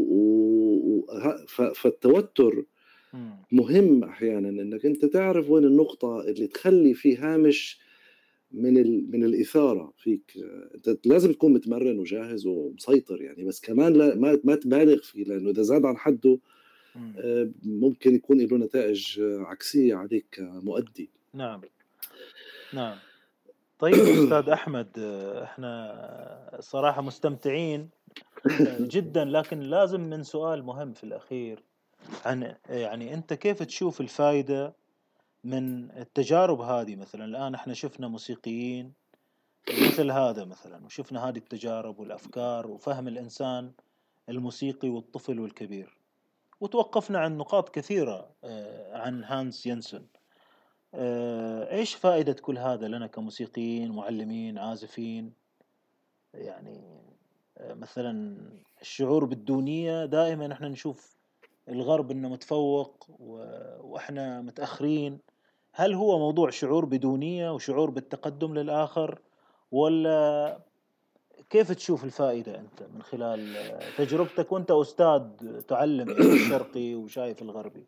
فالتوتر مم. مهم أحيانا إنك أنت تعرف وين النقطة اللي تخلي في هامش من الإثارة فيك. أنت لازم تكون متمرن وجاهز ومسيطر يعني، بس كمان لا ما تبالغ فيه، لأنه إذا زاد عن حده مم. ممكن يكون له نتائج عكسية عليك كمؤدي. نعم. نعم. طيب أستاذ أحمد، احنا صراحة مستمتعين جدا، لكن لازم من سؤال مهم في الأخير عن يعني أنت كيف تشوف الفائدة من التجارب هذه؟ مثلا الآن احنا شفنا موسيقيين مثل هذا مثلا، وشفنا هذه التجارب والأفكار وفهم الإنسان الموسيقي والطفل والكبير، وتوقفنا عن نقاط كثيرة عن هانس ينسون. إيش فائدة كل هذا لنا كموسيقيين، معلمين، عازفين؟ يعني مثلا الشعور بالدونية، دائما احنا نشوف الغرب انه متفوق واحنا متأخرين. هل هو موضوع شعور بدونية وشعور بالتقدم للآخر، ولا كيف تشوف الفائدة أنت من خلال تجربتك وأنت أستاذ تعلم يعني الشرقي وشايف الغربي؟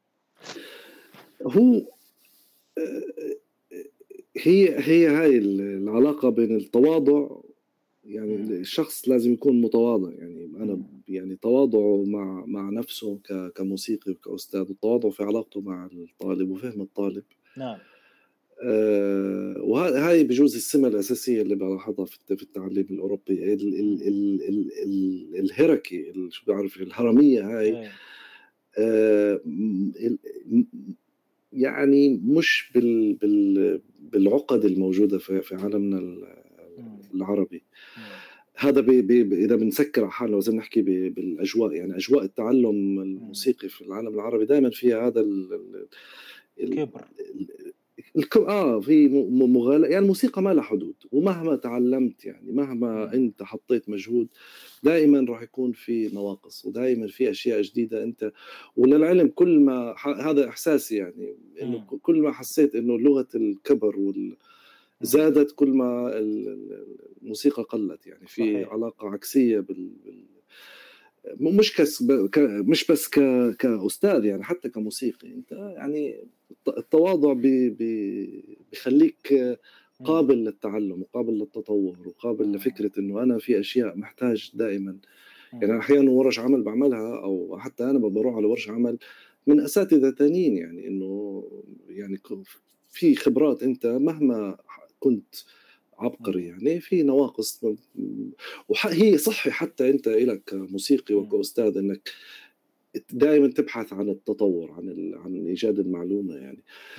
هو هي هاي العلاقة بين التواضع. يعني مم. الشخص لازم يكون متواضع. يعني أنا مم. يعني تواضعه مع نفسه كموسيقي وكأستاذ، وتواضعه في علاقته مع الطالب وفهم الطالب. نعم. وهاي بجوز السمة الأساسية اللي بلاحظها في التعليم الأوروبي. مم. الهيراركي، شو بعرف الهرمية هاي. إيه. آه، يعني مش بالعقد الموجودة في عالمنا مم. العربي. مم. هذا إذا بنسكر على حالنا لازم نحكي بالأجواء. يعني أجواء التعلم مم. الموسيقي في العالم العربي دائما فيها هذا ال كبر. في مغالاة. يعني الموسيقى ما لها حدود، ومهما تعلمت يعني مهما مم. انت حطيت مجهود دائما راح يكون في نواقص، ودائما في اشياء جديده انت. وللعلم كل ما هذا احساسي يعني، انه مم. كل ما حسيت انه لغه الكبر مم. زادت كل ما الموسيقى قلت. يعني في صحيح. علاقه عكسيه مش مش بس كأستاذ، يعني حتى كموسيقي انت يعني التواضع بيخليك مم. قابل للتعلم وقابل للتطور وقابل مم. لفكرة انه انا في اشياء محتاج دائما. يعني مم. احيانا ورش عمل بعملها، او حتى انا بروح على ورش عمل من اساتذة تانيين، يعني انه يعني في خبرات انت مهما كنت عبقري يعني، في نواقص وهي صحي حتى أنت إلك كموسيقي وكأستاذ إنك دائما تبحث عن التطور، عن إيجاد المعلومة يعني.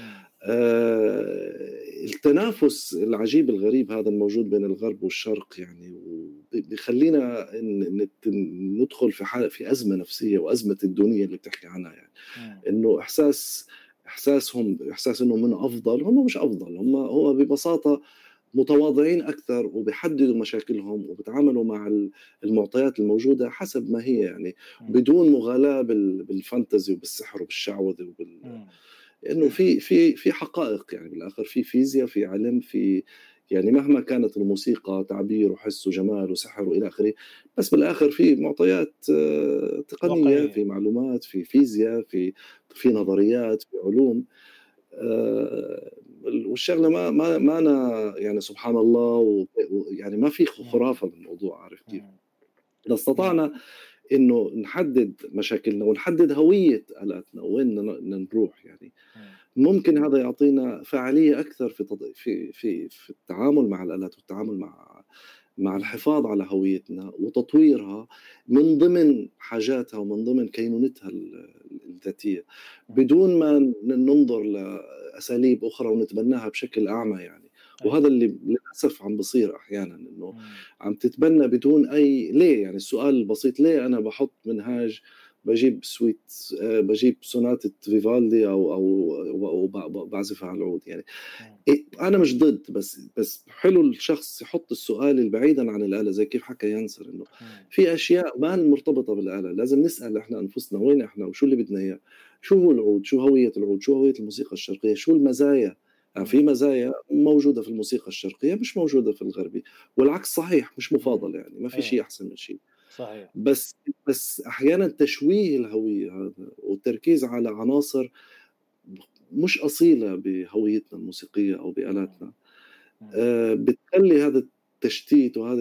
التنافس العجيب الغريب هذا الموجود بين الغرب والشرق يعني، بيخلينا ندخل في أزمة نفسية وأزمة الدنيا اللي بتحكي عنها يعني. إنه إحساس إنه من أفضل، هم مش أفضل، هو ببساطة متواضعين أكثر وبيحددوا مشاكلهم وبيتعاملوا مع المعطيات الموجودة حسب ما هي يعني، بدون مغالاة بالفانتزي وبالسحر وبالشعوذة إنه في حقائق يعني بالآخر، في فيزياء، في علم، في يعني مهما كانت الموسيقى تعبير وحس وجمال وسحر وإلى آخره، بس بالآخر في معطيات تقنية واقعية. في معلومات، في فيزياء، في نظريات، في علوم. والشغلة ما أنا يعني سبحان الله يعني ما في خرافة بالموضوع، عارف كيف؟ إذا استطعنا إنه نحدد مشاكلنا ونحدد هوية آلاتنا وين بدنا نروح يعني، ممكن هذا يعطينا فعالية أكثر في التعامل مع الآلات والتعامل مع الحفاظ على هويتنا وتطويرها من ضمن حاجاتها ومن ضمن كينونتها الذاتية، بدون ما ننظر لأساليب أخرى ونتبناها بشكل أعمى يعني. وهذا اللي للأسف عم بصير أحيانا، إنه عم تتبنى بدون أي ليه يعني. السؤال البسيط، ليه أنا بحط منهاج بجيب بجيب سوناتة فيفالدي أو بعزفها على العود يعني؟ أنا مش ضد، بس حلو الشخص يحط السؤال البعيدا عن الآلة، زي كيف حكى ينسر إنه في أشياء ما مرتبطة بالآلة، لازم نسأل إحنا أنفسنا وين إحنا وشو اللي بدنا إياه، شو هو العود، شو هوية العود، شو هوية الموسيقى الشرقية، شو المزايا. يعني في مزايا موجودة في الموسيقى الشرقية مش موجودة في الغربي، والعكس صحيح، مش مفاضل يعني، ما في شيء أحسن من شيء. صحيح. بس أحيانا تشويه الهوية هذا والتركيز على عناصر مش أصيلة بهويتنا الموسيقية أو بآلاتنا بتخلي هذا التشتيت وهذا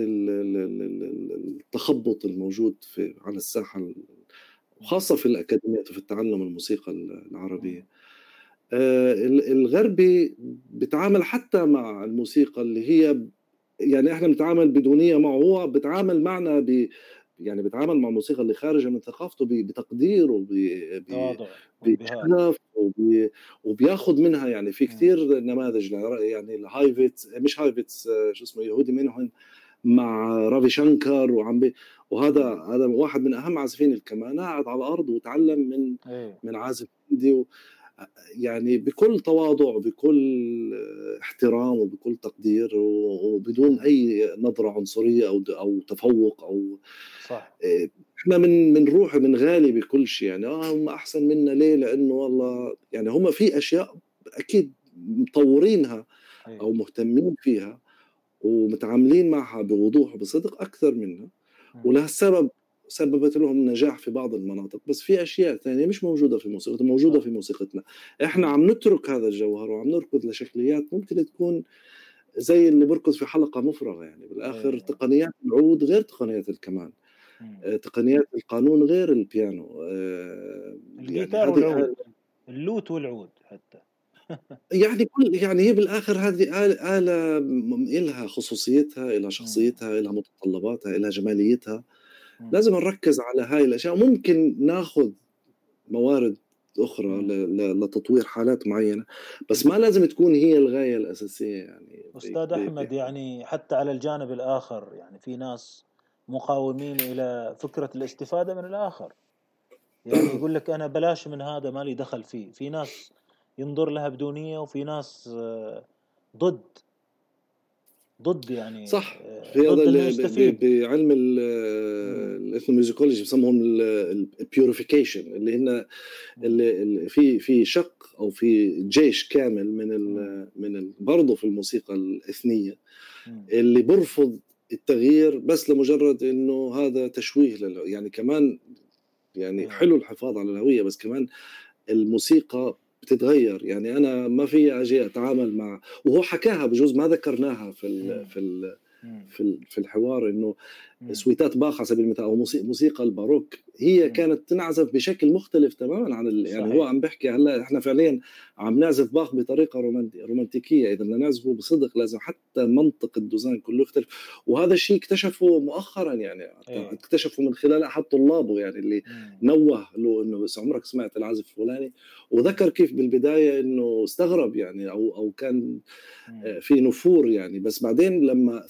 التخبط الموجود على الساحة، وخاصة في الأكاديميات وفي التعلم الموسيقى العربية. الغربي بتعامل حتى مع الموسيقى اللي هي يعني احنا بنتعامل بدونية معه، هو بتعامل معنا يعني بتعامل مع الموسيقى اللي خارجة من ثقافته بتقدير بشغف وبياخد منها يعني. في كثير نماذج يعني الهايفيتس، مش هايفيتس، شو اسمه، يهودي منهم مع رافي شانكر وهذا واحد من اهم عازفين الكمان، قاعد على الارض وتعلم من عازف هندي يعني بكل تواضع وبكل احترام وبكل تقدير وبدون اي نظرة عنصرية او تفوق او صح. احنا بنروح بنغالي بكل شيء يعني. هم احسن منا ليه؟ لانه والله يعني هم في اشياء اكيد مطورينها او مهتمين فيها ومتعاملين معها بوضوح وبصدق اكثر منا، ولهالسبب سببت لهم نجاح في بعض المناطق. بس في اشياء ثانيه مش موجوده في موسيقتنا، موجوده في موسيقتنا. احنا عم نترك هذا الجوهر وعم نركض لشكليات ممكن تكون زي اللي بركض في حلقه مفرغه يعني. بالاخر تقنيات العود غير تقنيات الكمان، تقنيات القانون غير البيانو، الجيتار والعود، اللوت والعود حتى يعني هي بالاخر هذه آلة إلها خصوصيتها، إلها شخصيتها، إلها متطلباتها، إلها جماليتها. لازم نركز على هاي الاشياء. ممكن ناخذ موارد اخرى لتطوير حالات معينه، بس ما لازم تكون هي الغايه الاساسيه يعني. أستاذ أحمد، يعني حتى على الجانب الآخر يعني في ناس مقاومين إلى فكرة الاستفادة من الآخر، يعني يقول لك أنا بلاش من هذا، مالي دخل فيه. في ناس ينظر لها بدونية، وفي ناس ضد يعني صح. في ضد هذا إنه يستفيد. بعلم الاثنوميوزيكولوجي بسموهم البيوريفيكيشن، اللي هن اللي في شق او في جيش كامل من برضه في الموسيقى الاثنيه اللي برفض التغيير بس لمجرد انه هذا تشويه يعني كمان يعني حلو الحفاظ على الهويه، بس كمان الموسيقى بتتغير يعني. انا ما في اجي اتعامل مع، وهو حكاها بجوز ما ذكرناها في الحوار، انه سويتات باخ على سبيل المثال، او موسيقى الباروك، هي كانت تنعزف بشكل مختلف تماما عن يعني هو عم بحكي هلا احنا فعليا عم نعزف باخ بطريقه رومانتيكيه، اذا بدنا نعزفه بصدق لازم حتى منطق الدوزان كله يختلف. وهذا الشيء اكتشفه مؤخرا، يعني اكتشفه من خلال احد طلابه يعني اللي نوه له انه عمرك سمعت العزف الفلاني، وذكر كيف بالبدايه انه استغرب يعني او كان في نفور يعني، بس بعدين لما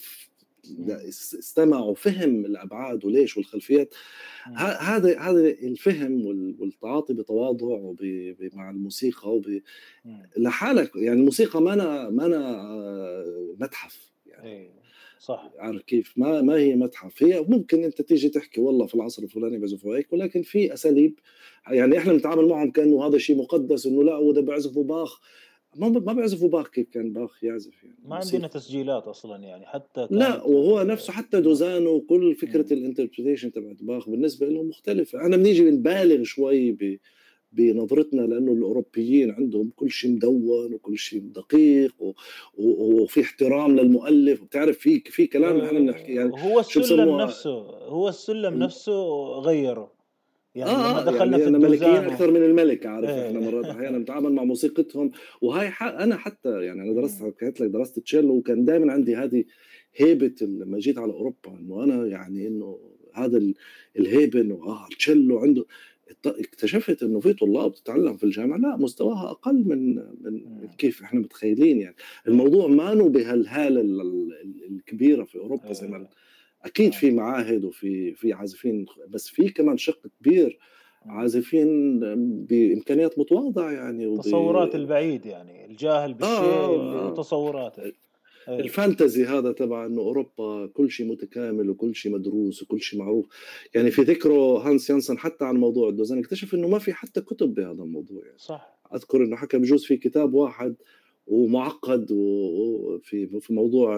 استمع وفهم الابعاد وليش والخلفيات، هذا الفهم والتعاطي بتواضع مع الموسيقى لحالك. يعني الموسيقى ما أنا متحف يعني. صح، عارف كيف ما هي متحف. هي ممكن انت تيجي تحكي والله في العصر الفلاني بيعزفوا هيك، ولكن في اساليب يعني احنا بنتعامل معهم كانه هذا شيء مقدس، انه لا وده بيعزفوا باخ، ما بيعزفوا باخ كيف كان باخ يعزف يعني. ما عندنا تسجيلات اصلا يعني، حتى لا، كانت وهو نفسه حتى دوزانه وكل فكره الانتربريتيشن تبعت باخ بالنسبه له مختلفه. احنا بنيجي بنبالغ شوي بنظرتنا، لانه الاوروبيين عندهم كل شيء مدون وكل شيء دقيق وفي احترام للمؤلف، وبتعرف في كلام احنا بنحكي يعني. هو شو بسموها السلم نفسه غيره يعني. لما دخلنا يعني في انا ملكيين الدوزان اكثر من الملك، عارف احنا مرات احيانا بنتعامل مع موسيقتهم. وهي انا حتى يعني انا درست، حكيت لك درست تشيلو، وكان دائما عندي هذه هيبه لما جيت على اوروبا، انه انا يعني انه هذا الهيبه انه تشيلو عنده. اكتشفت انه في طلاب تتعلم في الجامعه لا مستواها اقل من كيف احنا متخيلين يعني. الموضوع ما انه بهالهاله الكبيره في اوروبا زي ما اكيد في معاهد وفي عازفين، بس في كمان شق كبير عازفين بامكانيات متواضعه يعني تصورات البعيد يعني، الجاهل بالشيء اللي تصوراته. الفانتزي هذا تبع انه اوروبا كل شيء متكامل وكل شيء مدروس وكل شيء معروف. يعني في ذكره هانس يانسن حتى عن موضوع الدوزان اكتشف انه ما في حتى كتب بهذا الموضوع يعني. صح. اذكر انه حكى بجوز في كتاب واحد ومعقد وفي موضوع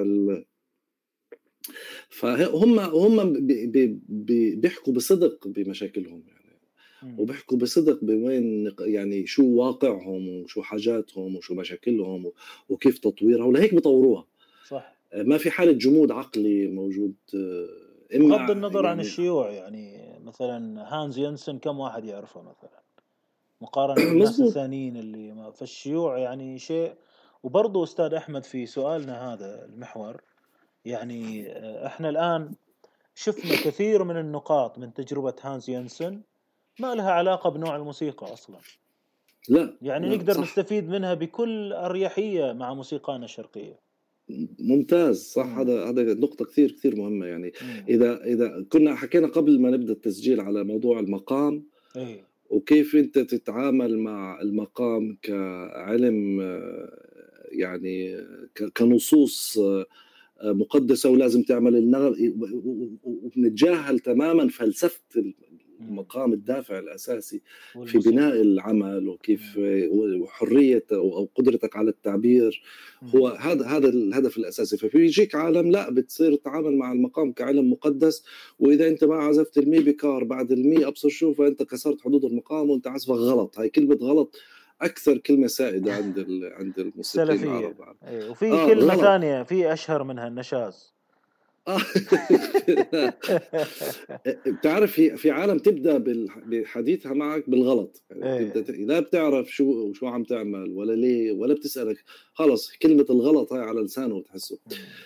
فهم بيحكوا بصدق بمشاكلهم يعني، وبيحكوا بصدق بوين يعني شو واقعهم وشو حاجاتهم وشو مشاكلهم وكيف تطويرها، ولهيك بيطوروها. صح. ما في حالة جمود عقلي موجود. بغض النظر عن الشيوع يعني، مثلا هانز ينسن كم واحد يعرفه مثلا مقارنة بالناس الثانيين اللي في الشيوع يعني شيء. وبرضو أستاذ أحمد في سؤالنا هذا المحور يعني، احنا الآن شفنا كثير من النقاط من تجربة هانز ينسن ما لها علاقة بنوع الموسيقى أصلا. لا يعني لا نقدر صح. نستفيد منها بكل أريحية مع موسيقانا الشرقية. ممتاز، صح. هذا نقطة كثير كثير مهمة يعني. إذا كنا حكينا قبل ما نبدأ التسجيل على موضوع المقام، وكيف أنت تتعامل مع المقام كعلم يعني كنصوص مقدسة ولازم تعمل النغم، وبنتجاهل تماما فلسفة المقام الدافع الأساسي في بناء العمل، وكيف وحرية أو قدرتك على التعبير. هو هذا الهدف الأساسي. فبيجيك عالم لا بتصير تتعامل مع المقام كعلم مقدس، وإذا أنت ما عزفت المي بكار بعد المي أبصر شو، فأنت كسرت حدود المقام وأنت عزفك غلط. هاي كلمة غلط أكثر كلمة سائدة عند الموسيقيين العرب. وفي كلمة ثانية في أشهر منها النشاز. بتعرف في عالم تبدا بحديثها معك بالغلط يعني. تبدا لا بتعرف شو عم تعمل ولا ليه ولا بتسالك، خلص كلمه الغلط هاي على لسانه وتحسه.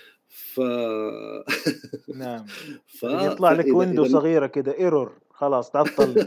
نعم. يطلع لك ويندو صغيره كده ايرور، خلاص تعطل.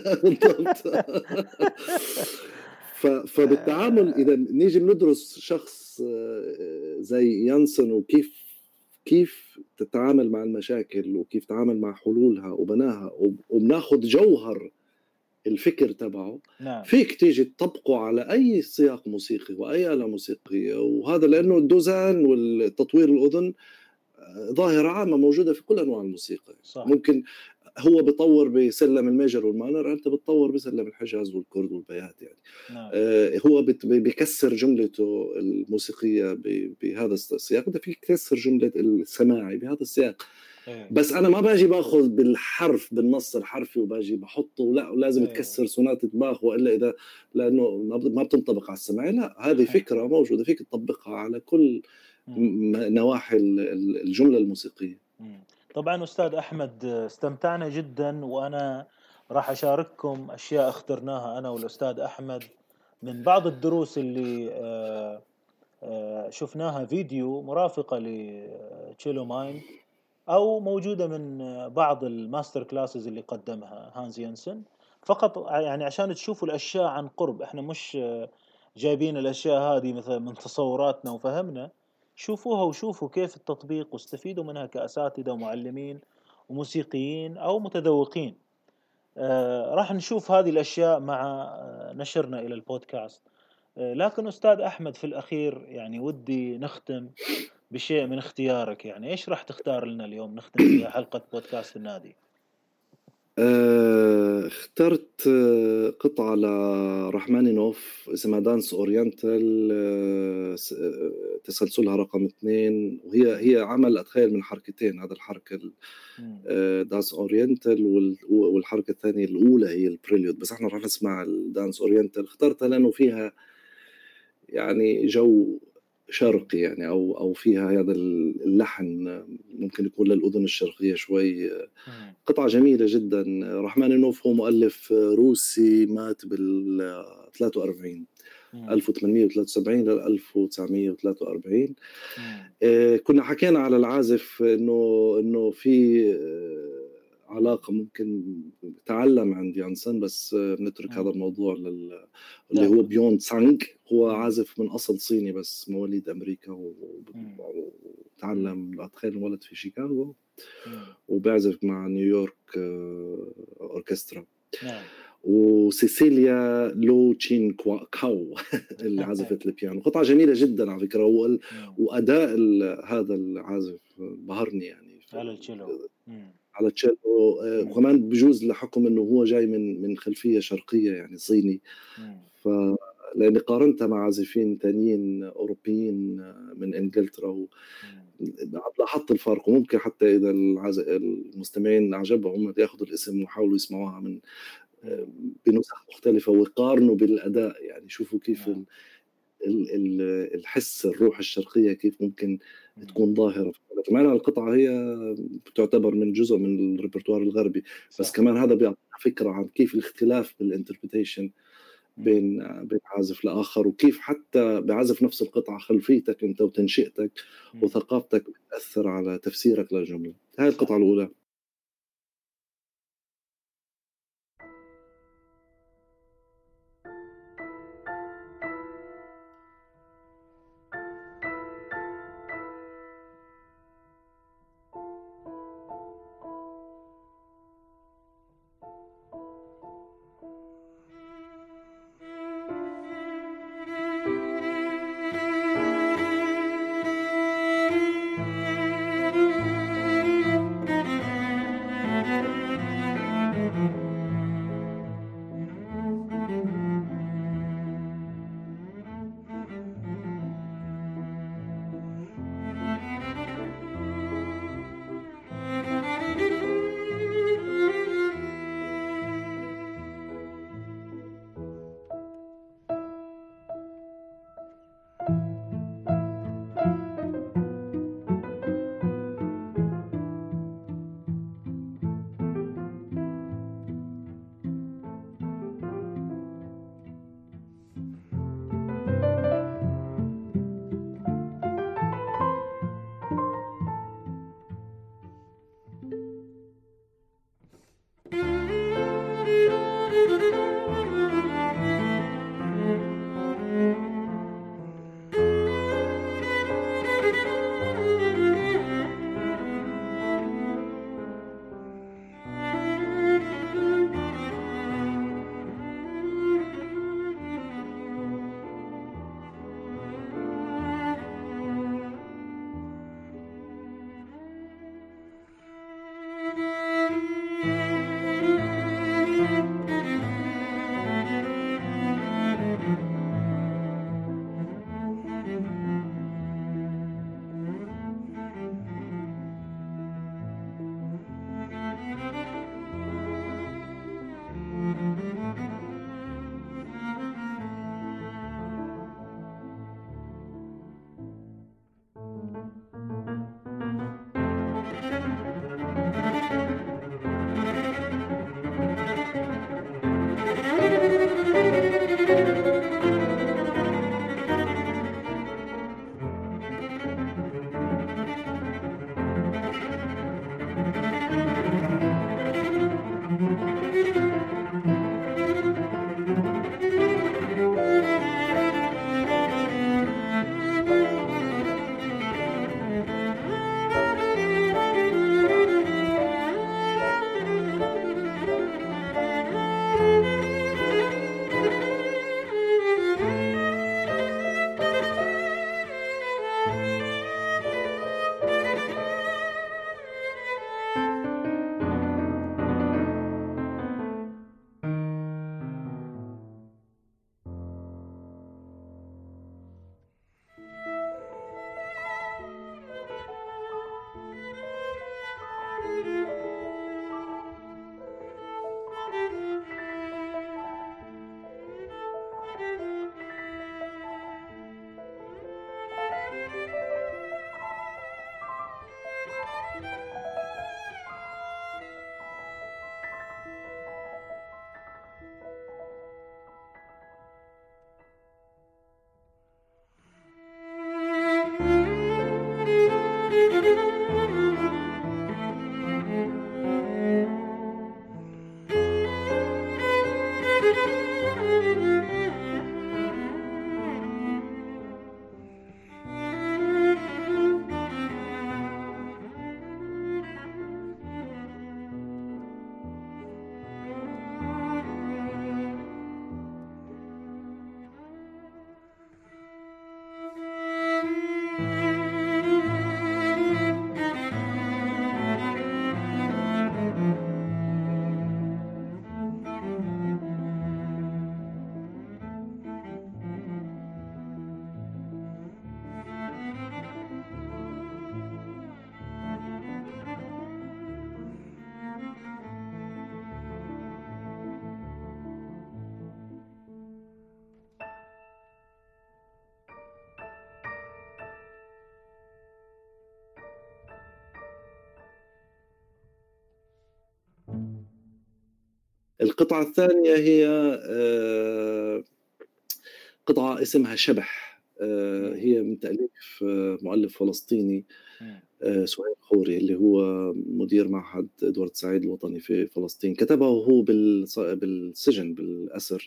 فبالتعامل اذا نيجي بندرس شخص زي يانسن وكيف تتعامل مع المشاكل وكيف تتعامل مع حلولها وبناها، وبناخذ جوهر الفكر تبعه. نعم. فيك تيجي تطبقه على أي سياق موسيقي وأي آلة موسيقية. وهذا لأنه الدوزان والتطوير الأذن ظاهرة عامة موجودة في كل أنواع الموسيقى. صح. ممكن هو بيطور بسلم الميجر والماينر، أنت بتطور بسلم الحجاز والكورد والبيات يعني. نعم. هو بيكسر جملته الموسيقية بهذا السياق، ده فيك تكسر جملة السماعي بهذا السياق. بس أنا ما باجي باخذ بالحرف بالنص الحرفي وباجي بحطه لا لازم تكسر سوناتة باخ وإلا لأنه ما بتنطبق على السماعي. لا، هذه فكرة موجودة فيك تطبقها على كل نواحي الجملة الموسيقية. طبعا أستاذ أحمد، استمتعنا جدا، وأنا راح أشارككم أشياء اخترناها أنا والأستاذ أحمد من بعض الدروس اللي شفناها فيديو مرافقة لتشيلو مايند، أو موجودة من بعض الماستر كلاسز اللي قدمها هانز ينسن. فقط يعني عشان تشوفوا الأشياء عن قرب، احنا مش جايبين الأشياء هذه مثلا من تصوراتنا وفهمنا. شوفوها وشوفوا كيف التطبيق، واستفيدوا منها كأساتذة ومعلمين وموسيقيين أو متذوقين. راح نشوف هذه الأشياء مع نشرنا إلى البودكاست. لكن أستاذ أحمد، في الأخير يعني ودي نختم بشيء من اختيارك. يعني إيش راح تختار لنا اليوم نختم فيها حلقة بودكاست النادي؟ اخترت قطعة لرحمانينوف اسمها دانس أورينتال، تسلسلها رقم 2، وهي عمل أتخيل من حركتين. هذا الحركة دانس أورينتال، والحركة الثانية الأولى هي البريليود، بس احنا راح نسمع الدانس أورينتال. اخترتها لأنه فيها يعني جو شرقي، يعني أو فيها هذا اللحن ممكن يكون للأذن الشرقية شوي. قطعة جميلة جدا. رحمانينوف هو مؤلف روسي، مات بال 43 1873 ل 1943. كنا حكينا على العازف انه في علاقة ممكن تعلم عند يانسن، بس نترك هذا الموضوع اللي هو بيون تسانغ. هو عازف من أصل صيني بس مواليد أمريكا، وتعلم أتخيل ولد في شيكاغو، وبيعزف مع نيويورك أوركسترا. وسيسيليا لو تشين كاو اللي عزفت البيانو. قطعة جميلة جدا على فكرة، وأداء هذا العازف بهرني يعني على التشيلو. على التشيلو. وكمان بجوز لحكم انه هو جاي من خلفيه شرقيه يعني صيني. لاني قارنتها مع عازفين تانيين اوروبيين من انجلترا، لاحظت الفرق. وممكن حتى اذا المستمعين اعجبهم ياخذوا الاسم ويحاولوا يسمعوها من بنسخ مختلفه ويقارنوا بالاداء، يعني شوفوا كيف الحس، الروح الشرقيه كيف ممكن تكون ظاهره. كمان القطعه هي تعتبر من جزء من الريpertoire الغربي، بس كمان هذا بيعطي فكره عن كيف الاختلاف بالانتربريتيشن بين عازف لاخر، وكيف حتى بعزف نفس القطعه خلفيتك انت وتنشئتك وثقافتك بتاثر على تفسيرك للجمله. هاي القطعه الاولى. القطعة الثانية هي قطعة اسمها شبح، هي من تأليف مؤلف فلسطيني سهيل خوري اللي هو مدير معهد إدوارد سعيد الوطني في فلسطين. كتبها وهو بالسجن بالأسر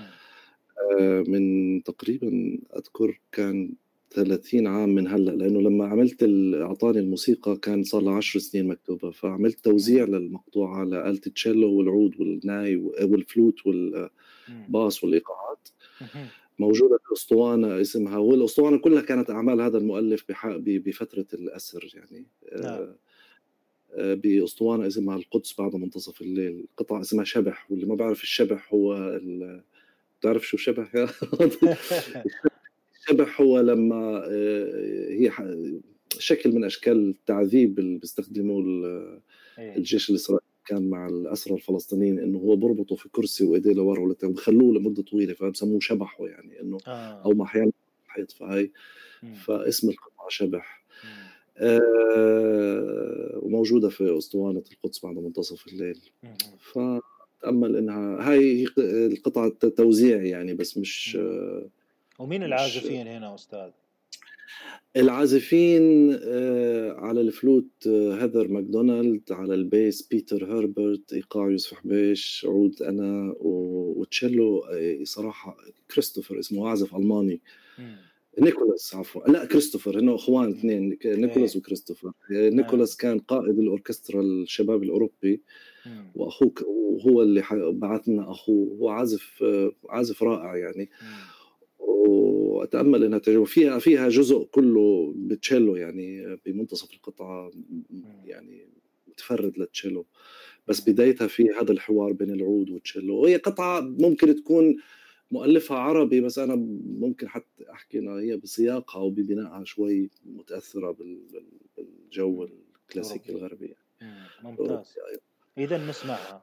من تقريبا أذكر كان 30 عام من هلأ، لأنه لما عملت أعطاني الموسيقى كان صار له 10 سنين مكتوبة، فعملت توزيع للمقطوعة على آلة التشيلو والعود والناي والفلوت والباس والإيقاعات. موجودة في أسطوانة اسمها، والأسطوانة كلها كانت أعمال هذا المؤلف بفترة الأسر يعني. بأسطوانة اسمها القدس بعد منتصف الليل. قطعة اسمها شبح، واللي ما بعرف الشبح هو بتعرف شو شبح؟ الشبح هو لما هي شكل من أشكال التعذيب اللي بيستخدموه الجيش الإسرائيلي كان مع الأسرى الفلسطينيين، إنه هو بربطه في كرسي وإيديه لورا وبخلوه لمدة طويلة، فبسموه شبحه يعني إنه أو ما أحيانا حيط. فهي فاسم القطعة شبح. وموجودة في أسطوانة القدس بعد منتصف الليل. فتأمل إنها هاي القطعة توزيع يعني، بس مش. ومين العازفين هنا أستاذ؟ العازفين على الفلوت هيثر ماكدونالد، على البيس بيتر هربرت، إيقاع يوسف حبيش، عود أنا، وتشيلو صراحة كريستوفر اسمه عازف ألماني. نيكولاس عفوا، لا كريستوفر، إنه أخوان اثنين، نيكولاس وكريستوفر. نيكولاس كان قائد الأوركسترا الشباب الأوروبي، وأخوه وهو اللي بعثنا أخوه. هو عازف رائع يعني. وأتأمل إنها تجربة فيها جزء كله بتشيلو يعني بمنتصف القطعة يعني متفرد للتشيلو، بس بدايتها في هذا الحوار بين العود والتشيلو. وهي قطعة ممكن تكون مؤلفها عربي، بس أنا ممكن حتى أحكي إنها هي بسياقها وببنائها شوي متأثرة بالجو الكلاسيكي الغربي. ممتاز. إذا نسمعها.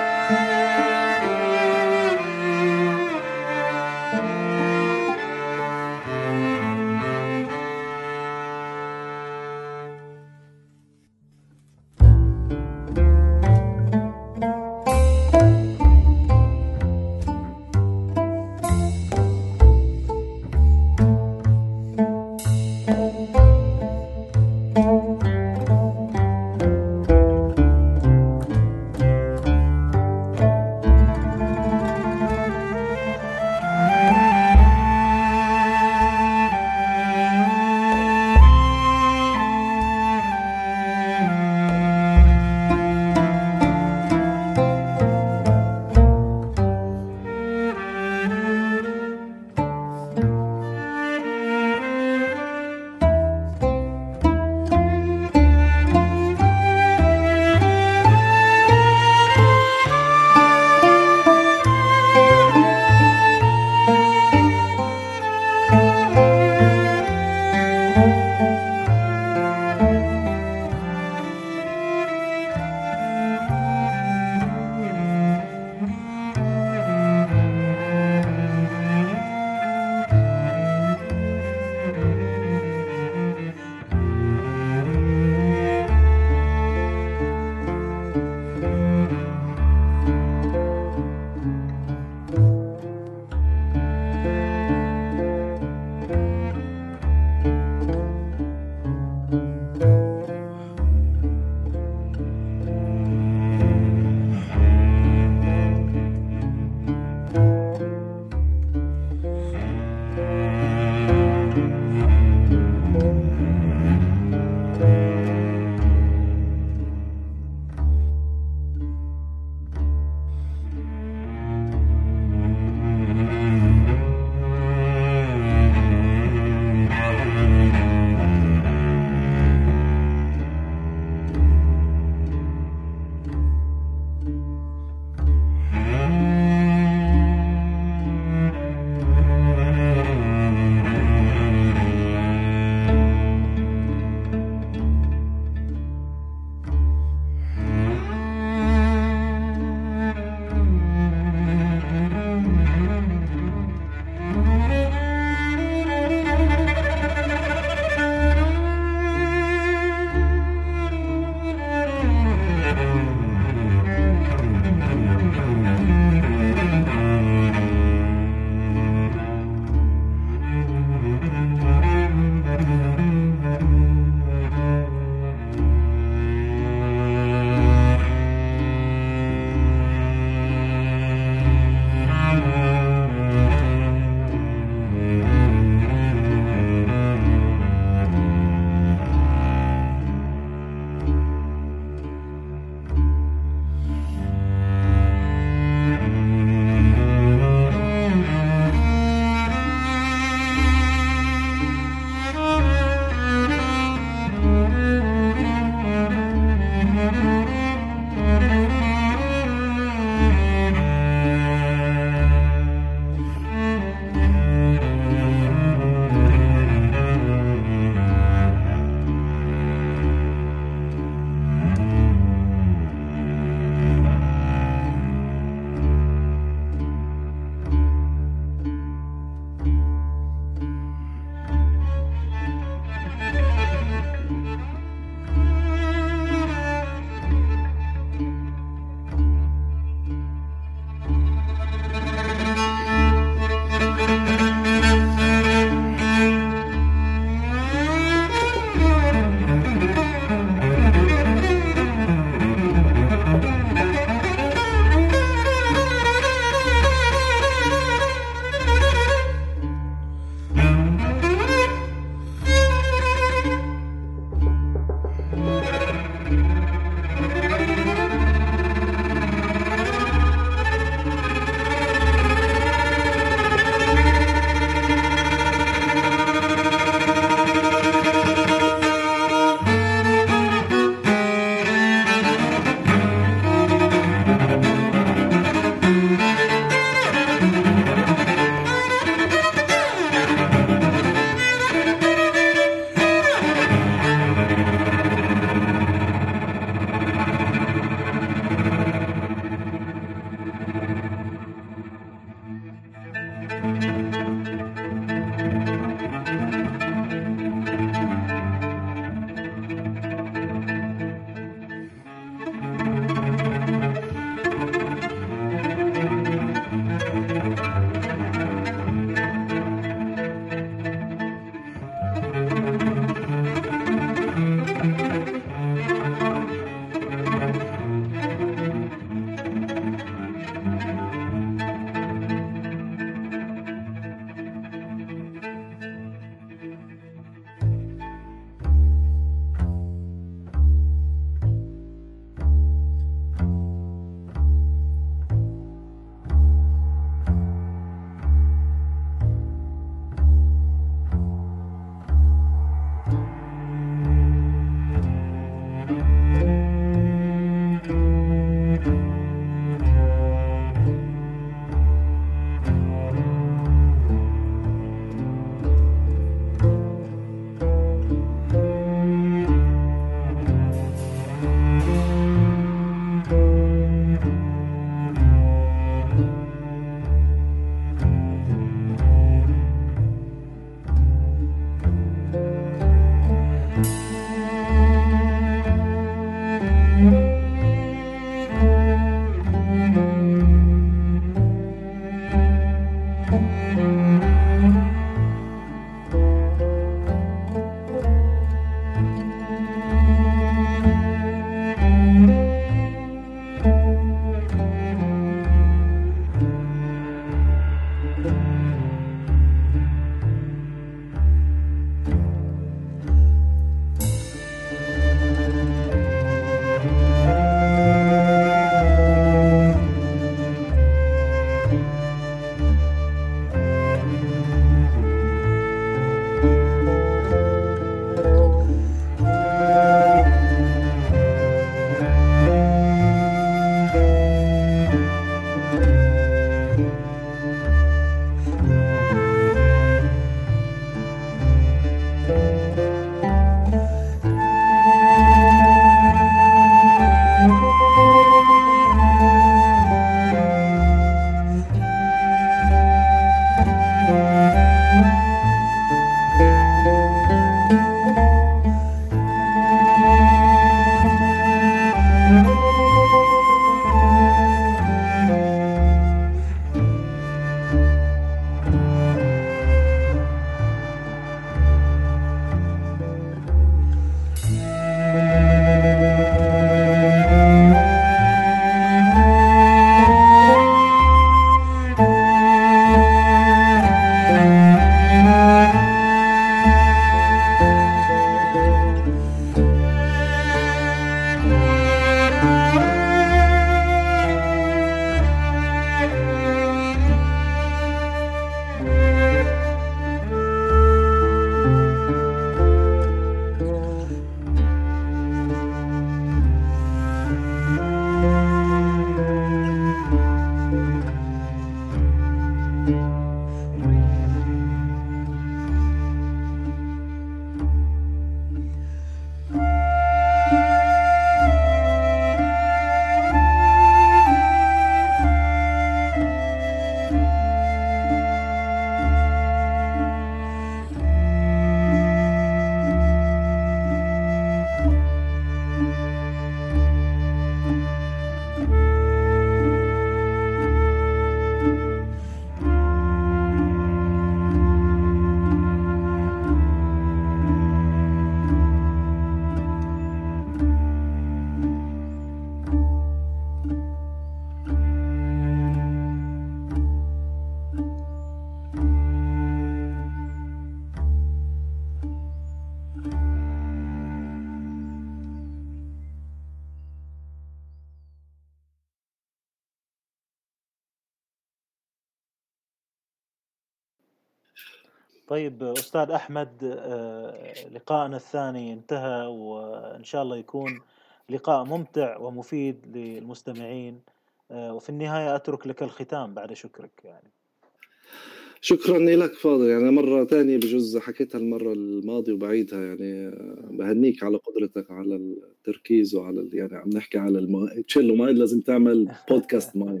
طيب أستاذ أحمد، لقاءنا الثاني انتهى، وإن شاء الله يكون لقاء ممتع ومفيد للمستمعين. وفي النهاية أترك لك الختام بعد شكرك يعني. شكرا لك فاضل، يعني مرة تانية بجوز حكيتها المرة الماضية وبعيدها، يعني بهنيك على قدرتك على التركيز وعلى يعني عم نحكي على تشيلو مايند، لازم تعمل بودكاست مايند.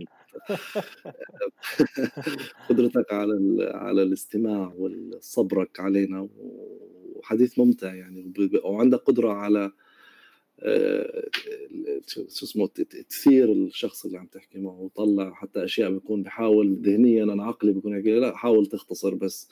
قدرتك على الاستماع وصبرك علينا، وحديث ممتع يعني، وعندك قدرة على شو اسمه تثير الشخص اللي عم تحكي معه، وطلع حتى اشياء بيكون بحاول ذهنيا، انا عقلي بيكون يحكي لا حاول تختصر بس.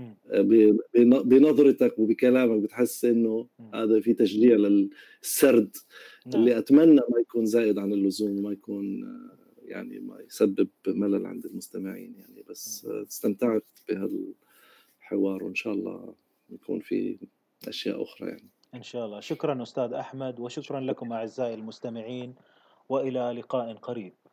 بنظرتك وبكلامك بتحس انه هذا في تشجيع للسرد، اللي نعم. اتمنى ما يكون زائد عن اللزوم، وما يكون يعني ما يسبب ملل عند المستمعين يعني. بس استمتعت بهالحوار، وان شاء الله يكون في اشياء اخرى يعني. إن شاء الله. شكرا أستاذ أحمد، وشكرا لكم أعزائي المستمعين، وإلى لقاء قريب.